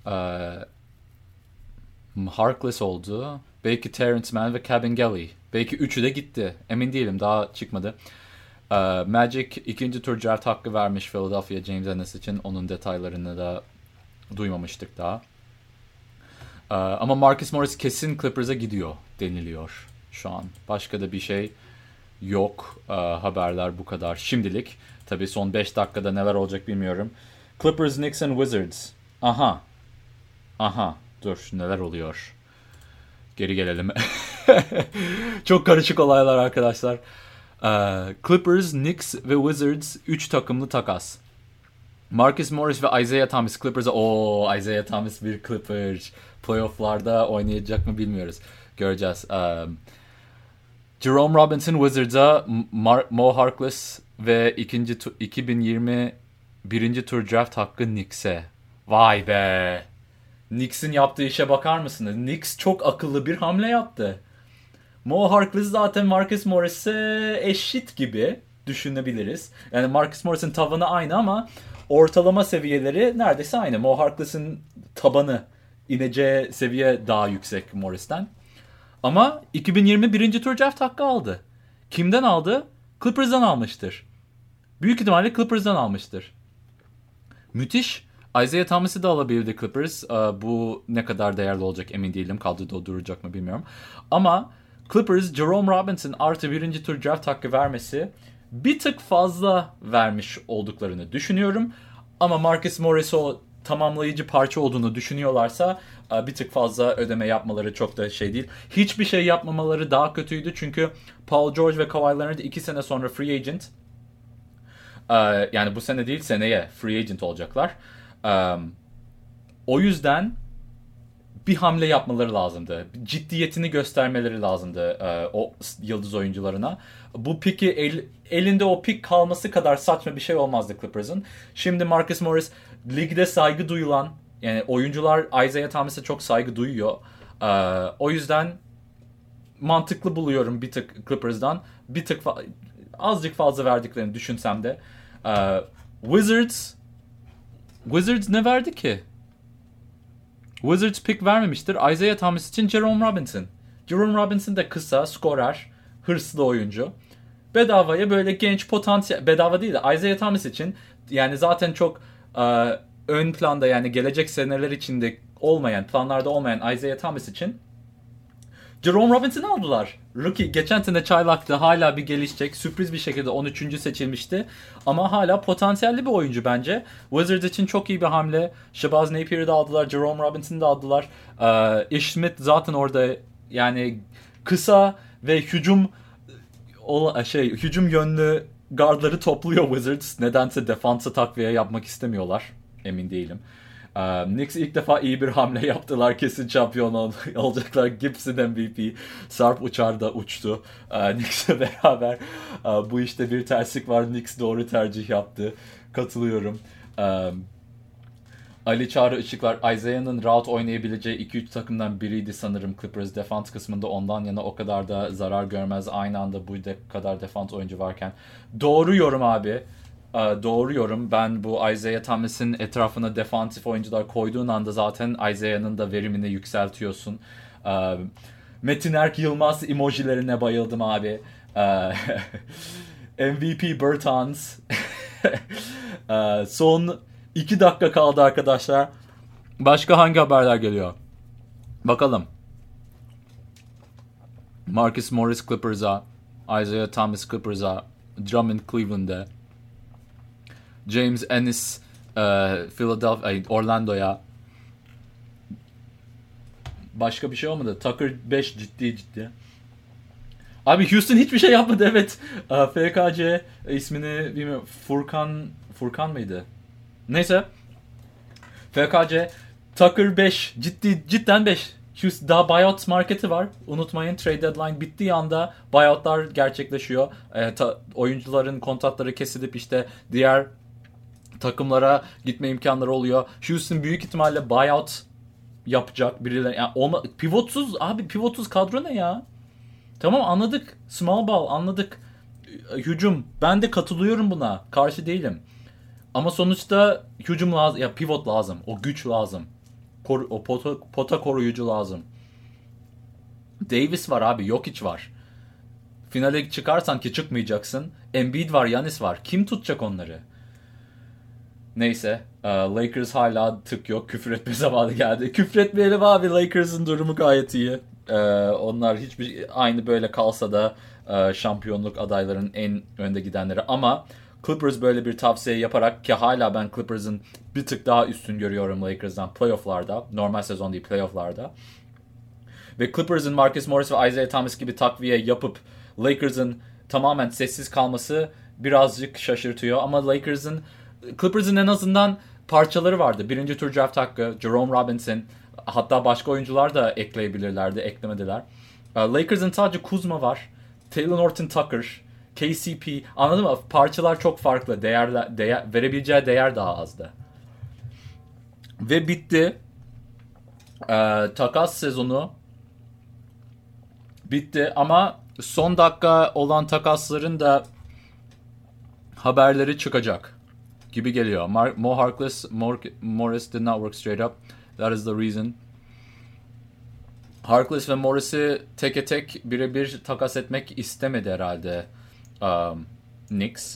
Harkless oldu. Belki Terrence Mann ve Kabengele. Belki üçü de gitti. Emin değilim. Daha çıkmadı. Magic ikinci tur draft hakkı vermiş Philadelphia James Ennis için. Onun detaylarını da duymamıştık daha. Ama Marcus Morris kesin Clippers'a gidiyor deniliyor şu an. Başka da bir şey yok. Haberler bu kadar şimdilik. Tabii son 5 dakikada neler olacak bilmiyorum. Clippers, Knicks and Wizards. Aha. Aha. Dur, neler oluyor? Geri gelelim. Çok karışık olaylar arkadaşlar. Clippers, Knicks ve Wizards 3 takımlı takas. Marcus Morris ve Isaiah Thomas Clippers'a. Isaiah Thomas bir Clippers. Playoff'larda oynayacak mı bilmiyoruz. Göreceğiz. Jerome Robinson Wizards'a, Mo Harkless ve 2020 birinci tur draft hakkı Knicks'e. Vay be. Knicks'in yaptığı işe bakar mısınız? Knicks çok akıllı bir hamle yaptı. Mo Harkless zaten Marcus Morris'e eşit gibi düşünebiliriz. Yani Marcus Morris'in tavanı aynı ama ortalama seviyeleri neredeyse aynı. Mo Harkless'in tabanı, ineceği seviye daha yüksek Morris'ten. Ama 2020 birinci tur draft hakkı aldı. Kimden aldı? Clippers'dan almıştır. Büyük ihtimalle Clippers'dan almıştır. Müthiş. Isaiah Thomas'ı da alabildi Clippers. Bu ne kadar değerli olacak emin değilim. Kadroda duracak mı bilmiyorum. Ama Clippers, Jerome Robinson artı birinci tur draft hakkı vermesi bir tık fazla vermiş olduklarını düşünüyorum. Ama Marcus Morris o tamamlayıcı parça olduğunu düşünüyorlarsa bir tık fazla ödeme yapmaları çok da şey değil. Hiçbir şey yapmamaları daha kötüydü çünkü Paul George ve Kawhi Leonard 2 sene sonra free agent. Yani bu sene değil, seneye free agent olacaklar. O yüzden bir hamle yapmaları lazımdı. Ciddiyetini göstermeleri lazımdı o yıldız oyuncularına. Bu piki elinde o pik kalması kadar saçma bir şey olmazdı Clippers'ın. Şimdi Marcus Morris ligde saygı duyulan, yani oyuncular Isaiah Thomas'a çok saygı duyuyor. O yüzden mantıklı buluyorum bir tık Clippers'dan. Bir tık azıcık fazla verdiklerini düşünsem de. Wizards ne verdi ki? Wizards pick vermemiştir. Isaiah Thomas için Jerome Robinson. Jerome Robinson da kısa, skorer, hırslı oyuncu. Bedavaya böyle genç potansiyel, bedava değil de Isaiah Thomas için yani zaten çok ön planda, yani gelecek seneler içinde olmayan, planlarda olmayan Isaiah Thomas için Jerome Robinson'ı aldılar. Rookie geçen sene çaylaktı, hala bir gelişecek. Sürpriz bir şekilde 13. seçilmişti. Ama hala potansiyelli bir oyuncu bence. Wizards için çok iyi bir hamle. Shabazz Napier'ı da aldılar. Jerome Robinson'ı da aldılar. Ish Smith zaten orada, yani kısa ve hücum yönlü guardları topluyor Wizards. Nedense defansa takviye yapmak istemiyorlar. Emin değilim. Knicks ilk defa iyi bir hamle yaptılar. Kesin şampiyon olacaklar. Gibson MVP. Sarp Uçar da uçtu. Knicks'le beraber. Bu işte bir terslik var. Knicks doğru tercih yaptı. Katılıyorum. Ali Çağrı Işıklar, Isaiah'nın rahat oynayabileceği 2-3 takımdan biriydi sanırım Clippers. Defans kısmında ondan yana o kadar da zarar görmez. Aynı anda bu kadar defans oyuncu varken. Doğru yorum abi. Doğru yorum. Ben bu Isaiah Thomas'ın etrafına defansif oyuncular koyduğun anda zaten Isaiah'nın da verimini yükseltiyorsun. Metin Erk Yılmaz emojilerine bayıldım abi. MVP Bertans. Son 2 dakika kaldı arkadaşlar. Başka hangi haberler geliyor? Bakalım. Marcus Morris Clippers'a, Isaiah Thomas Clippers'a, Drummond Cleveland'e, James Ennis Orlando'ya. Başka bir şey olmadı. Tucker 5 ciddi. Abi Houston hiçbir şey yapmadı, evet. FKC ismini bilmiyorum. Furkan mıydı? Neyse. FKC Tucker 5 cidden 5. Houston daha buyout marketi var. Unutmayın, trade deadline bittiği anda buyoutlar gerçekleşiyor. Oyuncuların kontratları kesilip işte diğer takımlara gitme imkanları oluyor. Houston büyük ihtimalle buyout yapacak birileri. Yani pivotsuz kadro ne ya? Tamam, anladık. Small ball anladık. Hücum. Ben de katılıyorum buna. Karşı değilim. Ama sonuçta hücum lazım. Ya pivot lazım. O güç lazım. O pota koruyucu lazım. Davis var abi. Jokic var. Finale çıkarsan ki çıkmayacaksın. Embiid var. Giannis var. Kim tutacak onları? Neyse. Lakers hala tık yok. Küfür etme zamanı geldi. Küfür etmeyelim abi. Lakers'ın durumu gayet iyi. Onlar aynı böyle kalsa da şampiyonluk adaylarının en önde gidenleri. Ama Clippers böyle bir tavsiye yaparak, ki hala ben Clippers'ın bir tık daha üstün görüyorum Lakers'dan playoff'larda. Normal sezon değil, playoff'larda. Ve Clippers'ın Marcus Morris ve Isaiah Thomas gibi takviye yapıp Lakers'ın tamamen sessiz kalması birazcık şaşırtıyor. Ama Clippers'ın en azından parçaları vardı. Birinci tur draft hakkı, Jerome Robinson, hatta başka oyuncular da ekleyebilirlerdi, eklemediler. Lakers'ın sadece Kuzma var, Taylor Horton Tucker, KCP, anladın mı? Parçalar çok farklı, verebileceği değer daha azdı. Ve bitti. Takas sezonu bitti ama son dakika olan takasların da haberleri çıkacak gibi geliyor. Mo Harkless, Morris did not work straight up. That is the reason. Harkless ve Morris'i teke tek birebir takas etmek istemedi herhalde Knicks.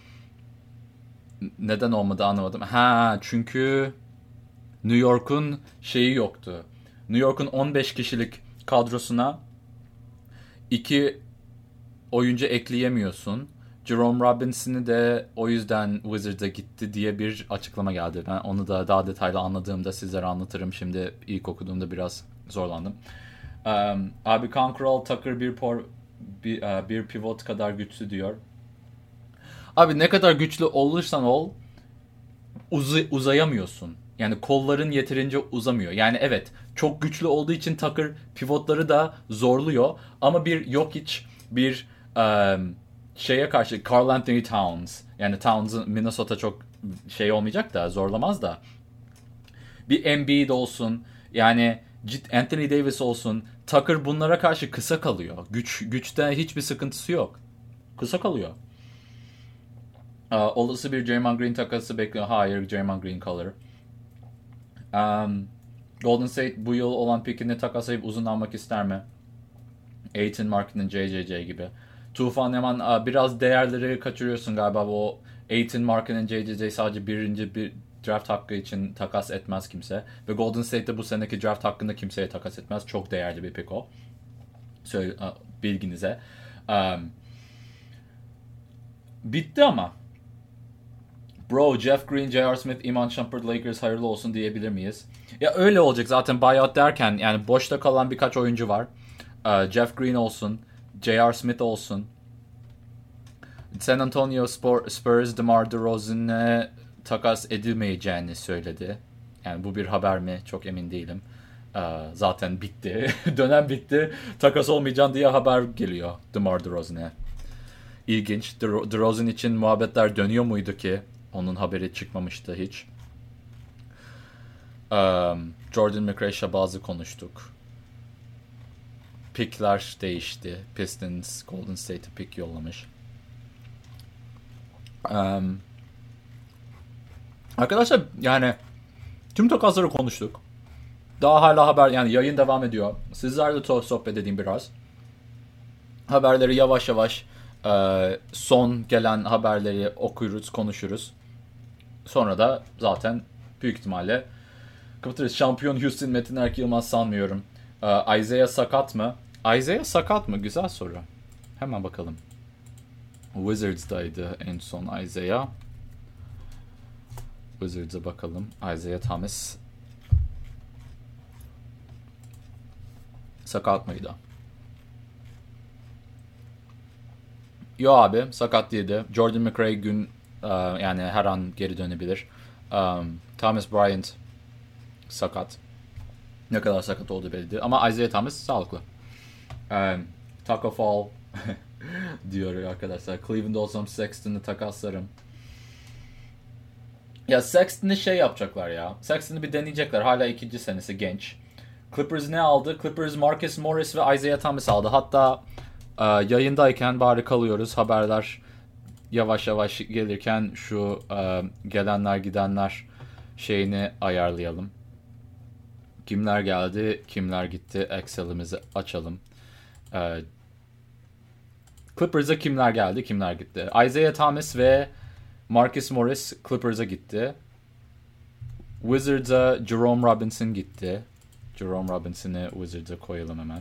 Neden olmadı anlamadım. Çünkü New York'un şeyi yoktu. New York'un 15 kişilik kadrosuna 2 oyuncu ekleyemiyorsun. Jerome Robinson'ı de o yüzden Wizards'a gitti diye bir açıklama geldi. Ben onu da daha detaylı anladığımda sizlere anlatırım. Şimdi ilk okuduğumda biraz zorlandım. Abi Conquerall Tucker bir pivot kadar güçlü diyor. Abi ne kadar güçlü olursan ol uzayamıyorsun. Yani kolların yeterince uzamıyor. Yani evet, çok güçlü olduğu için Tucker pivotları da zorluyor. Ama bir Jokic, bir şeye karşı Karl Anthony Towns. Yani Towns'ın Minnesota çok şey olmayacak da, zorlamaz da. Bir Embiid olsun. Yani Anthony Davis olsun. Tucker bunlara karşı kısa kalıyor. Güçte hiçbir sıkıntısı yok. Kısa kalıyor. Olası bir Draymond Green takası bekliyor. Hayır, Draymond Green kalır. Golden State bu yıl olan pikini takaslayıp uzun almak ister mi? Aiton Markkanen JJJ gibi. Tufan Yaman, biraz değerleri kaçırıyorsun galiba. O Aiton Markkanen JJJ sadece bir draft hakkı için takas etmez kimse. Ve Golden State'de bu seneki draft hakkında kimseye takas etmez. Çok değerli bir pick o. Bilginize. Bitti ama. Bro, Jeff Green, J.R. Smith, Iman Shumpert, Lakers hayırlı olsun diyebilir miyiz? Ya öyle olacak zaten, buyout derken yani boşta kalan birkaç oyuncu var. Jeff Green olsun, J.R. Smith olsun. San Antonio Spurs DeMar DeRozan'e takas edilmeyeceğini söyledi. Yani bu bir haber mi? Çok emin değilim. Zaten bitti. Dönem bitti. Takas olmayacağım diye haber geliyor DeMar DeRozan'e. İlginç. DeRozan için muhabbetler dönüyor muydu ki? Onun haberi çıkmamıştı hiç. Jordan McRae'ye bazı konuştuk. Pickler değişti. Pistons Golden State'e pick yollamış. Arkadaşlar yani tüm takasları konuştuk. Daha hala haber, yani yayın devam ediyor. Sizlerle sohbet edeyim biraz. Haberleri yavaş yavaş, son gelen haberleri okuyuruz, konuşuruz. Sonra da zaten büyük ihtimalle kapatırız. Şampiyon Houston, Metin Erk Yılmaz sanmıyorum. Isaiah sakat mı? Isaiah sakat mı? Güzel soru. Hemen bakalım. Wizards'daydı en son Isaiah. Wizards'a bakalım. Isaiah Thomas sakat mıydı? Yo abi, sakat değildi. Jordan McRae yani her an geri dönebilir. Thomas Bryant sakat. Ne kadar sakat olduğu belli değil. Ama Isaiah Thomas sağlıklı. Taco Fall diyor arkadaşlar. Cleveland olsam Sexton'ı takaslarım. Ya Sexton'ı şey yapacaklar ya. Sexton'ı bir deneyecekler. Hala ikinci senesi, genç. Clippers ne aldı? Clippers Marcus Morris ve Isaiah Thomas aldı. Hatta yayındayken bari kalıyoruz. Haberler yavaş yavaş gelirken şu gelenler gidenler şeyini ayarlayalım. Kimler geldi, kimler gitti? Excel'imizi açalım. Clippers'a kimler geldi, kimler gitti? Isaiah Thomas ve Marcus Morris Clippers'a gitti. Wizards'a Jerome Robinson gitti. Jerome Robinson'ı Wizards'a koyalım hemen.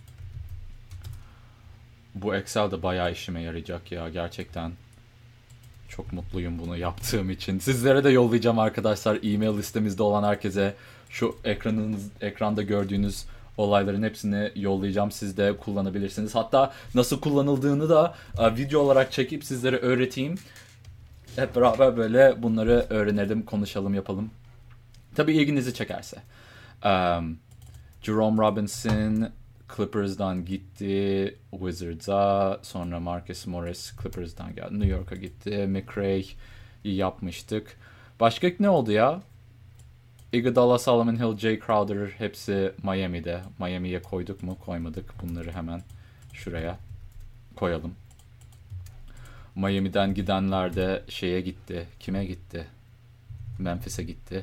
Bu Excel de bayağı işime yarayacak ya gerçekten. Çok mutluyum bunu yaptığım için. Sizlere de yollayacağım arkadaşlar. E-mail listemizde olan herkese şu ekranda gördüğünüz olayların hepsini yollayacağım. Siz de kullanabilirsiniz. Hatta nasıl kullanıldığını da video olarak çekip sizlere öğreteyim. Hep beraber böyle bunları öğrenelim, konuşalım, yapalım. Tabii ilginizi çekerse. Jerome Robinson Clippers'dan gitti Wizards'a, sonra Marcus Morris Clippers'dan geldi New York'a gitti. McRae'yi yapmıştık. Başka ne oldu ya? Iguodala, Solomon Hill, Jay Crowder hepsi Miami'de. Miami'ye koyduk mu? Koymadık. Bunları hemen şuraya koyalım. Miami'den gidenler de şeye gitti. Kime gitti? Memphis'e gitti.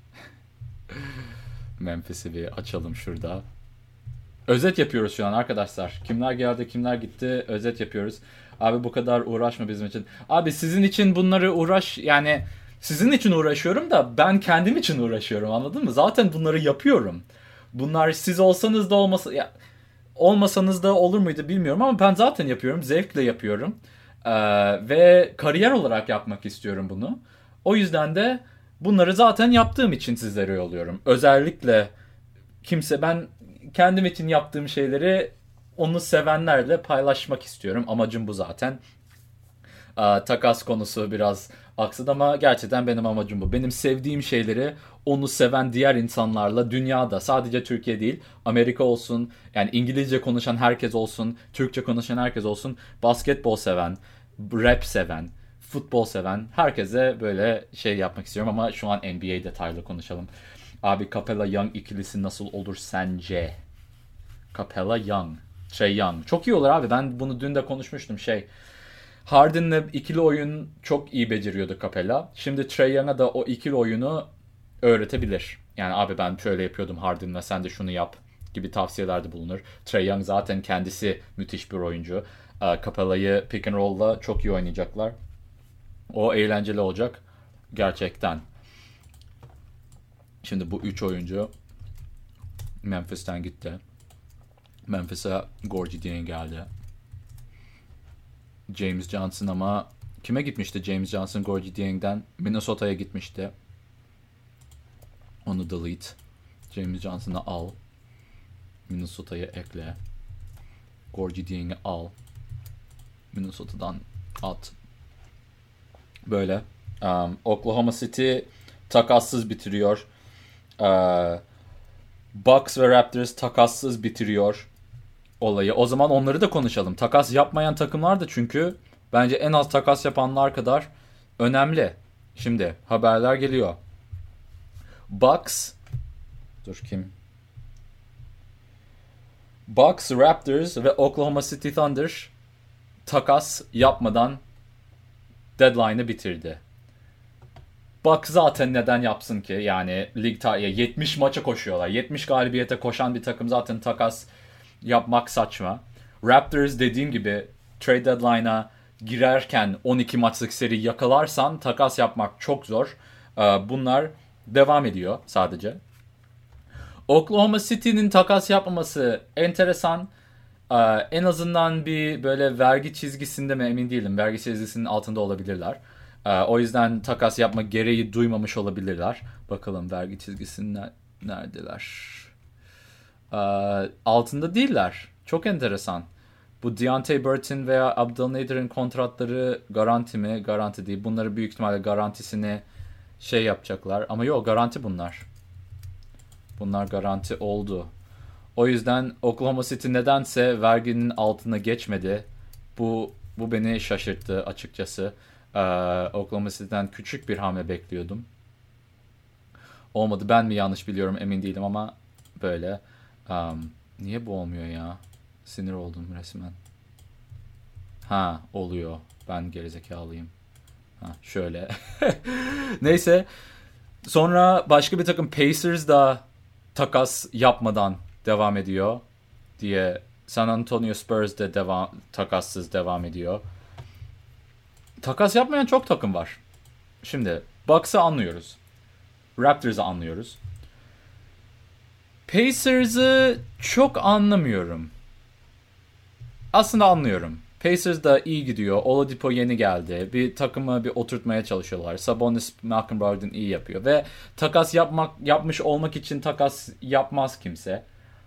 Memphis'i bir açalım şurada. Özet yapıyoruz şu an arkadaşlar. Kimler geldi, kimler gitti, özet yapıyoruz. Abi bu kadar uğraşma bizim için. Abi sizin için bunları yani sizin için uğraşıyorum da ben kendim için uğraşıyorum, anladın mı? Zaten bunları yapıyorum. Bunlar siz olsanız da olmasanız da olur muydu bilmiyorum ama ben zaten yapıyorum. Zevkle yapıyorum. Ve kariyer olarak yapmak istiyorum bunu. O yüzden de bunları zaten yaptığım için sizlere yolluyorum. Özellikle ben kendim için yaptığım şeyleri onu sevenlerle paylaşmak istiyorum. Amacım bu zaten. Takas konusu biraz aksadı ama gerçekten benim amacım bu. Benim sevdiğim şeyleri onu seven diğer insanlarla dünyada, sadece Türkiye değil, Amerika olsun, yani İngilizce konuşan herkes olsun, Türkçe konuşan herkes olsun, basketbol seven, rap seven, futbol seven herkese böyle şey yapmak istiyorum ama şu an NBA detaylı konuşalım. Abi Capela Young ikilisi nasıl olur sence? Capela Young. Trae Young. Çok iyi olur abi. Ben bunu dün de konuşmuştum. Harden'le ikili oyun çok iyi beceriyordu Capela. Şimdi Trae Young'a da o ikili oyunu öğretebilir. Yani abi ben şöyle yapıyordum Harden'la, sen de şunu yap gibi tavsiyelerde bulunur. Trae Young zaten kendisi müthiş bir oyuncu. Capela'yı pick and roll'la çok iyi oynayacaklar. O eğlenceli olacak. Gerçekten. Şimdi bu 3 oyuncu Memphis'ten gitti. Memphis'e Gorgui Dieng geldi. James Johnson ama kime gitmişti James Johnson Gorgui Dieng'den? Minnesota'ya gitmişti. Onu delete. James Johnson'ı al. Minnesota'ya ekle. Gorgui Dieng'i al. Minnesota'dan at. Böyle. Oklahoma City takassız bitiriyor. Bucks ve Raptors takassız bitiriyor olayı. O zaman onları da konuşalım. Takas yapmayan takımlar da çünkü bence en az takas yapanlar kadar önemli. Şimdi haberler geliyor. Bucks Raptors ve Oklahoma City Thunder takas yapmadan deadline'ı bitirdi. Bucks zaten neden yapsın ki? Yani lig 70 maça koşuyorlar. 70 galibiyete koşan bir takım zaten takas yapmak saçma. Raptors dediğim gibi trade deadline'a girerken 12 maçlık seri yakalarsan takas yapmak çok zor. Bunlar devam ediyor sadece. Oklahoma City'nin takas yapmaması enteresan. En azından bir böyle vergi çizgisinde mi emin değilim. Vergi çizgisinin altında olabilirler. O yüzden takas yapma gereği duymamış olabilirler. Bakalım vergi çizgisinde neredeler? Altında değiller. Çok enteresan. Bu Deontay Burton veya Abdelnader'in kontratları garanti mi? Garanti değil. Bunları büyük ihtimalle garantisini yapacaklar. Ama yok, garanti bunlar. Bunlar garanti oldu. O yüzden Oklahoma City nedense verginin altına geçmedi. Bu beni şaşırttı açıkçası. Oklahoma City'den küçük bir hamle bekliyordum. Olmadı. Ben mi yanlış biliyorum emin değilim ama böyle. Niye bu olmuyor ya? Sinir oldum resmen. Oluyor. Ben gerizekalıyım. Şöyle. Neyse. Sonra başka bir takım Pacers da takas yapmadan devam ediyor diye. San Antonio Spurs de takassız devam ediyor. Takas yapmayan çok takım var. Şimdi Bucks'ı anlıyoruz. Raptors'ı anlıyoruz. Pacers'ı çok anlamıyorum. Aslında anlıyorum. Pacers da iyi gidiyor. Oladipo yeni geldi. Bir takımı bir oturtmaya çalışıyorlar. Sabonis, Malcolm Brogdon iyi yapıyor. Ve takas yapmış olmak için takas yapmaz kimse.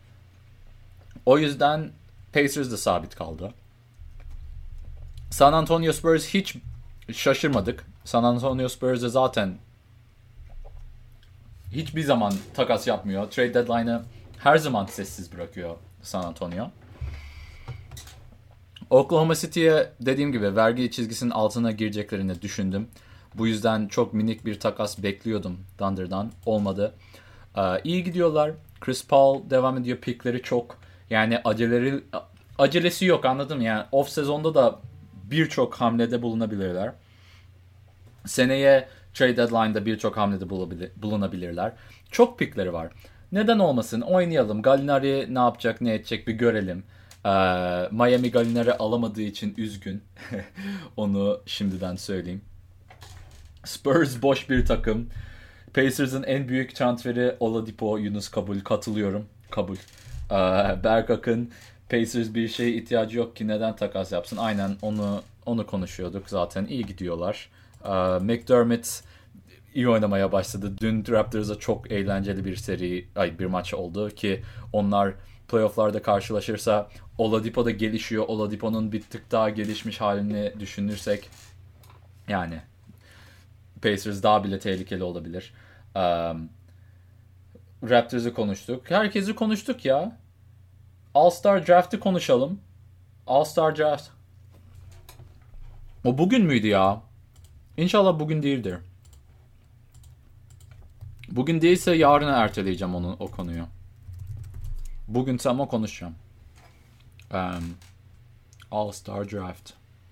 O yüzden Pacers de sabit kaldı. San Antonio Spurs hiç şaşırmadık. San Antonio Spurs'e zaten hiçbir zaman takas yapmıyor. Trade deadline'ı her zaman sessiz bırakıyor San Antonio. Oklahoma City'ye dediğim gibi vergi çizgisinin altına gireceklerini düşündüm. Bu yüzden çok minik bir takas bekliyordum Thunder'dan. Olmadı. İyi gidiyorlar. Chris Paul devam ediyor. Pickleri çok. Yani acelesi yok, anladın mı? Yani off sezonda da birçok hamlede bulunabilirler. Seneye trade deadline'da birçok hamlede bulunabilirler. Çok pickleri var. Neden olmasın? Oynayalım. Gallinari ne yapacak, ne edecek bir görelim. Miami Gallinari alamadığı için üzgün. Onu şimdiden söyleyeyim. Spurs boş bir takım. Pacers'ın en büyük transferi Oladipo. Yunus kabul. Katılıyorum. Kabul. Berk Akın, Pacers bir şeye ihtiyacı yok ki neden takas yapsın? Aynen onu konuşuyorduk zaten. İyi gidiyorlar. McDermott iyi oynamaya başladı. Dün Raptors'a çok eğlenceli bir maç oldu ki onlar playoff'larda karşılaşırsa Oladipo da gelişiyor. Oladipo'nun bir tık daha gelişmiş halini düşünürsek yani Pacers daha bile tehlikeli olabilir. Raptors'ı konuştuk. Herkesi konuştuk ya. All-Star Draft'ı konuşalım. All-Star Draft. O bugün müydü ya? İnşallah bugün değildir. Bugün değilse yarına erteleyeceğim o konuyu. Bugün ama konuşacağım. All-Star Draft.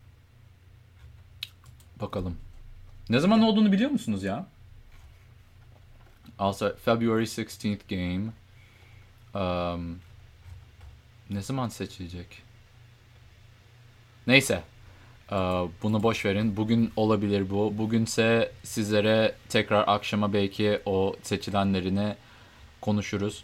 Bakalım. Ne zaman olduğunu biliyor musunuz ya? All-Star February 16th game. Ne zaman seçilecek? Neyse. Bunu boş verin. Bugün olabilir bu. Bugünse sizlere tekrar akşama belki o seçilenlerini konuşuruz.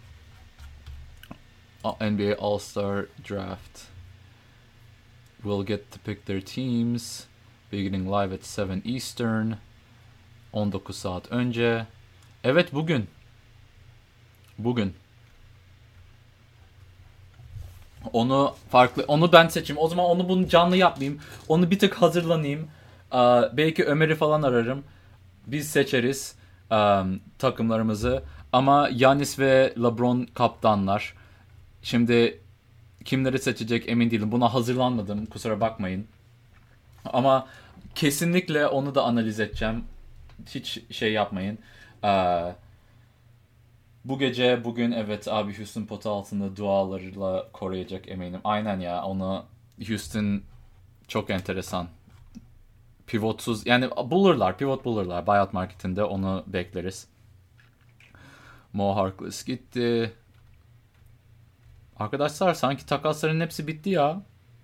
NBA All-Star Draft. We'll get to pick their teams. Beginning live at 7 Eastern. 19 saat önce. Evet bugün. Bugün. Onu ben seçeyim. O zaman bunu canlı yapmayayım. Onu bir tık hazırlanayım. Belki Ömer'i falan ararım. Biz seçeriz takımlarımızı. Ama Giannis ve LeBron kaptanlar. Şimdi kimleri seçecek emin değilim. Buna hazırlanmadım. Kusura bakmayın. Ama kesinlikle onu da analiz edeceğim. Hiç şey yapmayın. Bugün evet abi Houston pota altında dualarıyla koruyacak eminim. Aynen ya, onu Houston çok enteresan. Pivotsuz yani pivot bulurlar. Buyout marketinde onu bekleriz. Mo Harkless gitti. Arkadaşlar sanki takasların hepsi bitti ya.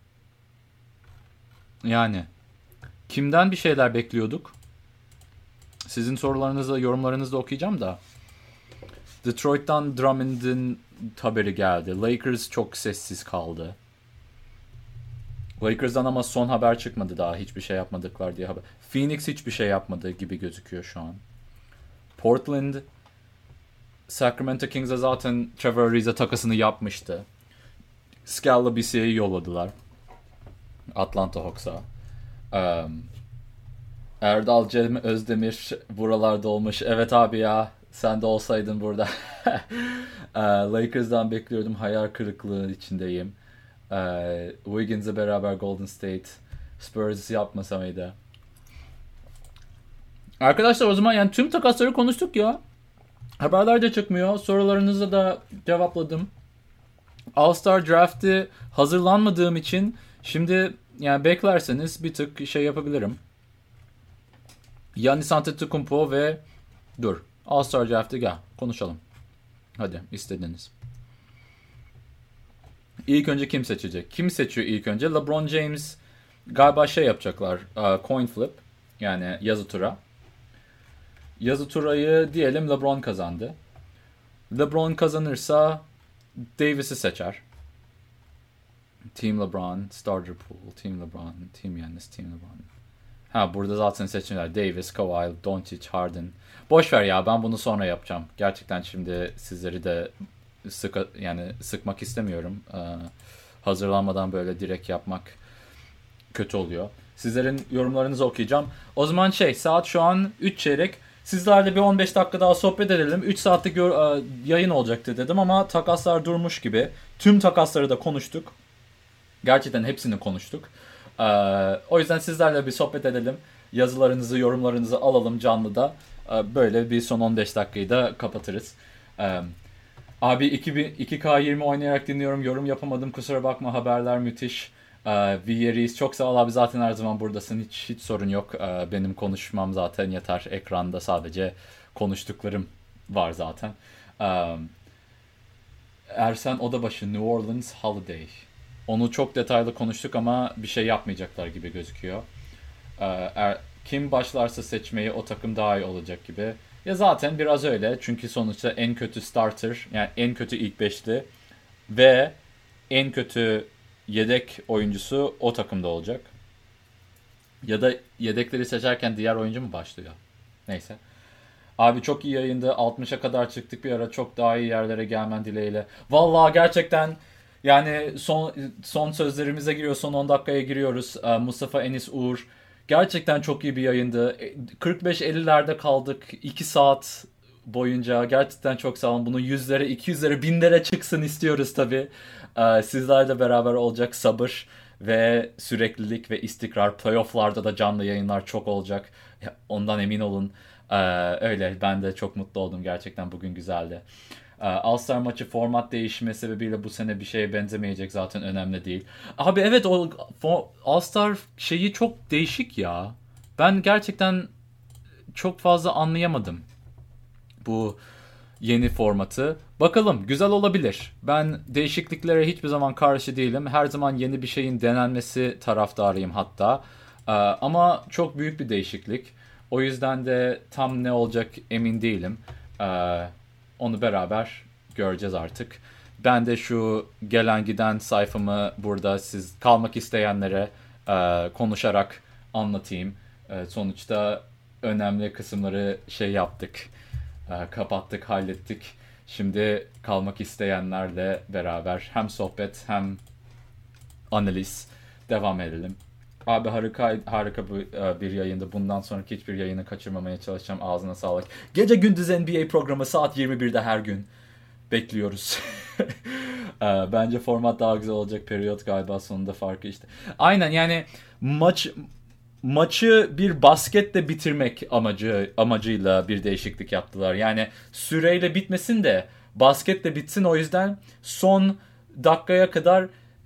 Yani kimden bir şeyler bekliyorduk? Sizin sorularınızı, yorumlarınızı da okuyacağım da. Detroit'tan Drummond'ın haberi geldi. Lakers çok sessiz kaldı. Lakers'dan ama son haber çıkmadı daha. Hiçbir şey yapmadıklar diye haber. Phoenix hiçbir şey yapmadı gibi gözüküyor şu an. Portland, Sacramento Kings'e zaten Trevor Ariza takasını yapmıştı. Scala BC'yi yolladılar. Atlanta Hawks'a. Erdal Cem Özdemir buralarda olmuş. Evet abi ya. Sen de olsaydın burada. Lakers'dan bekliyordum. Hayal kırıklığı içindeyim. Wiggins'le beraber Golden State. Spurs yapmasa mıydı? Arkadaşlar o zaman yani tüm takasları konuştuk ya. Haberler de çıkmıyor. Sorularınızı da cevapladım. All-Star Draft'i hazırlanmadığım için şimdi yani beklerseniz bir tık şey yapabilirim. Giannis Antetokounmpo ve All-Star Draft'i gel konuşalım. Hadi istediniz. İlk önce kim seçecek? Kim seçiyor ilk önce? LeBron James galiba şey yapacaklar. Coin flip. Yani yazı tura. Yazı turayı diyelim LeBron kazandı. LeBron kazanırsa Davis'i seçer. Team LeBron, Starter Pool, Team LeBron, Team Giannis, Team LeBron. Ha burada zaten seçimler Davis, Kawhi, Doncic, Harden. Boş ver ya, ben bunu sonra yapacağım. Gerçekten şimdi sizleri de sıkmak istemiyorum. Hazırlanmadan böyle direkt yapmak kötü oluyor. Sizlerin yorumlarınızı okuyacağım. O zaman saat şu an 3 çeyrek. Sizlerle bir 15 dakika daha sohbet edelim. 3 saatlik yayın olacaktı dedim ama takaslar durmuş gibi. Tüm takasları da konuştuk. Gerçekten hepsini konuştuk. O yüzden sizlerle bir sohbet edelim. Yazılarınızı, yorumlarınızı alalım canlıda. Böyle bir son 15 dakikayı da kapatırız. Abi 2K20 oynayarak dinliyorum. Yorum yapamadım. Kusura bakma, haberler müthiş. Vieris çok sağ ol abi, zaten her zaman buradasın. Hiç sorun yok. Benim konuşmam zaten yeter. Ekranda sadece konuştuklarım var zaten. Ersen Odabaşı, New Orleans Holiday. Onu çok detaylı konuştuk ama bir şey yapmayacaklar gibi gözüküyor. Kim başlarsa seçmeyi o takım daha iyi olacak gibi. Ya zaten biraz öyle. Çünkü sonuçta en kötü starter, yani en kötü ilk beşli ve en kötü yedek oyuncusu o takımda olacak. Ya da yedekleri seçerken diğer oyuncu mu başlıyor? Neyse. Abi çok iyi yayındı. 60'a kadar çıktık bir ara. Çok daha iyi yerlere gelmen dileğiyle. Vallahi gerçekten yani son sözlerimize giriyor. Son 10 dakikaya giriyoruz. Mustafa Enis Uğur. Gerçekten çok iyi bir yayındı. 45-50'lerde kaldık. 2 saat boyunca. Gerçekten çok sağ olun. Bunun 100'lere, 200'lere, 1000'lere çıksın istiyoruz tabii. Sizlerle beraber olacak sabır ve süreklilik ve istikrar. Playoff'larda da canlı yayınlar çok olacak. Ondan emin olun. Öyle, ben de çok mutlu oldum gerçekten, bugün güzeldi. All-Star maçı format değişimi sebebiyle bu sene bir şeye benzemeyecek, zaten önemli değil. Abi evet, o All-Star şeyi çok değişik ya. Ben gerçekten çok fazla anlayamadım bu yeni formatı. Bakalım, güzel olabilir. Ben değişikliklere hiçbir zaman karşı değilim. Her zaman yeni bir şeyin denenmesi taraftarıyım hatta. Ama çok büyük bir değişiklik. O yüzden de tam ne olacak emin değilim. Onu beraber göreceğiz artık. Ben de şu gelen giden sayfamı burada siz kalmak isteyenlere konuşarak anlatayım. Sonuçta önemli kısımları yaptık. Kapattık, hallettik. Şimdi kalmak isteyenlerle beraber hem sohbet hem analiz devam edelim. Abi harika bir yayındı. Bundan sonraki hiçbir yayını kaçırmamaya çalışacağım. Ağzına sağlık. Gece gündüz NBA programı saat 21'de her gün. Bekliyoruz. Bence format daha güzel olacak. Periyot galiba sonunda farkı işte. Aynen, yani maçı bir basketle bitirmek amacıyla bir değişiklik yaptılar. Yani süreyle bitmesin de basketle bitsin, o yüzden son dakikaya kadar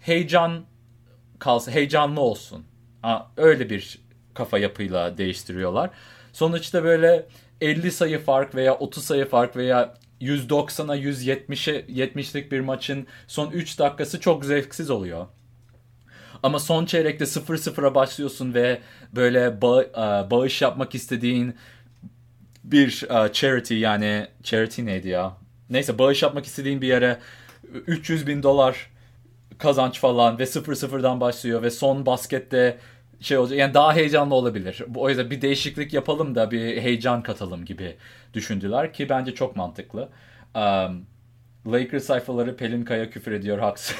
heyecanlı olsun. Öyle bir kafa yapıyla değiştiriyorlar. Sonuçta böyle 50 sayı fark veya 30 sayı fark veya 190'a 170'lik bir maçın son 3 dakikası çok zevksiz oluyor. Ama son çeyrekte 0-0'a başlıyorsun ve böyle bağış yapmak istediğin bir charity, yani charity neydi ya? Neyse, bağış yapmak istediğin bir yere $300,000 kazanç falan ve 0-0'dan başlıyor ve son baskette olacak. Yani daha heyecanlı olabilir. O yüzden bir değişiklik yapalım da bir heyecan katalım gibi düşündüler ki bence çok mantıklı. Lakers sayfaları Pelin Kaya küfür ediyor, haksız.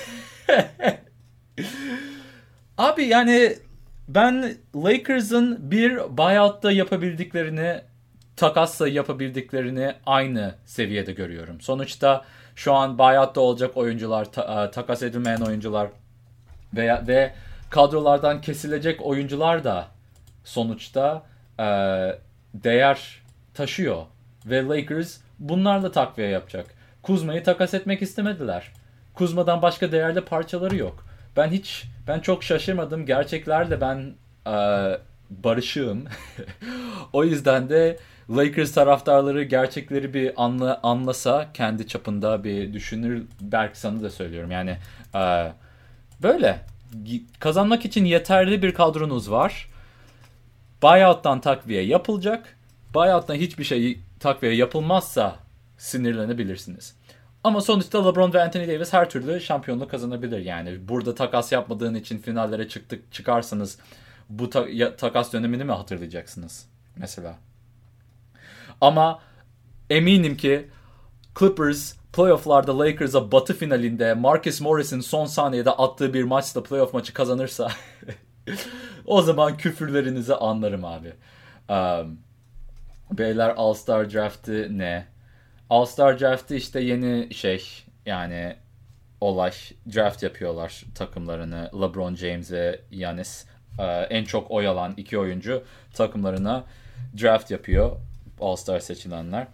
Abi yani ben Lakers'ın bir buyout'ta yapabildiklerini, takasla yapabildiklerini aynı seviyede görüyorum. Sonuçta şu an buyout'ta olacak oyuncular, takas edilmeyen oyuncular ve kadrolardan kesilecek oyuncular da sonuçta değer taşıyor. Ve Lakers bunlarla takviye yapacak. Kuzma'yı takas etmek istemediler. Kuzma'dan başka değerli parçaları yok. Ben çok şaşırmadım. Gerçeklerle ben barışığım. O yüzden de Lakers taraftarları gerçekleri bir anlasa, kendi çapında bir düşünür. Belki sana da söylüyorum. Yani böyle kazanmak için yeterli bir kadronuz var. Buyout'tan takviye yapılacak. Buyout'tan hiçbir şey takviye yapılmazsa sinirlenebilirsiniz. Ama sonuçta LeBron ve Anthony Davis her türlü şampiyonluk kazanabilir yani. Burada takas yapmadığın için finallere çıkarsanız bu takas dönemini mi hatırlayacaksınız mesela? Ama eminim ki Clippers playoff'larda Lakers'a batı finalinde Marcus Morris'in son saniyede attığı bir maçla playoff maçı kazanırsa o zaman küfürlerinizi anlarım abi. Beyler, All-Star Draft'ı ne? All-Star Draft'ı işte yeni yani olay, draft yapıyorlar takımlarını. LeBron James ve Giannis, en çok oy alan iki oyuncu takımlarına draft yapıyor All-Star seçilenler.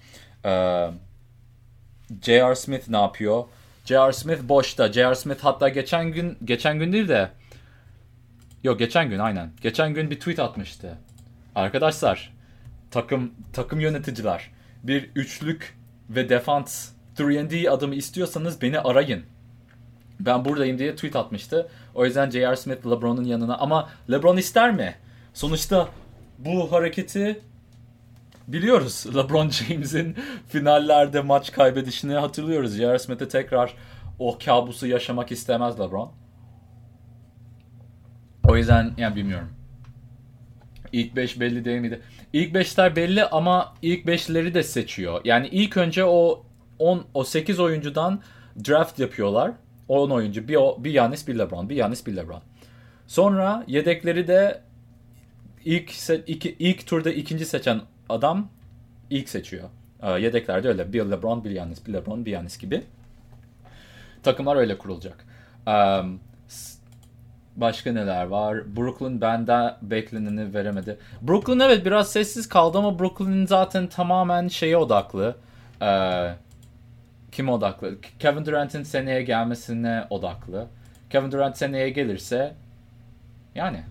J.R. Smith ne yapıyor? J.R. Smith boşta. J.R. Smith hatta geçen gün değil de geçen gün aynen. Geçen gün bir tweet atmıştı. Arkadaşlar, takım yöneticiler, bir üçlük ve defans 3&D adımı istiyorsanız beni arayın. Ben buradayım diye tweet atmıştı. O yüzden J.R. Smith LeBron'un yanına, ama LeBron ister mi? Sonuçta bu hareketi biliyoruz. LeBron James'in finallerde maç kaybedişini hatırlıyoruz. J.R. Smith'e tekrar o kabusu yaşamak istemez LeBron. O yüzden yani bilmiyorum. İlk 5 belli değil miydi? İlk 5'ler belli ama ilk 5'leri de seçiyor. Yani ilk önce o 8 oyuncudan draft yapıyorlar. 10 oyuncu. Bir Giannis, bir LeBron. Bir Giannis, bir LeBron. Sonra yedekleri de ilk turda ikinci seçen adam ilk seçiyor. Yedeklerde öyle. Bir LeBron, bir Giannis, bir LeBron, bir Giannis gibi. Takımlar öyle kurulacak. Başka neler var? Brooklyn benden bekleneni veremedi. Brooklyn evet biraz sessiz kaldı ama Brooklyn zaten tamamen şeye odaklı. Kime odaklı? Kevin Durant'in seneye gelmesine odaklı. Kevin Durant seneye gelirse yani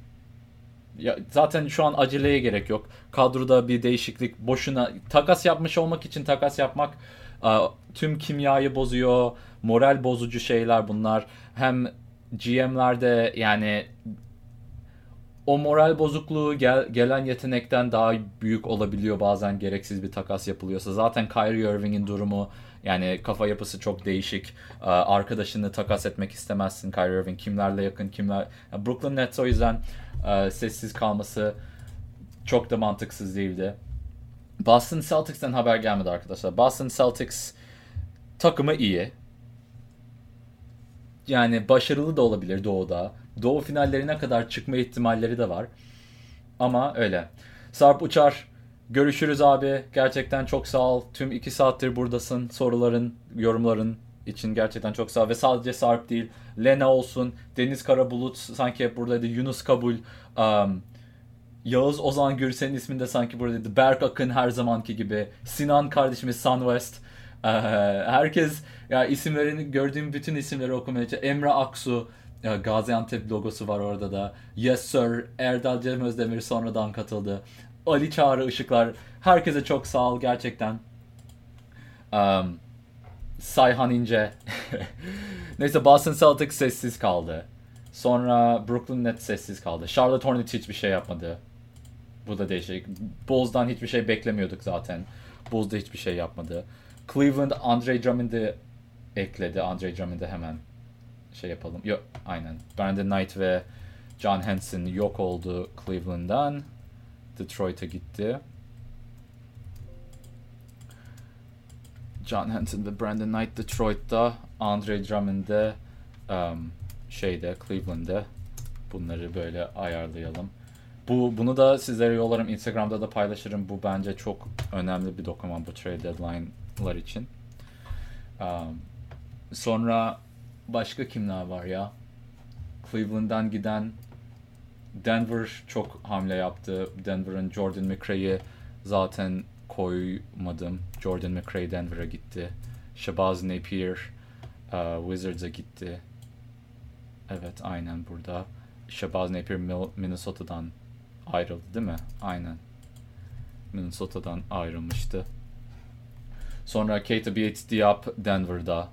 zaten şu an aceleye gerek yok. Kadroda bir değişiklik, boşuna takas yapmış olmak için takas yapmak tüm kimyayı bozuyor. Moral bozucu şeyler bunlar. Hem GM'lerde yani o moral bozukluğu gelen yetenekten daha büyük olabiliyor bazen, gereksiz bir takas yapılıyorsa. Zaten Kyrie Irving'in durumu, yani kafa yapısı çok değişik. Arkadaşını takas etmek istemezsin Kyrie Irving. Kimlerle yakın, kimler... Brooklyn Nets o yüzden sessiz kalması çok da mantıksız değildi. Boston Celtics'ten haber gelmedi arkadaşlar. Boston Celtics takımı iyi. Yani başarılı da olabilir Doğu'da. Doğu finallerine kadar çıkma ihtimalleri de var. Ama öyle. Sarp Uçar, görüşürüz abi. Gerçekten çok sağ ol. Tüm 2 saattir buradasın. Soruların, yorumların için gerçekten çok sağ ol. Ve sadece Sarp değil. Lena olsun, Deniz Karabulut sanki hep buradaydı. Yunus Kabul, Yağız Ozan Gürsel'in ismini de sanki buradaydı. Berk Akın her zamanki gibi. Sinan kardeşimiz Sunwest. Herkes ya, isimlerini gördüğüm bütün isimleri okumaya çalışıyorum. Emre Aksu, Gaziantep logosu var orada da. Yes Sir, Erdal Cem Özdemir sonradan katıldı. Ali Çağrı Işıklar. Herkese çok sağ ol gerçekten. Sayhan İnce. Neyse, Boston Celtics sessiz kaldı. Sonra Brooklyn Nets sessiz kaldı. Charlotte Hornets hiçbir şey yapmadı. Bu da değişik. Bulls'dan hiçbir şey beklemiyorduk zaten. Bulls da hiçbir şey yapmadı. Cleveland Andre Drummond'ı ekledi. Andre Drummond'ı hemen şey yapalım. Yok, aynen. Brandon Knight ve John Henson yok oldu Cleveland'dan. Detroit'a gitti. John Henson ve Brandon Knight Detroit'ta. Andre Drummond'da Cleveland'da. Bunları böyle ayarlayalım. Bunu da sizlere yollarım. Instagram'da da paylaşırım. Bu bence çok önemli bir doküman bu trade deadline'lar için. Sonra başka kimler var ya? Cleveland'dan giden Denver çok hamle yaptı. Denver'ın Jordan McRae'yi zaten koymadım. Jordan McRae Denver'a gitti. Shabazz Napier Wizards'a gitti. Evet, aynen burada. Shabazz Napier Minnesota'dan ayrıldı değil mi? Aynen. Minnesota'dan ayrılmıştı. Sonra Keita Bates-Diop Denver'da.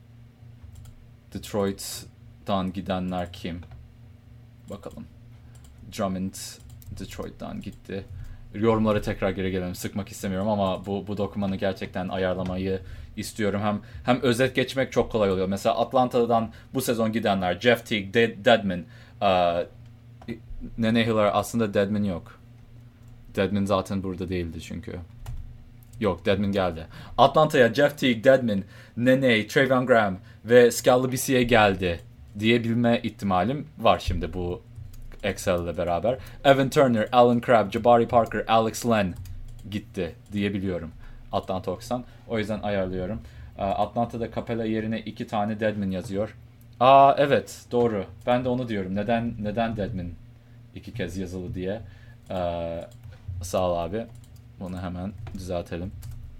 Detroit'tan gidenler kim? Bakalım. Drummond Detroit'tan gitti. Yorumlara tekrar geri gelelim. Sıkmak istemiyorum ama bu dokümanı gerçekten ayarlamayı istiyorum. Hem özet geçmek çok kolay oluyor. Mesela Atlanta'dan bu sezon gidenler Jeff Teague, Dedmon, Nene Hiller, aslında Dedmon yok. Dedmon zaten burada değildi çünkü. Yok, Dedmon geldi. Atlanta'ya Jeff Teague, Dedmon, Nene, Trayvon Graham ve Scalabisi'ye geldi diyebilme ihtimalim var şimdi bu Excel ile beraber. Evan Turner, Alan Crabb, Jabari Parker, Alex Len gitti diyebiliyorum Atlanta Hawks'tan. O yüzden ayarlıyorum. Atlanta'da Capella yerine 2 tane Dedmon yazıyor. Evet, doğru. Ben de onu diyorum. Neden Dedmon 2 kez yazılı diye. Sağ ol abi. Bunu hemen düzeltelim.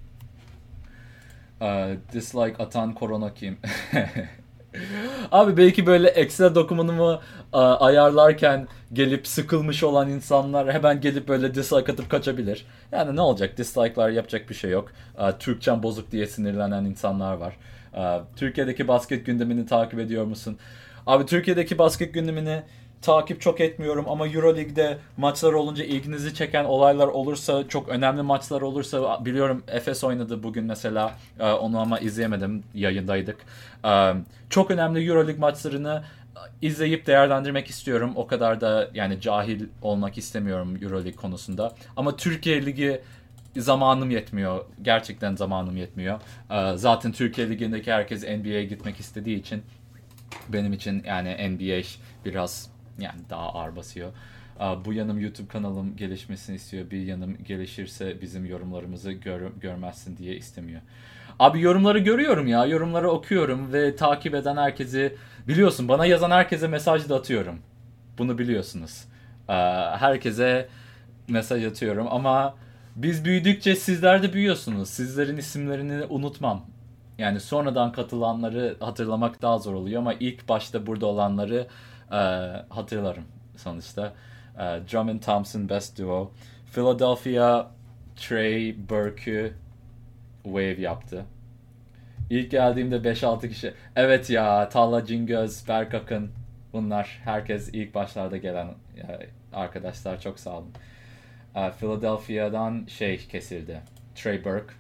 Dislike atan korona kim? Abi belki böyle Excel dokümanımı ayarlarken gelip sıkılmış olan insanlar hemen gelip böyle dislike atıp kaçabilir. Yani ne olacak? Dislike'lar yapacak bir şey yok. Türkçem bozuk diye sinirlenen insanlar var. Türkiye'deki basket gündemini takip ediyor musun? Abi Türkiye'deki basket gündemini takip çok etmiyorum ama Euroleague'de maçlar olunca ilginizi çeken olaylar olursa, çok önemli maçlar olursa, biliyorum Efes oynadı bugün mesela, onu ama izleyemedim, yayındaydık. Çok önemli Euroleague maçlarını izleyip değerlendirmek istiyorum. O kadar da yani cahil olmak istemiyorum Euroleague konusunda. Ama Türkiye Ligi zamanım yetmiyor. Gerçekten zamanım yetmiyor. Zaten Türkiye Ligi'ndeki herkes NBA'ye gitmek istediği için benim için yani NBA biraz yani daha ağır basıyor. Bu yanım YouTube kanalım gelişmesini istiyor. Bir yanım gelişirse bizim yorumlarımızı görmezsin diye istemiyor. Abi yorumları görüyorum ya. Yorumları okuyorum ve takip eden herkesi biliyorsun. Bana yazan herkese mesaj da atıyorum. Bunu biliyorsunuz. Herkese mesaj atıyorum ama biz büyüdükçe sizler de büyüyorsunuz. Sizlerin isimlerini unutmam. Yani sonradan katılanları hatırlamak daha zor oluyor ama ilk başta burada olanları e, hatırlarım sonuçta. Drummond Thompson best duo. Philadelphia Trey Burke'ü wave yaptı. İlk geldiğimde 5-6 kişi. Evet ya, Talha Cingöz, Berk Akın, bunlar herkes ilk başlarda gelen arkadaşlar, çok sağ olun. Philadelphia'dan kesildi. Trey Burke.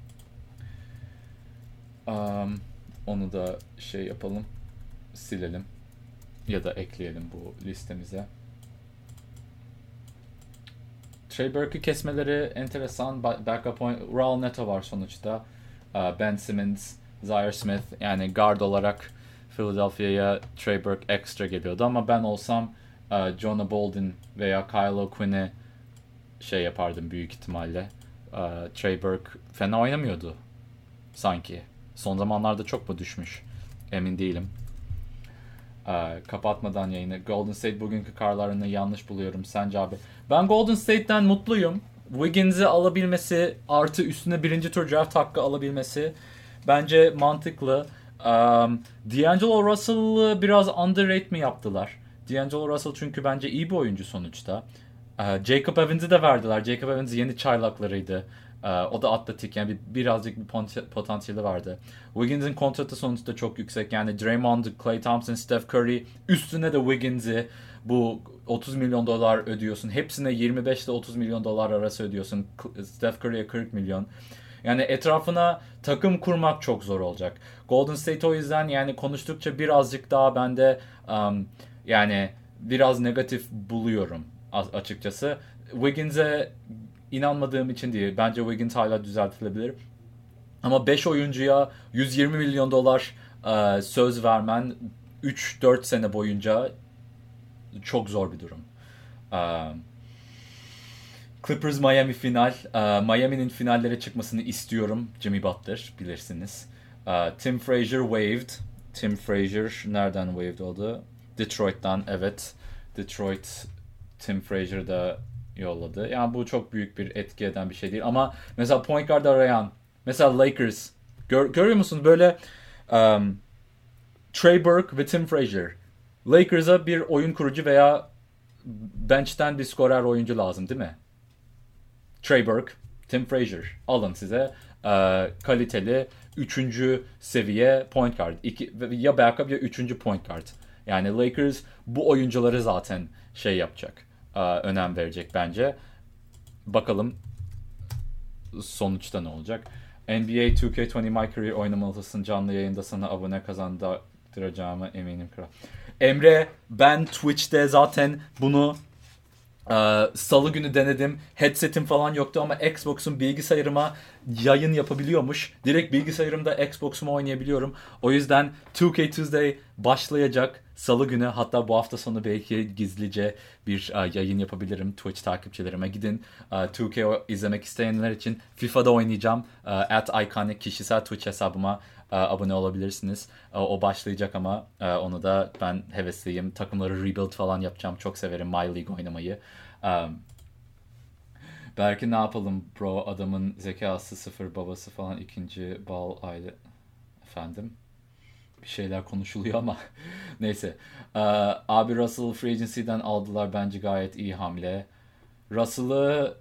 Onu da yapalım. Silelim. Ya da ekleyelim bu listemize. Trey Burke'ü kesmeleri enteresan. Backup point. Raul Neto var sonuçta. Ben Simmons, Zaire Smith. Yani guard olarak Philadelphia'ya Trey Burke extra geliyordu. Ama ben olsam Jonah Bolden veya Kyle O'Quinn'i yapardım büyük ihtimalle. Trey Burke fena oynamıyordu sanki. Son zamanlarda çok mu düşmüş? Emin değilim. Kapatmadan yayını. Golden State bugünkü kararlarını yanlış buluyorum. Sence abi? Ben Golden State'ten mutluyum. Wiggins'i alabilmesi artı üstüne birinci tur draft hakkı alabilmesi bence mantıklı. D'Angelo Russell'ı biraz underrate mi yaptılar? D'Angelo Russell çünkü bence iyi bir oyuncu sonuçta. Jacob Evans'i de verdiler. Jacob Evans yeni çaylaklarıydı. O da atletik, yani birazcık bir potansiyeli vardı. Wiggins'in kontratı sonuçta çok yüksek. Yani Draymond, Klay Thompson, Steph Curry üstüne de Wiggins'i bu 30 milyon dolar ödüyorsun. Hepsine 25 ile 30 milyon dolar arası ödüyorsun. Steph Curry'e 40 milyon. Yani etrafına takım kurmak çok zor olacak. Golden State o yüzden yani konuştukça birazcık daha bende yani biraz negatif buluyorum açıkçası. Wiggins'e inanmadığım için değil. Bence Wiggins hala düzeltilebilir. Ama 5 oyuncuya 120 milyon dolar söz vermen 3-4 sene boyunca çok zor bir durum. Clippers Miami final. Miami'nin finallere çıkmasını istiyorum. Jimmy Butler bilirsiniz. Tim Frazier waived. Tim Frazier nereden waived oldu? Detroit'tan, evet. Detroit Tim Frazier'da yolladı. Yani bu çok büyük bir etki eden bir şey değil. Ama mesela point guard arayan, mesela Lakers, görüyor musunuz böyle Trey Burke ve Tim Frazier. Lakers'a bir oyun kurucu veya bench'ten bir skorer oyuncu lazım değil mi? Trey Burke, Tim Frazier. Alın size kaliteli 3. seviye point guard. Ya backup ya 3. point guard. Yani Lakers bu oyuncuları zaten yapacak. Önem verecek bence. bakalım sonuçta ne olacak. NBA 2K20 My Career oynamalısın. Canlı yayında sana abone kazandıracağıma eminim kral. Emre, ben Twitch'te zaten bunu Salı günü denedim. Headsetim falan yoktu ama Xbox'un bilgisayarıma yayın yapabiliyormuş. Direkt bilgisayarımda Xbox'umu oynayabiliyorum. O yüzden 2K Tuesday başlayacak Salı günü. Hatta bu hafta sonu belki gizlice bir yayın yapabilirim. Twitch takipçilerime gidin. 2K izlemek isteyenler için FIFA'da oynayacağım. @iconic kişisel Twitch hesabıma abone olabilirsiniz. O başlayacak ama onu da ben hevesliyim. Takımları rebuild falan yapacağım. Çok severim My League oynamayı. Belki ne yapalım bro, adamın zekası sıfır, babası falan ikinci bal aile efendim. Bir şeyler konuşuluyor ama neyse. Abi Russell Free Agency'den aldılar, bence gayet iyi hamle. Russell'ı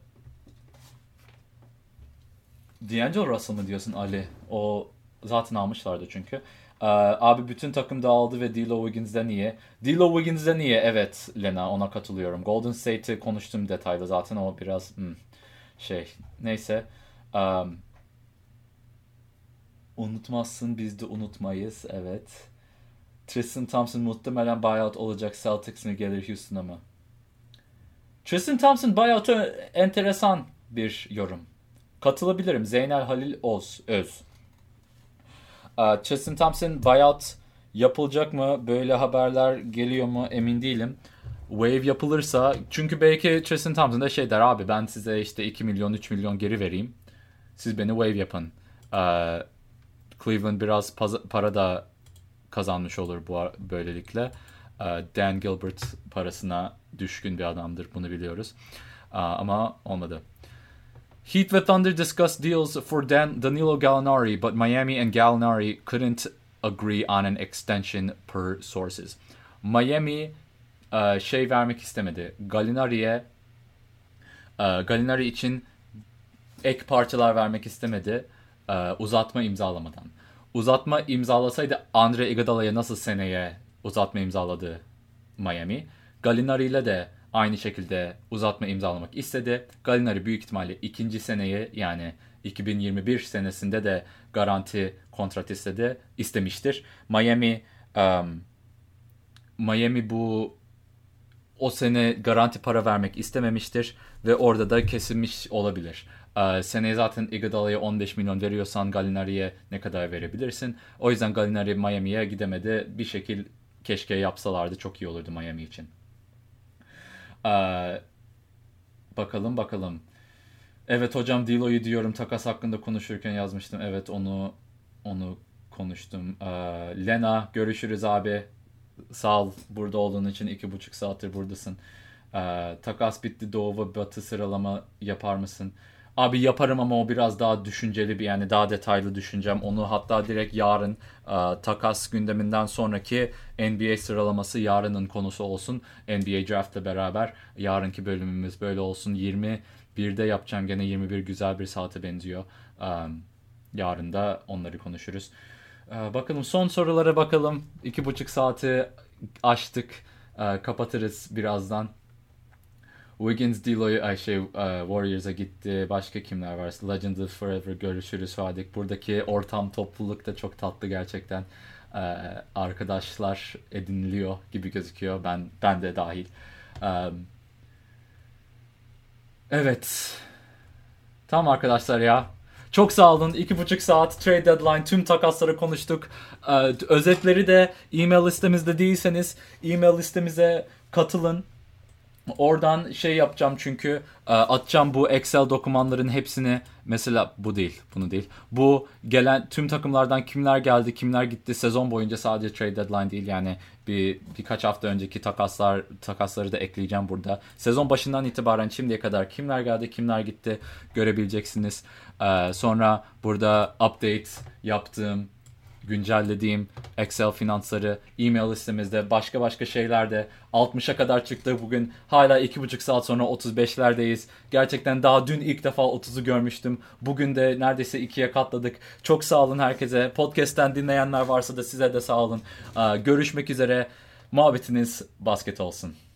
D'Angelo Russell mı diyorsun Ali? O zaten almışlardı çünkü. Abi bütün takım dağıldı ve D'Lo Wiggins'den iyi. D'Lo Wiggins'den iyi, evet Lena, ona katılıyorum. Golden State'i konuştum detaylı zaten, o biraz neyse. Um, Unutmazsın, biz de unutmayız, evet. Tristan Thompson muhtemelen buyout olacak, Celtics mi gelir Houston'a mı? Tristan Thompson buyout'u enteresan bir yorum. Katılabilirim. Zeynel Halil Öz. Tristan Thompson buyout yapılacak mı? Böyle haberler geliyor mu? Emin değilim. Wave yapılırsa, çünkü belki Tristan Thompson da şey der, abi ben size işte 2 milyon 3 milyon geri vereyim. Siz beni wave yapın. Cleveland biraz para da kazanmış olur böylelikle. Dan Gilbert parasına düşkün bir adamdır, bunu biliyoruz. Ama olmadı. Heat ve Thunder discussed deals for Danilo Gallinari, but Miami and Gallinari couldn't agree on an extension per sources. Miami vermek istemedi. Gallinari için ek parçalar vermek istemedi. Uzatma imzalamadan. Uzatma imzalasaydı Andre Iguodala'ya nasıl seneye uzatma imzaladı Miami, Gallinari ile de aynı şekilde uzatma imzalamak istedi. Gallinari büyük ihtimalle ikinci seneye, yani 2021 senesinde de garanti kontrat istemiştir. Miami o sene garanti para vermek istememiştir ve orada da kesilmiş olabilir. Seneye zaten Iguodala'ya 15 milyon veriyorsan Gallinari'ye ne kadar verebilirsin? O yüzden Gallinari Miami'ye gidemedi. Bir şekil keşke yapsalardı, çok iyi olurdu Miami için. Bakalım. Evet hocam, D'Lo'yu diyorum, takas hakkında konuşurken yazmıştım. Evet, onu konuştum. Lena, görüşürüz abi. Sağ ol burada olduğun için, 2,5 saattir buradasın. Takas bitti, Doğu ve Batı sıralama yapar mısın? Abi yaparım ama o biraz daha düşünceli yani daha detaylı düşüneceğim. Onu hatta direkt yarın takas gündeminden sonraki NBA sıralaması yarının konusu olsun. NBA Draft'la beraber yarınki bölümümüz böyle olsun. 21'de yapacağım, gene 21 güzel bir saate benziyor. Yarın da onları konuşuruz. Bakalım son sorulara bakalım. 2,5 saati aştık. Kapatırız birazdan. Wiggins, D'Lo'yu Warriors'a gitti. Başka kimler var? Legend of Forever, görüşürüz Fadik. Buradaki ortam, topluluk da çok tatlı gerçekten. Arkadaşlar ediniliyor gibi gözüküyor. Ben de dahil. Evet. Tamam arkadaşlar ya. Çok sağ olun. 2,5 saat trade deadline, tüm takasları konuştuk. Özetleri de e-mail listemizde değilseniz e-mail listemize katılın. Oradan yapacağım çünkü atacağım bu Excel dokümanların hepsini, mesela bunu değil. Bu gelen tüm takımlardan kimler geldi, kimler gitti sezon boyunca, sadece trade deadline değil yani birkaç hafta önceki takasları da ekleyeceğim burada. Sezon başından itibaren şimdiye kadar kimler geldi, kimler gitti görebileceksiniz. Sonra burada update yaptığım, güncellediğim Excel finansları e-mail listemizde, başka şeyler de 60'a kadar çıktı bugün. Hala 2,5 saat sonra 35'lerdeyiz. Gerçekten daha dün ilk defa 30'u görmüştüm. Bugün de neredeyse 2'ye katladık. Çok sağ olun herkese. Podcast'ten dinleyenler varsa da size de sağ olun. Görüşmek üzere. Muhabbetiniz basket olsun.